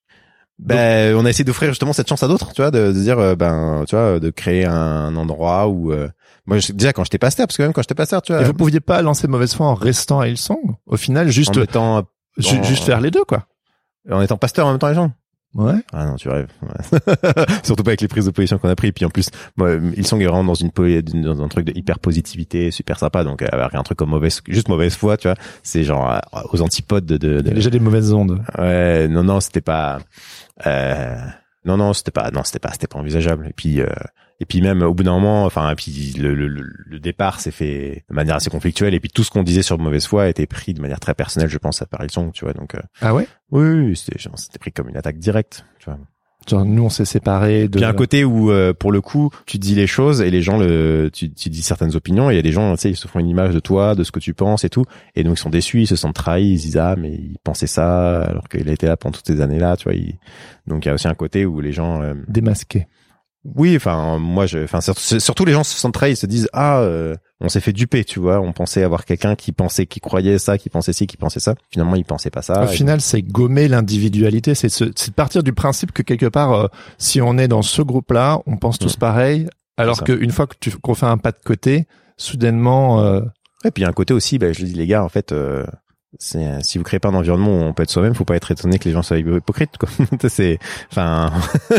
Ben, on a essayé d'offrir justement cette chance à d'autres, tu vois, de, de dire, euh, ben, tu vois, de créer un endroit où, euh, moi, je, déjà quand j'étais pasteur, parce que même quand j'étais pasteur, tu vois. Et vous pouviez pas lancer mauvaise foi en restant à Hillsong? Au final, juste, en étant, ju en, juste faire les deux, quoi. En étant pasteur en même temps, les gens. Ouais. Ah non, tu rêves. Ouais. Surtout pas avec les prises de position qu'on a pris. Et puis en plus, moi, Hillsong est vraiment dans une dans un truc de hyper positivité, super sympa. Donc avec un truc comme mauvaise, juste mauvaise foi, tu vois, c'est genre aux antipodes de. de, de... Il y a déjà des mauvaises ondes. Ouais, non, non, c'était pas. Euh... Non, non, c'était pas, non, c'était pas, c'était pas envisageable. Et puis, euh... et puis même au bout d'un moment, enfin, et puis le, le, le départ s'est fait de manière assez conflictuelle. Et puis tout ce qu'on disait sur mauvaise foi a été pris de manière très personnelle, je pense, à par Hillsong, tu vois. Donc. Euh... Ah ouais. Oui, oui, c'était, genre, c'était pris comme une attaque directe, tu vois. Genre, nous, on s'est séparés de... Il y a un côté où, euh, pour le coup, tu dis les choses et les gens le, tu, tu dis certaines opinions et il y a des gens, tu sais, ils se font une image de toi, de ce que tu penses et tout. Et donc, ils sont déçus, ils se sentent trahis, ils se disent, ah, mais il pensait ça alors qu'il a été là pendant toutes ces années-là, tu vois. Il... Donc, il y a aussi un côté où les gens... Euh... Démasqués. Oui, enfin, moi, je, enfin, surtout les gens se sentent trahis, ils se disent, ah, euh, on s'est fait duper, tu vois. On pensait avoir quelqu'un qui pensait, qui croyait ça, qui pensait ci, qui pensait ça. Finalement, il pensait pas ça. Au final, donc... c'est gommer l'individualité. C'est de partir du principe que quelque part, euh, si on est dans ce groupe-là, on pense tous mmh. pareil. Alors qu'une fois que tu qu'on fait un pas de côté, soudainement. Euh... Et puis il y a un côté aussi, bah, je dis les gars, en fait. Euh... C'est, si vous créez pas un environnement où on peut être soi-même, faut pas être étonné que les gens soient hypocrites, quoi. c'est, enfin,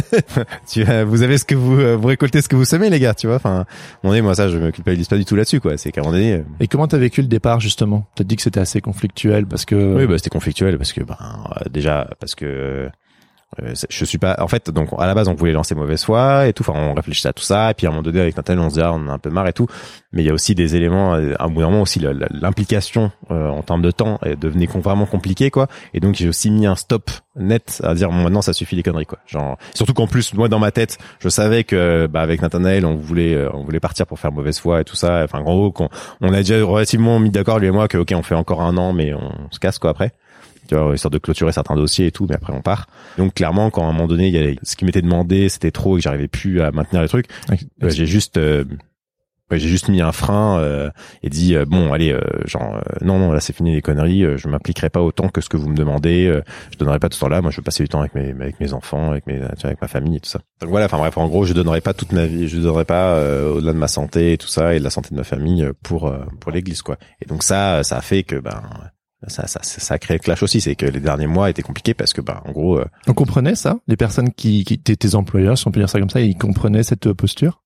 tu, vous avez ce que vous, vous récoltez ce que vous semez, les gars, tu vois. Enfin, on est, moi, ça, je me culpabilise pas du tout là-dessus, quoi. C'est qu'à un moment donné. Et comment t'as vécu le départ, justement? T'as dit que c'était assez conflictuel parce que. Oui, bah, c'était conflictuel parce que, ben, déjà, parce que, Euh, je suis pas en fait donc à la base on voulait lancer mauvaise foi et tout, enfin on réfléchissait à tout ça et puis à un moment donné avec Nathalie on se dit ah, on en a un peu marre et tout, mais il y a aussi des éléments à un bout d'un moment aussi l'implication euh, en termes de temps devenait vraiment compliquée quoi, et donc j'ai aussi mis un stop net à dire bon, maintenant ça suffit les conneries quoi, genre surtout qu'en plus moi dans ma tête je savais que bah avec Nathanaël on voulait euh, on voulait partir pour faire mauvaise foi et tout ça, enfin en gros qu'on on a déjà relativement mis d'accord lui et moi que ok on fait encore un an mais on se casse quoi après, tu vois, histoire de clôturer certains dossiers et tout, mais après on part. Donc clairement, quand à un moment donné, il y a ce qui m'était demandé, c'était trop et que j'arrivais plus à maintenir les trucs, okay. euh, j'ai juste, euh, ouais, j'ai juste mis un frein euh, et dit euh, bon, allez, euh, genre euh, non, non, là c'est fini les conneries, euh, je m'impliquerai pas autant que ce que vous me demandez, euh, je donnerai pas tout ce temps-là. Moi, je veux passer du temps avec mes, avec mes enfants, avec mes, tu vois, avec ma famille et tout ça. Donc voilà, enfin bref, en gros, je donnerai pas toute ma vie, je donnerai pas euh, au-delà de ma santé et tout ça et de la santé de ma famille pour euh, pour l'Église quoi. Et donc ça, ça a fait que ben Ça, ça, ça a créé le clash aussi, c'est que les derniers mois étaient compliqués parce que, bah, en gros. Euh... On comprenait ça, les personnes qui, qui étaient tes employeurs, si on peut dire ça comme ça, ils comprenaient cette posture,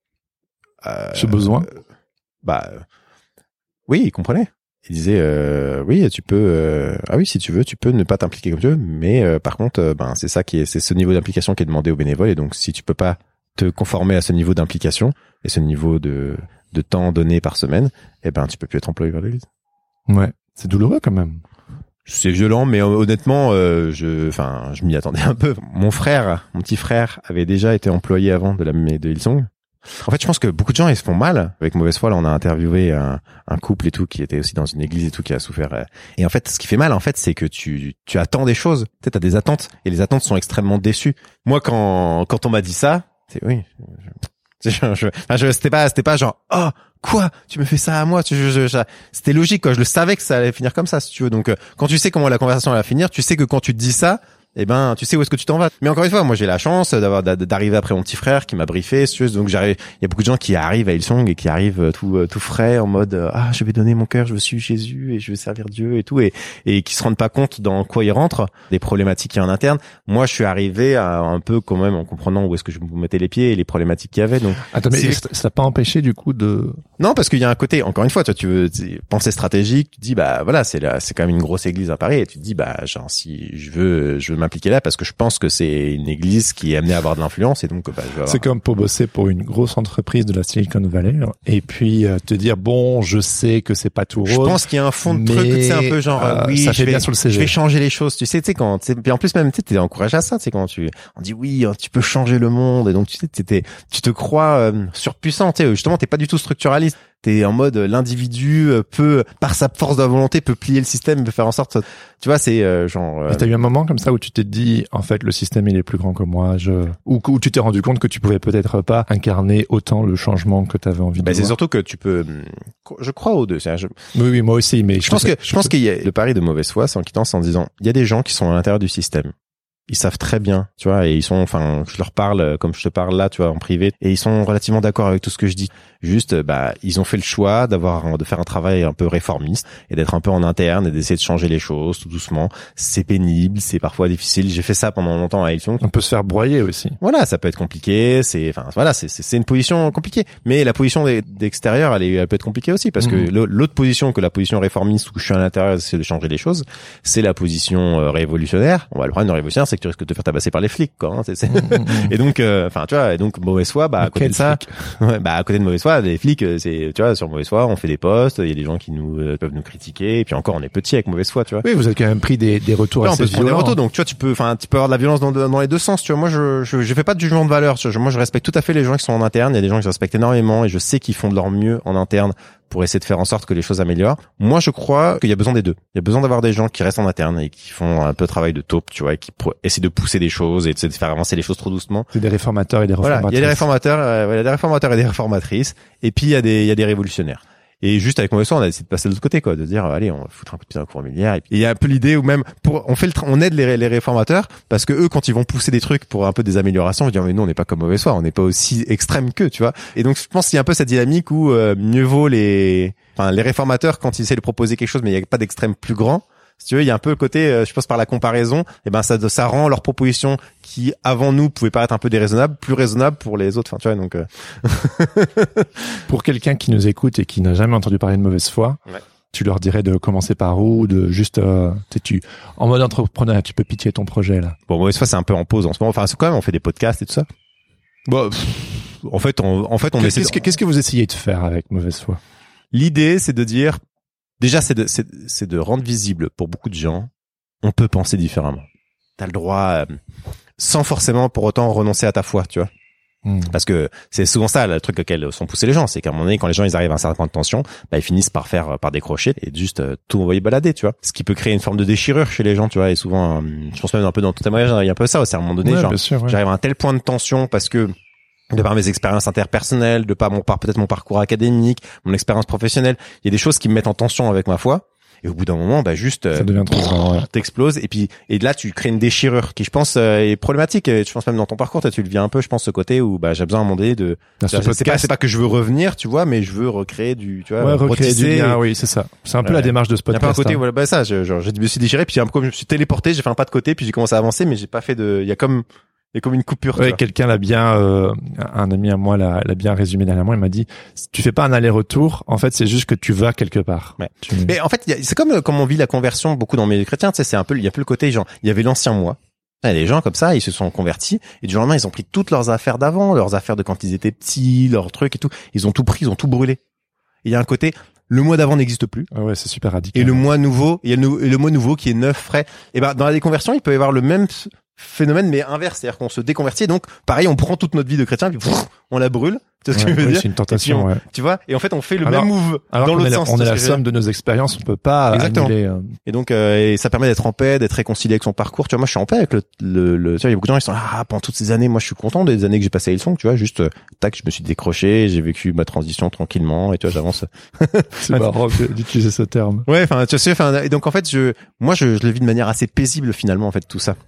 euh, ce besoin. Euh, bah, euh, oui, ils comprenaient. Ils disaient, euh, oui, tu peux, euh, ah oui, si tu veux, tu peux ne pas t'impliquer comme tu veux, mais euh, par contre, euh, ben, c'est ça qui est, c'est ce niveau d'implication qui est demandé aux bénévoles, et donc si tu peux pas te conformer à ce niveau d'implication et ce niveau de de temps donné par semaine, eh ben, tu peux plus être employé par l'Église. Ouais. C'est douloureux quand même. C'est violent, mais honnêtement, euh, je, enfin, je m'y attendais un peu. Mon frère, mon petit frère, avait déjà été employé avant de la de Hillsong. En fait, je pense que beaucoup de gens ils se font mal avec mauvaise foi. Là, on a interviewé un, un couple et tout qui était aussi dans une église et tout qui a souffert. Et en fait, ce qui fait mal, en fait, c'est que tu tu attends des choses. Tu sais, t'as des attentes et les attentes sont extrêmement déçues. Moi, quand quand on m'a dit ça, c'est oui. Je, je, je, enfin, je, c'était pas c'était pas genre oh quoi tu me fais ça à moi, je, je, je, c'était logique quoi, je le savais que ça allait finir comme ça si tu veux, donc quand tu sais comment la conversation va finir, tu sais que quand tu te dis ça, eh ben tu sais où est-ce que tu t'en vas. Mais encore une fois, moi j'ai la chance d'avoir d'arriver après mon petit frère qui m'a briefé, si tu veux, donc j'arrive, il y a beaucoup de gens qui arrivent à Hillsong et qui arrivent tout tout frais en mode ah je vais donner mon cœur, je veux suivre Jésus et je veux servir Dieu et tout, et et qui se rendent pas compte dans quoi ils rentrent, des problématiques qu'il y a en interne. Moi je suis arrivé à un peu quand même en comprenant où est-ce que je me mettais les pieds et les problématiques qu'il y avait. Donc attends, mais ça t'a pas empêché du coup de non, parce qu'il y a un côté, encore une fois, toi tu veux penser stratégique, tu te dis bah voilà, c'est là c'est quand même une grosse église à Paris et tu te dis bah genre si je veux je veux m'impliquer là parce que je pense que c'est une église qui est amenée à avoir de l'influence et donc bah, je vais avoir... C'est comme pour bosser pour une grosse entreprise de la Silicon Valley et puis euh, te dire bon, je sais que c'est pas tout rose. Je pense qu'il y a un fond de truc, tu sais, un peu genre euh, oui, ça je fait vais, bien sur le C V. Je vais changer les choses, tu sais, tu sais quand tu sais, puis en plus même tu sais, t'es encouragé à ça, tu sais quand tu on dit oui, tu peux changer le monde et donc tu sais t'es, tu te crois euh, surpuissant, tu sais, justement t'es pas du tout structuraliste. T'es en mode l'individu peut par sa force de la volonté peut plier le système, peut faire en sorte, tu vois, c'est euh, genre. Euh... Et t'as eu un moment comme ça où tu t'es dit en fait le système il est plus grand que moi, je ou où tu t'es rendu compte que tu pouvais peut-être pas incarner autant le changement que t'avais envie de bah, voir. C'est surtout que tu peux, je crois aux deux. Je... Oui oui moi aussi, mais je, je pense que je, je pense qu'il y a le pari de mauvaise foi, c'est en quittant, c'est en disant il y a des gens qui sont à l'intérieur du système. Ils savent très bien, tu vois, et ils sont, enfin, je leur parle comme je te parle là, tu vois, en privé, et ils sont relativement d'accord avec tout ce que je dis. Juste, bah, ils ont fait le choix d'avoir, de faire un travail un peu réformiste et d'être un peu en interne et d'essayer de changer les choses tout doucement. C'est pénible, c'est parfois difficile. J'ai fait ça pendant longtemps à Hillsong. On peut se faire broyer aussi. Voilà, ça peut être compliqué. C'est, enfin, voilà, c'est, c'est, c'est une position compliquée. Mais la position d'extérieur, elle, est, elle peut être compliquée aussi parce mmh. que l'autre position que la position réformiste où je suis à l'intérieur, c'est de changer les choses. C'est la position révolutionnaire. Bon, bah, le problème de révolutionnaire, c'est que tu risques de te faire tabasser par les flics, quoi. Hein, c'est, c'est... Mmh. Et donc, enfin, euh, tu vois, et donc mauvaise foi, bah, à côté de ça, ouais, bah, à côté de mauvaise foi, les flics, c'est, tu vois, sur mauvaise foi, on fait des posts, il y a des gens qui nous euh, peuvent nous critiquer, et puis encore, on est petit avec mauvaise foi, tu vois. Oui, vous avez quand même pris des, des retours ouais, assez on peut se prendre violents. des retours, donc tu vois, tu peux, enfin, tu peux avoir de la violence dans, dans les deux sens, tu vois. Moi, je, je, je fais pas de jugement de valeur. Je, moi, je respecte tout à fait les gens qui sont en interne. Il y a des gens que je respecte énormément, et je sais qu'ils font de leur mieux en interne pour essayer de faire en sorte que les choses améliorent. Moi, je crois qu'il y a besoin des deux. Il y a besoin d'avoir des gens qui restent en interne et qui font un peu de travail de taupe, tu vois, et qui pro- essaient de pousser des choses et de faire avancer les choses trop doucement. C'est des réformateurs et des réformatrices. Voilà, il y a des réformateurs, euh, il y a des réformateurs et des réformatrices, et puis il y a des, il y a des révolutionnaires. Et juste avec mauvaise foi, on a décidé de passer de l'autre côté, quoi, de dire, allez, on va foutre un coup de pied dans la cour milliard. Et puis, il y a un peu l'idée où même, pour, on fait le, tra- on aide les, les réformateurs, parce que eux, quand ils vont pousser des trucs pour un peu des améliorations, ils disent, mais nous, on n'est pas comme mauvaise foi, on n'est pas aussi extrême qu'eux, tu vois. Et donc, je pense qu'il y a un peu cette dynamique où, euh, mieux vaut les, enfin, les réformateurs, quand ils essaient de proposer quelque chose, mais il n'y a pas d'extrême plus grand. Si tu veux, il y a un peu le côté, euh, je pense par la comparaison, et ben ça, ça rend leur proposition qui avant nous pouvaient paraître un peu déraisonnable, plus raisonnable pour les autres. Enfin, tu vois, donc. Euh... Pour quelqu'un qui nous écoute et qui n'a jamais entendu parler de mauvaise foi, ouais. Tu leur dirais de commencer par où, de juste, euh, tu, en mode entrepreneur, tu peux pitcher ton projet là. Bon, mauvaise foi, c'est un peu en pause en ce moment. Enfin, c'est quand même, on fait des podcasts et tout ça. Bon, pff, en fait, on, en fait, on qu'est-ce essaie. Que, qu'est-ce que vous essayez de faire avec mauvaise foi? L'idée, c'est de dire. Déjà, c'est de, c'est, c'est de rendre visible pour beaucoup de gens, on peut penser différemment. T'as le droit, euh, sans forcément pour autant renoncer à ta foi, tu vois. Mmh. Parce que c'est souvent ça, le truc auquel sont poussés les gens, c'est qu'à un moment donné, quand les gens ils arrivent à un certain point de tension, bah ils finissent par faire, par décrocher et juste euh, tout envoyer balader, tu vois. Ce qui peut créer une forme de déchirure chez les gens, tu vois. Et souvent, euh, je pense même un peu dans tout témoignage, il y a un peu ça aussi. À un moment donné, ouais, genre, sûr, ouais. J'arrive à un tel point de tension parce que de par mes expériences interpersonnelles, de par mon par peut-être mon parcours académique, mon expérience professionnelle, il y a des choses qui me mettent en tension avec ma foi. Et au bout d'un moment, bah juste, ça devient trop grand, ouais. T'exploses et puis et là tu crées une déchirure qui, je pense, euh, est problématique. Et je pense même dans ton parcours, toi, tu le vis un peu. Je pense ce côté où bah j'ai besoin à un moment donné de. C'est, c'est pas c'est pas que je veux revenir, tu vois, mais je veux recréer du, tu vois, ouais, recréer du lien. Oui, c'est ça. C'est un peu ouais. la démarche de ce podcast. Il y a pas un côté, hein. voilà, bah ça. Je, genre, je me suis déchiré, puis un peu comme je me suis téléporté, j'ai fait un pas de côté, puis j'ai commencé à avancer, mais j'ai pas fait de. Il y a comme Il y a comme une coupure. Ouais, quelqu'un l'a bien, euh, un ami à moi l'a, l'a bien résumé dernièrement. Il m'a dit, tu fais pas un aller-retour. En fait, c'est juste que tu vas quelque part. Ouais. Tu... Mais en fait, y a, c'est comme comme on vit la conversion beaucoup dans mes chrétiens. Tu sais, c'est un peu, il y a plus le côté genre, il y avait l'ancien moi. Il y a des gens comme ça, ils se sont convertis et du jour au lendemain, ils ont pris toutes leurs affaires d'avant, leurs affaires de quand ils étaient petits, leurs trucs et tout. Ils ont tout pris, ils ont tout brûlé. Il y a un côté, le mois d'avant n'existe plus. Ah ouais, c'est super radical. Et le mois nouveau, il y a le, le mois nouveau qui est neuf, frais. Et ben, dans la déconversion, il peut y avoir le même phénomène mais inverse, c'est-à-dire qu'on se déconvertit, donc pareil, on prend toute notre vie de chrétien puis pff, on la brûle. Tu vois ce ouais, que je veux oui, dire? C'est une tentation, on, ouais. Tu vois? Et en fait, on fait le alors, même move alors dans l'autre est, sens. On est la somme de nos expériences, on peut pas Exactement. annuler. Euh... Et donc, euh, et ça permet d'être en paix, d'être réconcilié avec son parcours. Tu vois, moi, je suis en paix avec le, le, le tu vois, il y a beaucoup de gens qui sont là, ah, pendant toutes ces années, moi, je suis content des années que j'ai passées à Hillsong, tu vois, juste, euh, tac, je me suis décroché, j'ai vécu ma transition tranquillement, et tu vois, j'avance. C'est marrant d'utiliser ce terme. Ouais, enfin, tu sais, enfin, et donc, en fait, je, moi, je, je le vis de manière assez paisible, finalement, en fait, tout ça.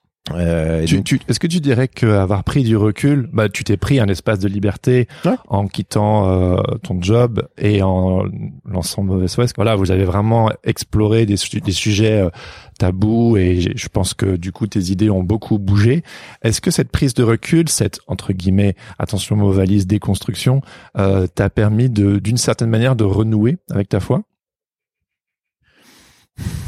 Euh, tu, donc... tu, est-ce que tu dirais qu'avoir pris du recul, bah, tu t'es pris un espace de liberté ouais. en quittant euh, ton job et en lançant Mauvaise Foi? Voilà, vous avez vraiment exploré des, des sujets euh, tabous et je pense que du coup tes idées ont beaucoup bougé. Est-ce que cette prise de recul, cette entre guillemets attention mot valise déconstruction, euh, t'a permis de, d'une certaine manière de renouer avec ta foi?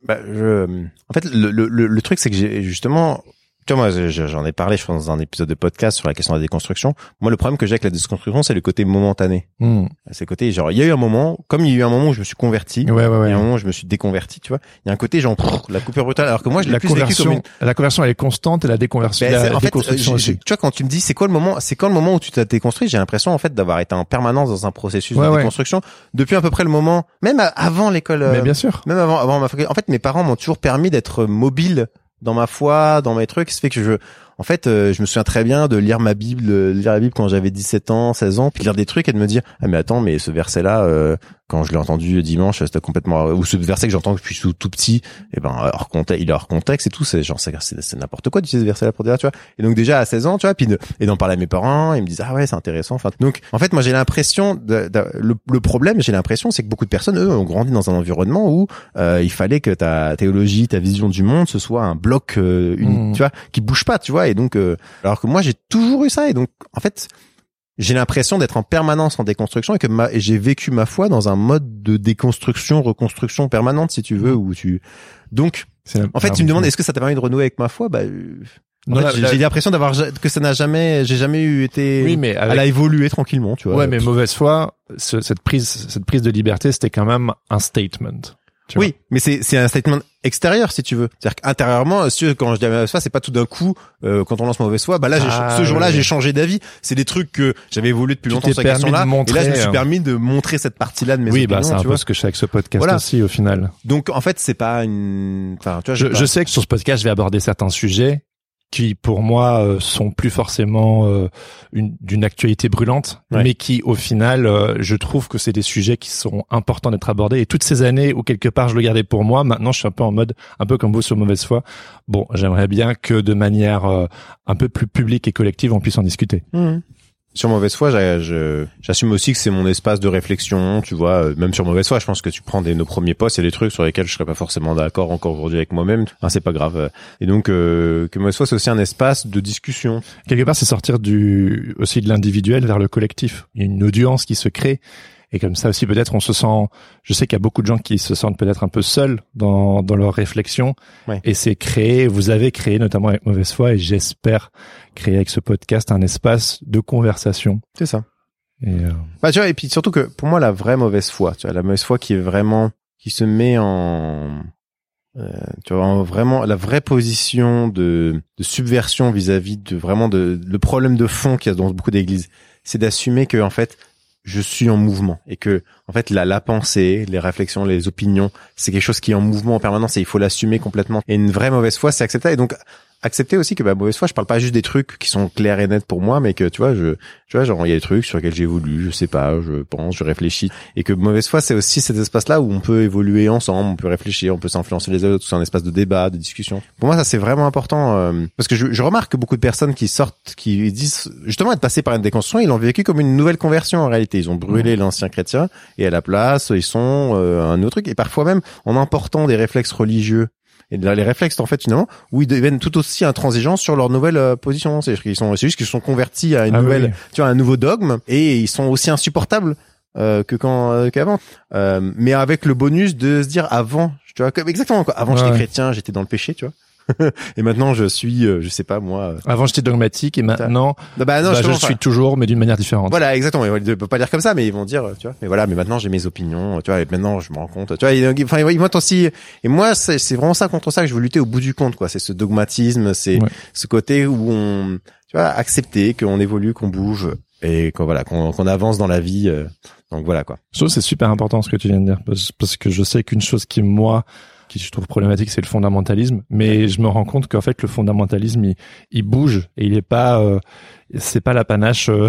Bah, je, en fait, le, le, le truc, c'est que j'ai justement, tu vois, moi, j'en ai parlé, je pense, dans un épisode de podcast sur la question de la déconstruction. Moi, le problème que j'ai avec la déconstruction, c'est le côté momentané. Mm. C'est le côté, genre, il y a eu un moment, comme il y a eu un moment où je me suis converti, ouais, ouais, ouais. il y a un moment où je me suis déconverti, tu vois. Il y a un côté, genre, pff, la coupure brutale, alors que moi, je l'ai la plus vécu comme une... La conversion, elle est constante et la déconversion, Ben, la en fait, déconstruction euh, aussi. Tu vois, quand tu me dis, c'est quoi le moment, c'est quand le moment où tu t'es déconstruit, j'ai l'impression, en fait, d'avoir été en permanence dans un processus ouais, de ouais. déconstruction depuis à peu près le moment, même avant l'école. Mais bien sûr. Même avant, avant ma faculté. En fait, mes parents m'ont toujours permis d'être mobile dans ma foi, dans mes trucs. Ça fait que je, en fait, euh, je me souviens très bien de lire ma Bible, euh, lire la Bible quand j'avais dix-sept ans, seize ans, puis lire des trucs et de me dire, ah, mais attends, mais ce verset-là, euh, quand je l'ai entendu dimanche, c'était complètement, ou ce verset que j'entends depuis tout, tout petit, et ben, hors contexte, il est hors contexte et tout, c'est genre, c'est, c'est n'importe quoi d'utiliser ce verset-là pour dire, tu vois. Et donc, déjà, à seize ans, tu vois, puis de, et d'en parler à mes parents, ils me disent, ah ouais, c'est intéressant. Enfin, donc, en fait, moi, j'ai l'impression de, de le, le problème, j'ai l'impression, c'est que beaucoup de personnes, eux, ont grandi dans un environnement où, euh, il fallait que ta théologie, ta vision du monde, ce soit un bloc, euh, unique, mmh. tu vois, qui bouge pas, tu vois, et donc, euh, alors que moi, j'ai toujours eu ça, et donc, en fait, j'ai l'impression d'être en permanence en déconstruction et que ma, et j'ai vécu ma foi dans un mode de déconstruction, reconstruction permanente, si tu veux, où tu, donc, en fait, tu me demandes, est-ce que ça t'a permis de renouer avec ma foi? Bah, en non, fait, la, j'ai, la... j'ai l'impression d'avoir, que ça n'a jamais, j'ai jamais eu été, oui, mais avec... elle a évolué tranquillement, tu vois. Ouais, mais mauvaise foi, ce, cette prise, cette prise de liberté, c'était quand même un statement. Oui, vois. mais c'est c'est un statement extérieur si tu veux. C'est-à-dire qu'intérieurement, quand je dis mauvaise foi, c'est pas tout d'un coup euh, quand on lance mauvaise foi. Bah là, j'ai, ah, ce jour-là, oui. j'ai changé d'avis. C'est des trucs que j'avais évolué depuis tu longtemps sur cette question-là. Montrer, et là, je me suis permis de montrer cette partie-là de mes oui, opinions. Oui, bah c'est un peu vois. ce que je fais avec ce podcast voilà. aussi au final. Donc en fait, c'est pas une. Enfin, tu vois, je, pas... je sais que sur ce podcast, je vais aborder certains sujets qui pour moi euh, sont plus forcément euh, une, d'une actualité brûlante, ouais. mais qui au final, euh, je trouve que c'est des sujets qui sont importants d'être abordés. Et toutes ces années où quelque part je le gardais pour moi, maintenant je suis un peu en mode, un peu comme vous sur mauvaise foi. Bon, j'aimerais bien que de manière euh, un peu plus publique et collective, on puisse en discuter. Mmh. Sur mauvaise foi, je, j'assume aussi que c'est mon espace de réflexion, tu vois. Même sur mauvaise foi, je pense que tu prends des, nos premiers posts, il y a des trucs sur lesquels je serais pas forcément d'accord encore aujourd'hui avec moi-même. Enfin, c'est pas grave. Et donc, euh, que mauvaise foi, c'est aussi un espace de discussion. Quelque part, c'est sortir du, aussi de l'individuel vers le collectif. Il y a une audience qui se crée. Et comme ça aussi, peut-être, on se sent, je sais qu'il y a beaucoup de gens qui se sentent peut-être un peu seuls dans, dans leur réflexion. Ouais. Et c'est créé, vous avez créé, notamment avec Mauvaise Foi, et j'espère créer avec ce podcast un espace de conversation. C'est ça. Et euh... bah, tu vois, et puis surtout que, pour moi, la vraie mauvaise foi, tu vois, la mauvaise foi qui est vraiment, qui se met en, euh, tu vois, en vraiment, la vraie position de, de subversion vis-à-vis de vraiment de, le problème de fond qu'il y a dans beaucoup d'églises, c'est d'assumer que, en fait, je suis en mouvement et que en fait la la pensée, les réflexions, les opinions, c'est quelque chose qui est en mouvement en permanence et il faut l'assumer complètement. Et une vraie mauvaise foi, c'est accepter. Et donc accepter aussi que bah mauvaise foi, je parle pas juste des trucs qui sont clairs et nets pour moi, mais que tu vois, je tu vois, genre il y a des trucs sur lesquels j'évolue, je sais pas, je pense, je réfléchis, et que mauvaise foi, c'est aussi cet espace-là où on peut évoluer ensemble, on peut réfléchir, on peut s'influencer les autres, c'est un espace de débat, de discussion. Pour moi, ça c'est vraiment important euh, parce que je, je remarque que beaucoup de personnes qui sortent, qui disent justement être passées par une déconstruction, ils l'ont vécu comme une nouvelle conversion en réalité. Ils ont brûlé mmh. l'ancien chrétien et à la place, ils sont euh, un autre truc, et parfois même en important des réflexes religieux. Et là, les réflexes, en fait, finalement, où ils deviennent tout aussi intransigeants sur leur nouvelle euh, position. C'est qu'ils sont, c'est juste qu'ils se sont convertis à une ah nouvelle, oui. tu vois, un nouveau dogme, et ils sont aussi insupportables euh, que quand euh, qu'avant. Euh, mais avec le bonus de se dire avant, tu vois, comme, exactement quoi. Avant, ouais. j'étais chrétien, j'étais dans le péché, tu vois. Et maintenant je suis euh, je sais pas moi euh... avant j'étais dogmatique et maintenant bah, bah, non, bah, je enfin... suis toujours mais d'une manière différente. Voilà, exactement. Ils ne peuvent pas dire comme ça, mais ils vont dire, tu vois, mais voilà, mais maintenant j'ai mes opinions, tu vois, et maintenant je me rends compte, tu vois, ils, enfin ils vont aussi, et moi c'est c'est vraiment ça contre ça que je veux lutter au bout du compte, quoi. C'est ce dogmatisme, c'est ouais. ce côté où on, tu vois, accepter qu'on évolue, qu'on bouge et qu'on voilà, qu'on, qu'on avance dans la vie. Euh... Donc voilà quoi. Je trouve que c'est super important ce que tu viens de dire parce, parce que je sais qu'une chose qui moi qui je trouve problématique, c'est le fondamentalisme. Mais je me rends compte qu'en fait, le fondamentalisme, il, il bouge et il est pas, euh, c'est pas l'apanage euh,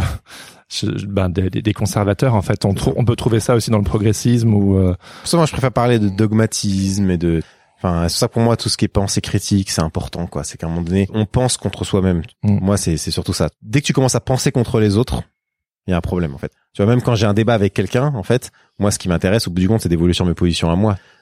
ben, des, des conservateurs. En fait, on, trou- on peut trouver ça aussi dans le progressisme ou. Euh... Pour ça, moi, je préfère parler de dogmatisme et de. Enfin, c'est ça pour moi, tout ce qui est pensée critique, c'est important, quoi. C'est qu'à un moment donné, on pense contre soi-même. Mm. Moi, c'est, c'est surtout ça. Dès que tu commences à penser contre les autres, il y a un problème, en fait. Tu vois, même quand j'ai un débat avec quelqu'un, en fait, moi, ce qui m'intéresse, au bout du compte, c'est d'évoluer sur mes positions à moi.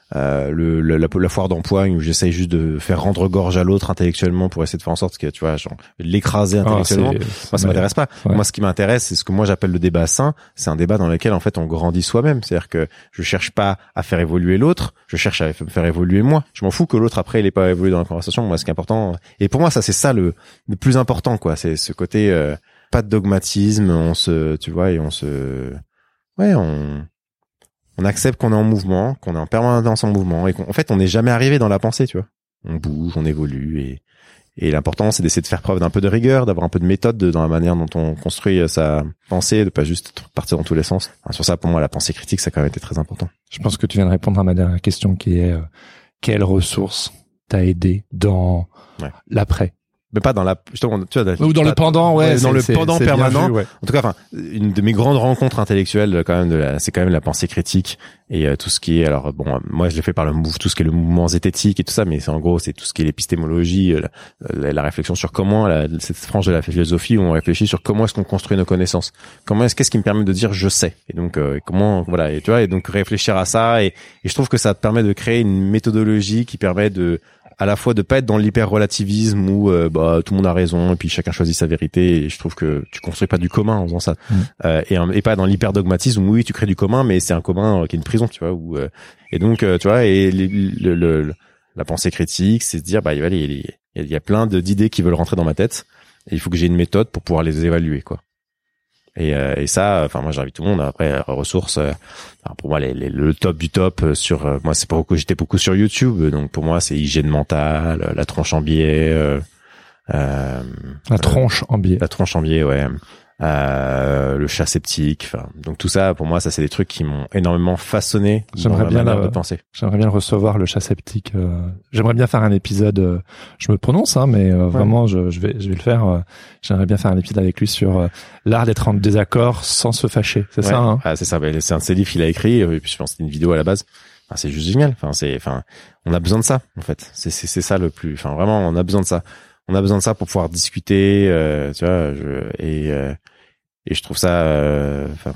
euh, le, la, la, la foire d'empoigne où j'essaye juste de faire rendre gorge à l'autre intellectuellement pour essayer de faire en sorte que tu vois genre l'écraser intellectuellement. Oh, c'est, moi ça ouais. m'intéresse pas. Ouais. Moi ce qui m'intéresse c'est ce que moi j'appelle le débat sain. C'est un débat dans lequel en fait on grandit soi-même. C'est-à-dire que je cherche pas à faire évoluer l'autre, je cherche à me faire évoluer moi. Je m'en fous que l'autre après il ait pas évolué dans la conversation. Moi ce qui est important et pour moi ça c'est ça le, le plus important quoi. C'est ce côté euh, pas de dogmatisme. On se tu vois et on se ouais on on accepte qu'on est en mouvement, qu'on est en permanence en mouvement et qu'en fait, on n'est jamais arrivé dans la pensée, tu vois. On bouge, on évolue et, et l'important, c'est d'essayer de faire preuve d'un peu de rigueur, d'avoir un peu de méthode dans la manière dont on construit sa pensée, de pas juste partir dans tous les sens. Enfin, sur ça, pour moi, la pensée critique, ça a quand même été très important. Je pense que tu viens de répondre à ma dernière question qui est, euh, quelle ressource t'a aidé dans ouais. l'après? Mais pas dans la, justement, tu vois, ou dans le pendant, ouais, dans le pendant permanent. Vu, ouais. En tout cas, enfin, une de mes grandes rencontres intellectuelles, quand même, de la, c'est quand même la pensée critique et euh, tout ce qui est, alors bon, moi je l'ai fait par le move, tout ce qui est le mouvement zététique et tout ça, mais c'est en gros, c'est tout ce qui est l'épistémologie, la, la, la réflexion sur comment, la, cette frange de la philosophie où on réfléchit sur comment est-ce qu'on construit nos connaissances, comment est-ce qu'est-ce qui me permet de dire je sais, et donc euh, comment, voilà, et tu vois, et donc réfléchir à ça, et, et je trouve que ça te permet de créer une méthodologie qui permet de à la fois de pas être dans l'hyper-relativisme où euh, bah tout le monde a raison et puis chacun choisit sa vérité et je trouve que tu construis pas du commun en faisant ça mmh. euh, et, et pas dans l'hyper-dogmatisme où oui tu crées du commun mais c'est un commun qui est une prison tu vois où euh, et donc euh, tu vois et le, le, le, la pensée critique c'est se dire bah il y a, il y a plein de d'idées qui veulent rentrer dans ma tête et il faut que j'ai une méthode pour pouvoir les évaluer quoi. Et, euh, et ça, enfin moi j'invite tout le monde après ressources. Euh, pour moi les, les, le top du top sur euh, moi c'est pas beaucoup j'étais beaucoup sur YouTube donc pour moi c'est hygiène mentale, la tronche en biais, euh, euh, la tronche en biais, la tronche en biais ouais. Euh, le chat sceptique, enfin donc tout ça pour moi ça c'est des trucs qui m'ont énormément façonné j'aimerais dans bien ma manière la, de penser. J'aimerais bien le recevoir le chat sceptique. Euh, j'aimerais bien faire un épisode. Euh, je me prononce hein, mais euh, ouais. vraiment je, je vais je vais le faire. Euh, j'aimerais bien faire un épisode avec lui sur euh, l'art d'être en désaccord sans se fâcher. C'est ouais. ça. Hein ah, c'est ça. C'est un de ses livres qu'il a écrit. Et puis je pense que c'était une vidéo à la base. Enfin, c'est juste génial. Enfin c'est enfin on a besoin de ça en fait. C'est c'est c'est ça le plus. Enfin vraiment on a besoin de ça. On a besoin de ça pour pouvoir discuter. Euh, tu vois je, et euh, Et je trouve ça, enfin,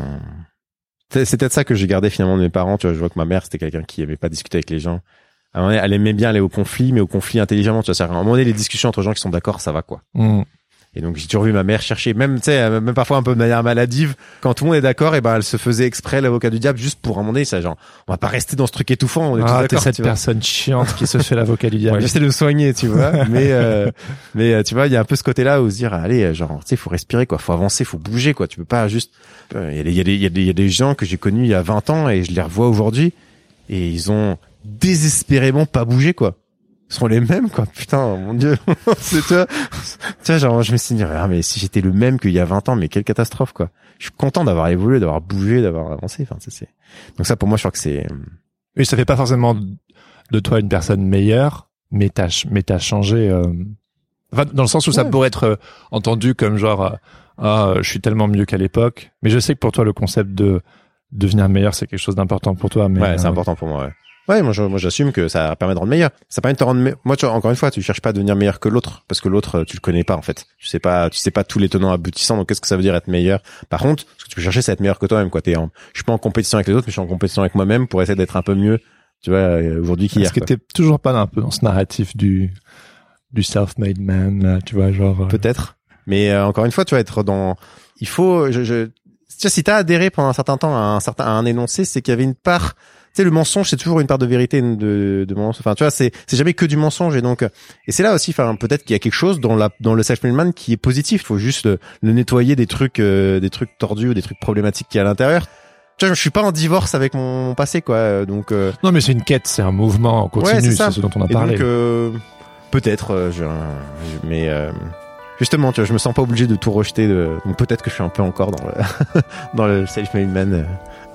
euh, c'est peut-être ça que j'ai gardé finalement de mes parents. Tu vois, je vois que ma mère c'était quelqu'un qui aimait pas discuter avec les gens. À un moment donné, elle aimait bien aller au conflit, mais au conflit intelligemment. Tu vois, à un moment donné, les discussions entre gens qui sont d'accord, ça va quoi. Mmh. Et donc j'ai toujours vu ma mère chercher, même tu sais, même parfois un peu de manière maladive, quand tout le monde est d'accord, et ben elle se faisait exprès l'avocat du diable juste pour un moment donné, ça genre, on va pas rester dans ce truc étouffant. On est ah, tous t'es d'accord. cette tu personne chiante qui se fait l'avocat du diable. Ouais, j'essaie de me soigner, tu vois. mais euh, mais tu vois, il y a un peu ce côté-là où se dire, allez, genre, tu sais, faut respirer quoi, faut avancer, faut bouger quoi. Tu peux pas juste. Il y a des il y a des il y a des il y a des gens que j'ai connus il y a vingt ans et je les revois aujourd'hui et ils ont désespérément pas bougé quoi. Seront les mêmes quoi, putain mon dieu. C'est toi tu vois genre je me suis dit ah mais si j'étais le même qu'il y a vingt ans, mais quelle catastrophe quoi. Je suis content d'avoir évolué, d'avoir bougé, d'avoir avancé, enfin c'est c'est donc ça pour moi je crois que c'est oui, ça fait pas forcément de toi une personne meilleure, mais t'as mais t'as changé euh... enfin, dans le sens où ouais. ça pourrait être euh, entendu comme genre euh, ah je suis tellement mieux qu'à l'époque, mais je sais que pour toi le concept de devenir meilleur c'est quelque chose d'important pour toi mais ouais, c'est euh, important pour moi ouais. Ouais, moi, je, moi, j'assume que ça permet de rendre meilleur. Ça permet de te rendre me... Moi, tu vois, encore une fois, tu cherches pas à devenir meilleur que l'autre, parce que l'autre, tu le connais pas, en fait. Tu sais pas, tu sais pas tous les tenants aboutissants, donc qu'est-ce que ça veut dire être meilleur? Par contre, ce que tu peux chercher, c'est être meilleur que toi-même, quoi. T'es en... Je suis pas en compétition avec les autres, mais je suis en compétition avec moi-même pour essayer d'être un peu mieux, tu vois, aujourd'hui qu'hier. Est-ce que t'es toujours pas un peu dans ce narratif du, du self-made man, là, tu vois, genre. Peut-être. Mais, euh, encore une fois, tu vas être dans, il faut, je, je, tu vois, si t'as adhéré pendant un certain temps à un certain, à un énoncé, c'est qu'il y avait une part, tu sais, le mensonge, c'est toujours une part de vérité, de, de mensonge. Enfin, tu vois, c'est, c'est jamais que du mensonge. Et donc, et c'est là aussi, enfin, peut-être qu'il y a quelque chose dans la, dans le self-made man qui est positif. Il faut juste le, le nettoyer des trucs, euh, des trucs tordus ou des trucs problématiques qu'il y a à l'intérieur. Tu vois, je suis pas en divorce avec mon passé, quoi. Donc, euh... non, mais c'est une quête, c'est un mouvement continu, ouais, c'est, c'est ce dont on a et parlé. Donc, euh, peut-être, euh, je, je, mais, euh, justement, tu vois, je me sens pas obligé de tout rejeter. De, donc peut-être que je suis un peu encore dans le, dans le self-made man. Euh.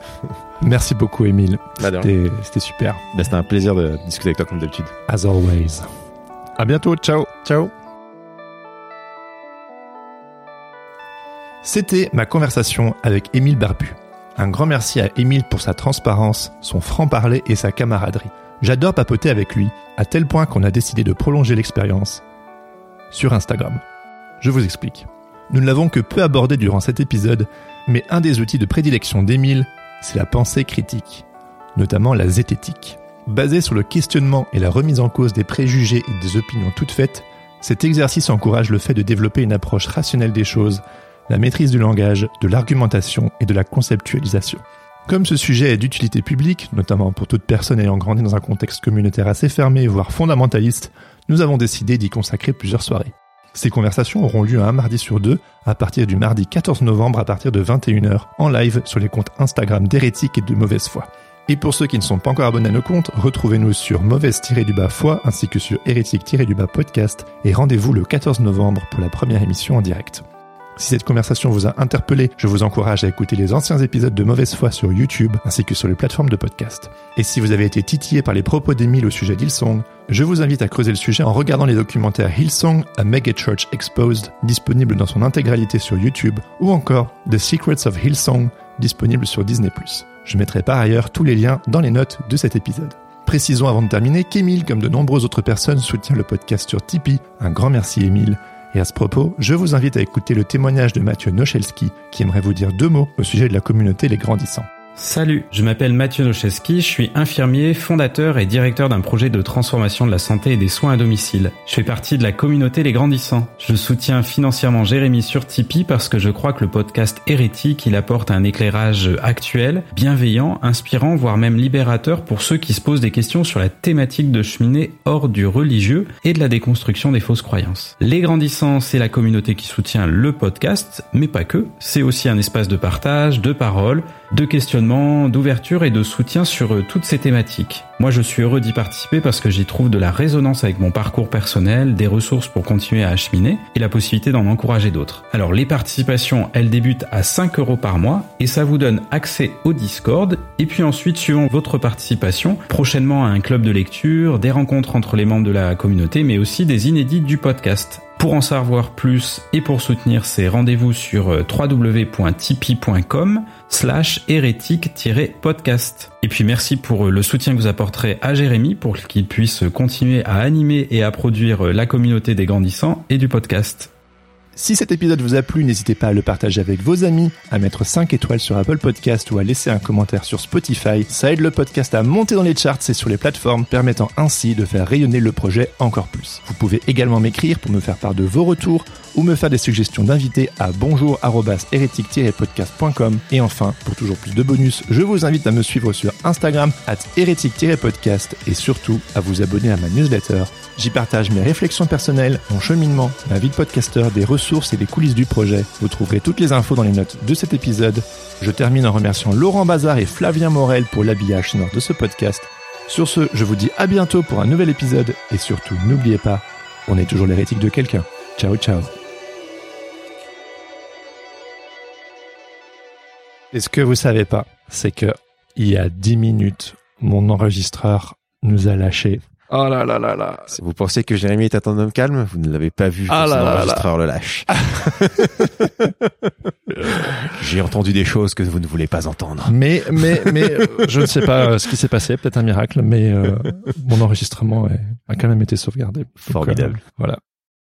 Merci beaucoup, Émile. Bah, c'était, c'était super. Bah, c'était un plaisir de discuter avec toi comme d'habitude. As always. À bientôt. Ciao. Ciao. C'était ma conversation avec Émile Barbu. Un grand merci à Émile pour sa transparence, son franc-parler et sa camaraderie. J'adore papoter avec lui, à tel point qu'on a décidé de prolonger l'expérience sur Instagram. Je vous explique. Nous ne l'avons que peu abordé durant cet épisode, mais un des outils de prédilection d'Émile, c'est la pensée critique, notamment la zététique. Basé sur le questionnement et la remise en cause des préjugés et des opinions toutes faites, cet exercice encourage le fait de développer une approche rationnelle des choses, la maîtrise du langage, de l'argumentation et de la conceptualisation. Comme ce sujet est d'utilité publique, notamment pour toute personne ayant grandi dans un contexte communautaire assez fermé, voire fondamentaliste, nous avons décidé d'y consacrer plusieurs soirées. Ces conversations auront lieu un mardi sur deux, à partir du mardi quatorze novembre à partir de vingt et une heures, en live sur les comptes Instagram d'Hérétique et de Mauvaise Foi. Et pour ceux qui ne sont pas encore abonnés à nos comptes, retrouvez-nous sur mauvaise-foi ainsi que sur hérétique-podcast et rendez-vous le quatorze novembre pour la première émission en direct. Si cette conversation vous a interpellé, je vous encourage à écouter les anciens épisodes de Mauvaise Foi sur YouTube ainsi que sur les plateformes de podcast. Et si vous avez été titillé par les propos d'Émile au sujet d'Hillsong, je vous invite à creuser le sujet en regardant les documentaires Hillsong, A Megachurch Exposed, disponible dans son intégralité sur YouTube, ou encore The Secrets of Hillsong, disponible sur Disney plus. Je mettrai par ailleurs tous les liens dans les notes de cet épisode. Précisons avant de terminer qu'Émile, comme de nombreuses autres personnes, soutient le podcast sur Tipeee. Un grand merci Émile. Et à ce propos, je vous invite à écouter le témoignage de Mathieu Nochelski, qui aimerait vous dire deux mots au sujet de la communauté Les Grandissants. Salut, je m'appelle Mathieu Nochelski, je suis infirmier, fondateur et directeur d'un projet de transformation de la santé et des soins à domicile. Je fais partie de la communauté Les Grandissants. Je soutiens financièrement Jérémy sur Tipeee parce que je crois que le podcast Hérétique, il apporte un éclairage actuel, bienveillant, inspirant, voire même libérateur pour ceux qui se posent des questions sur la thématique de cheminer hors du religieux et de la déconstruction des fausses croyances. Les Grandissants, c'est la communauté qui soutient le podcast, mais pas que. C'est aussi un espace de partage, de parole, de questionnement, d'ouverture et de soutien sur euh, toutes ces thématiques. Moi, je suis heureux d'y participer parce que j'y trouve de la résonance avec mon parcours personnel, des ressources pour continuer à acheminer et la possibilité d'en encourager d'autres. Alors, les participations, elles débutent à cinq euros par mois et ça vous donne accès au Discord et puis ensuite, suivant votre participation, prochainement à un club de lecture, des rencontres entre les membres de la communauté, mais aussi des inédits du podcast. Pour en savoir plus et pour soutenir ces rendez-vous sur www.tipeee.com slash hérétique-podcast. Et puis merci pour le soutien que vous apporterez à Jérémy pour qu'il puisse continuer à animer et à produire la communauté des grandissants et du podcast. Si cet épisode vous a plu, n'hésitez pas à le partager avec vos amis, à mettre cinq étoiles sur Apple Podcast ou à laisser un commentaire sur Spotify. Ça aide le podcast à monter dans les charts et sur les plateformes, permettant ainsi de faire rayonner le projet encore plus. Vous pouvez également m'écrire pour me faire part de vos retours ou me faire des suggestions d'invités à bonjour arobase hérétique podcast point com. Et enfin, pour toujours plus de bonus, je vous invite à me suivre sur Instagram arobase hérétique podcast et surtout à vous abonner à ma newsletter. J'y partage mes réflexions personnelles, mon cheminement, ma vie de podcasteur, des ressources et des coulisses du projet. Vous trouverez toutes les infos dans les notes de cet épisode. Je termine en remerciant Laurent Bazar et Flavien Morel pour l'habillage sonore de ce podcast. Sur ce, je vous dis à bientôt pour un nouvel épisode et surtout, n'oubliez pas, on est toujours l'hérétique de quelqu'un. Ciao, ciao. Et ce que vous savez pas, c'est que il y a dix minutes, mon enregistreur nous a lâchés. Oh là là là là. Vous pensez que Jérémy est un homme calme? Vous ne l'avez pas vu. Ah là son là enregistreur le lâche. J'ai entendu des choses que vous ne voulez pas entendre. Mais, mais, mais, je ne sais pas ce qui s'est passé. Peut-être un miracle, mais euh, mon enregistrement est, a quand même été sauvegardé. Formidable. Donc, euh, voilà.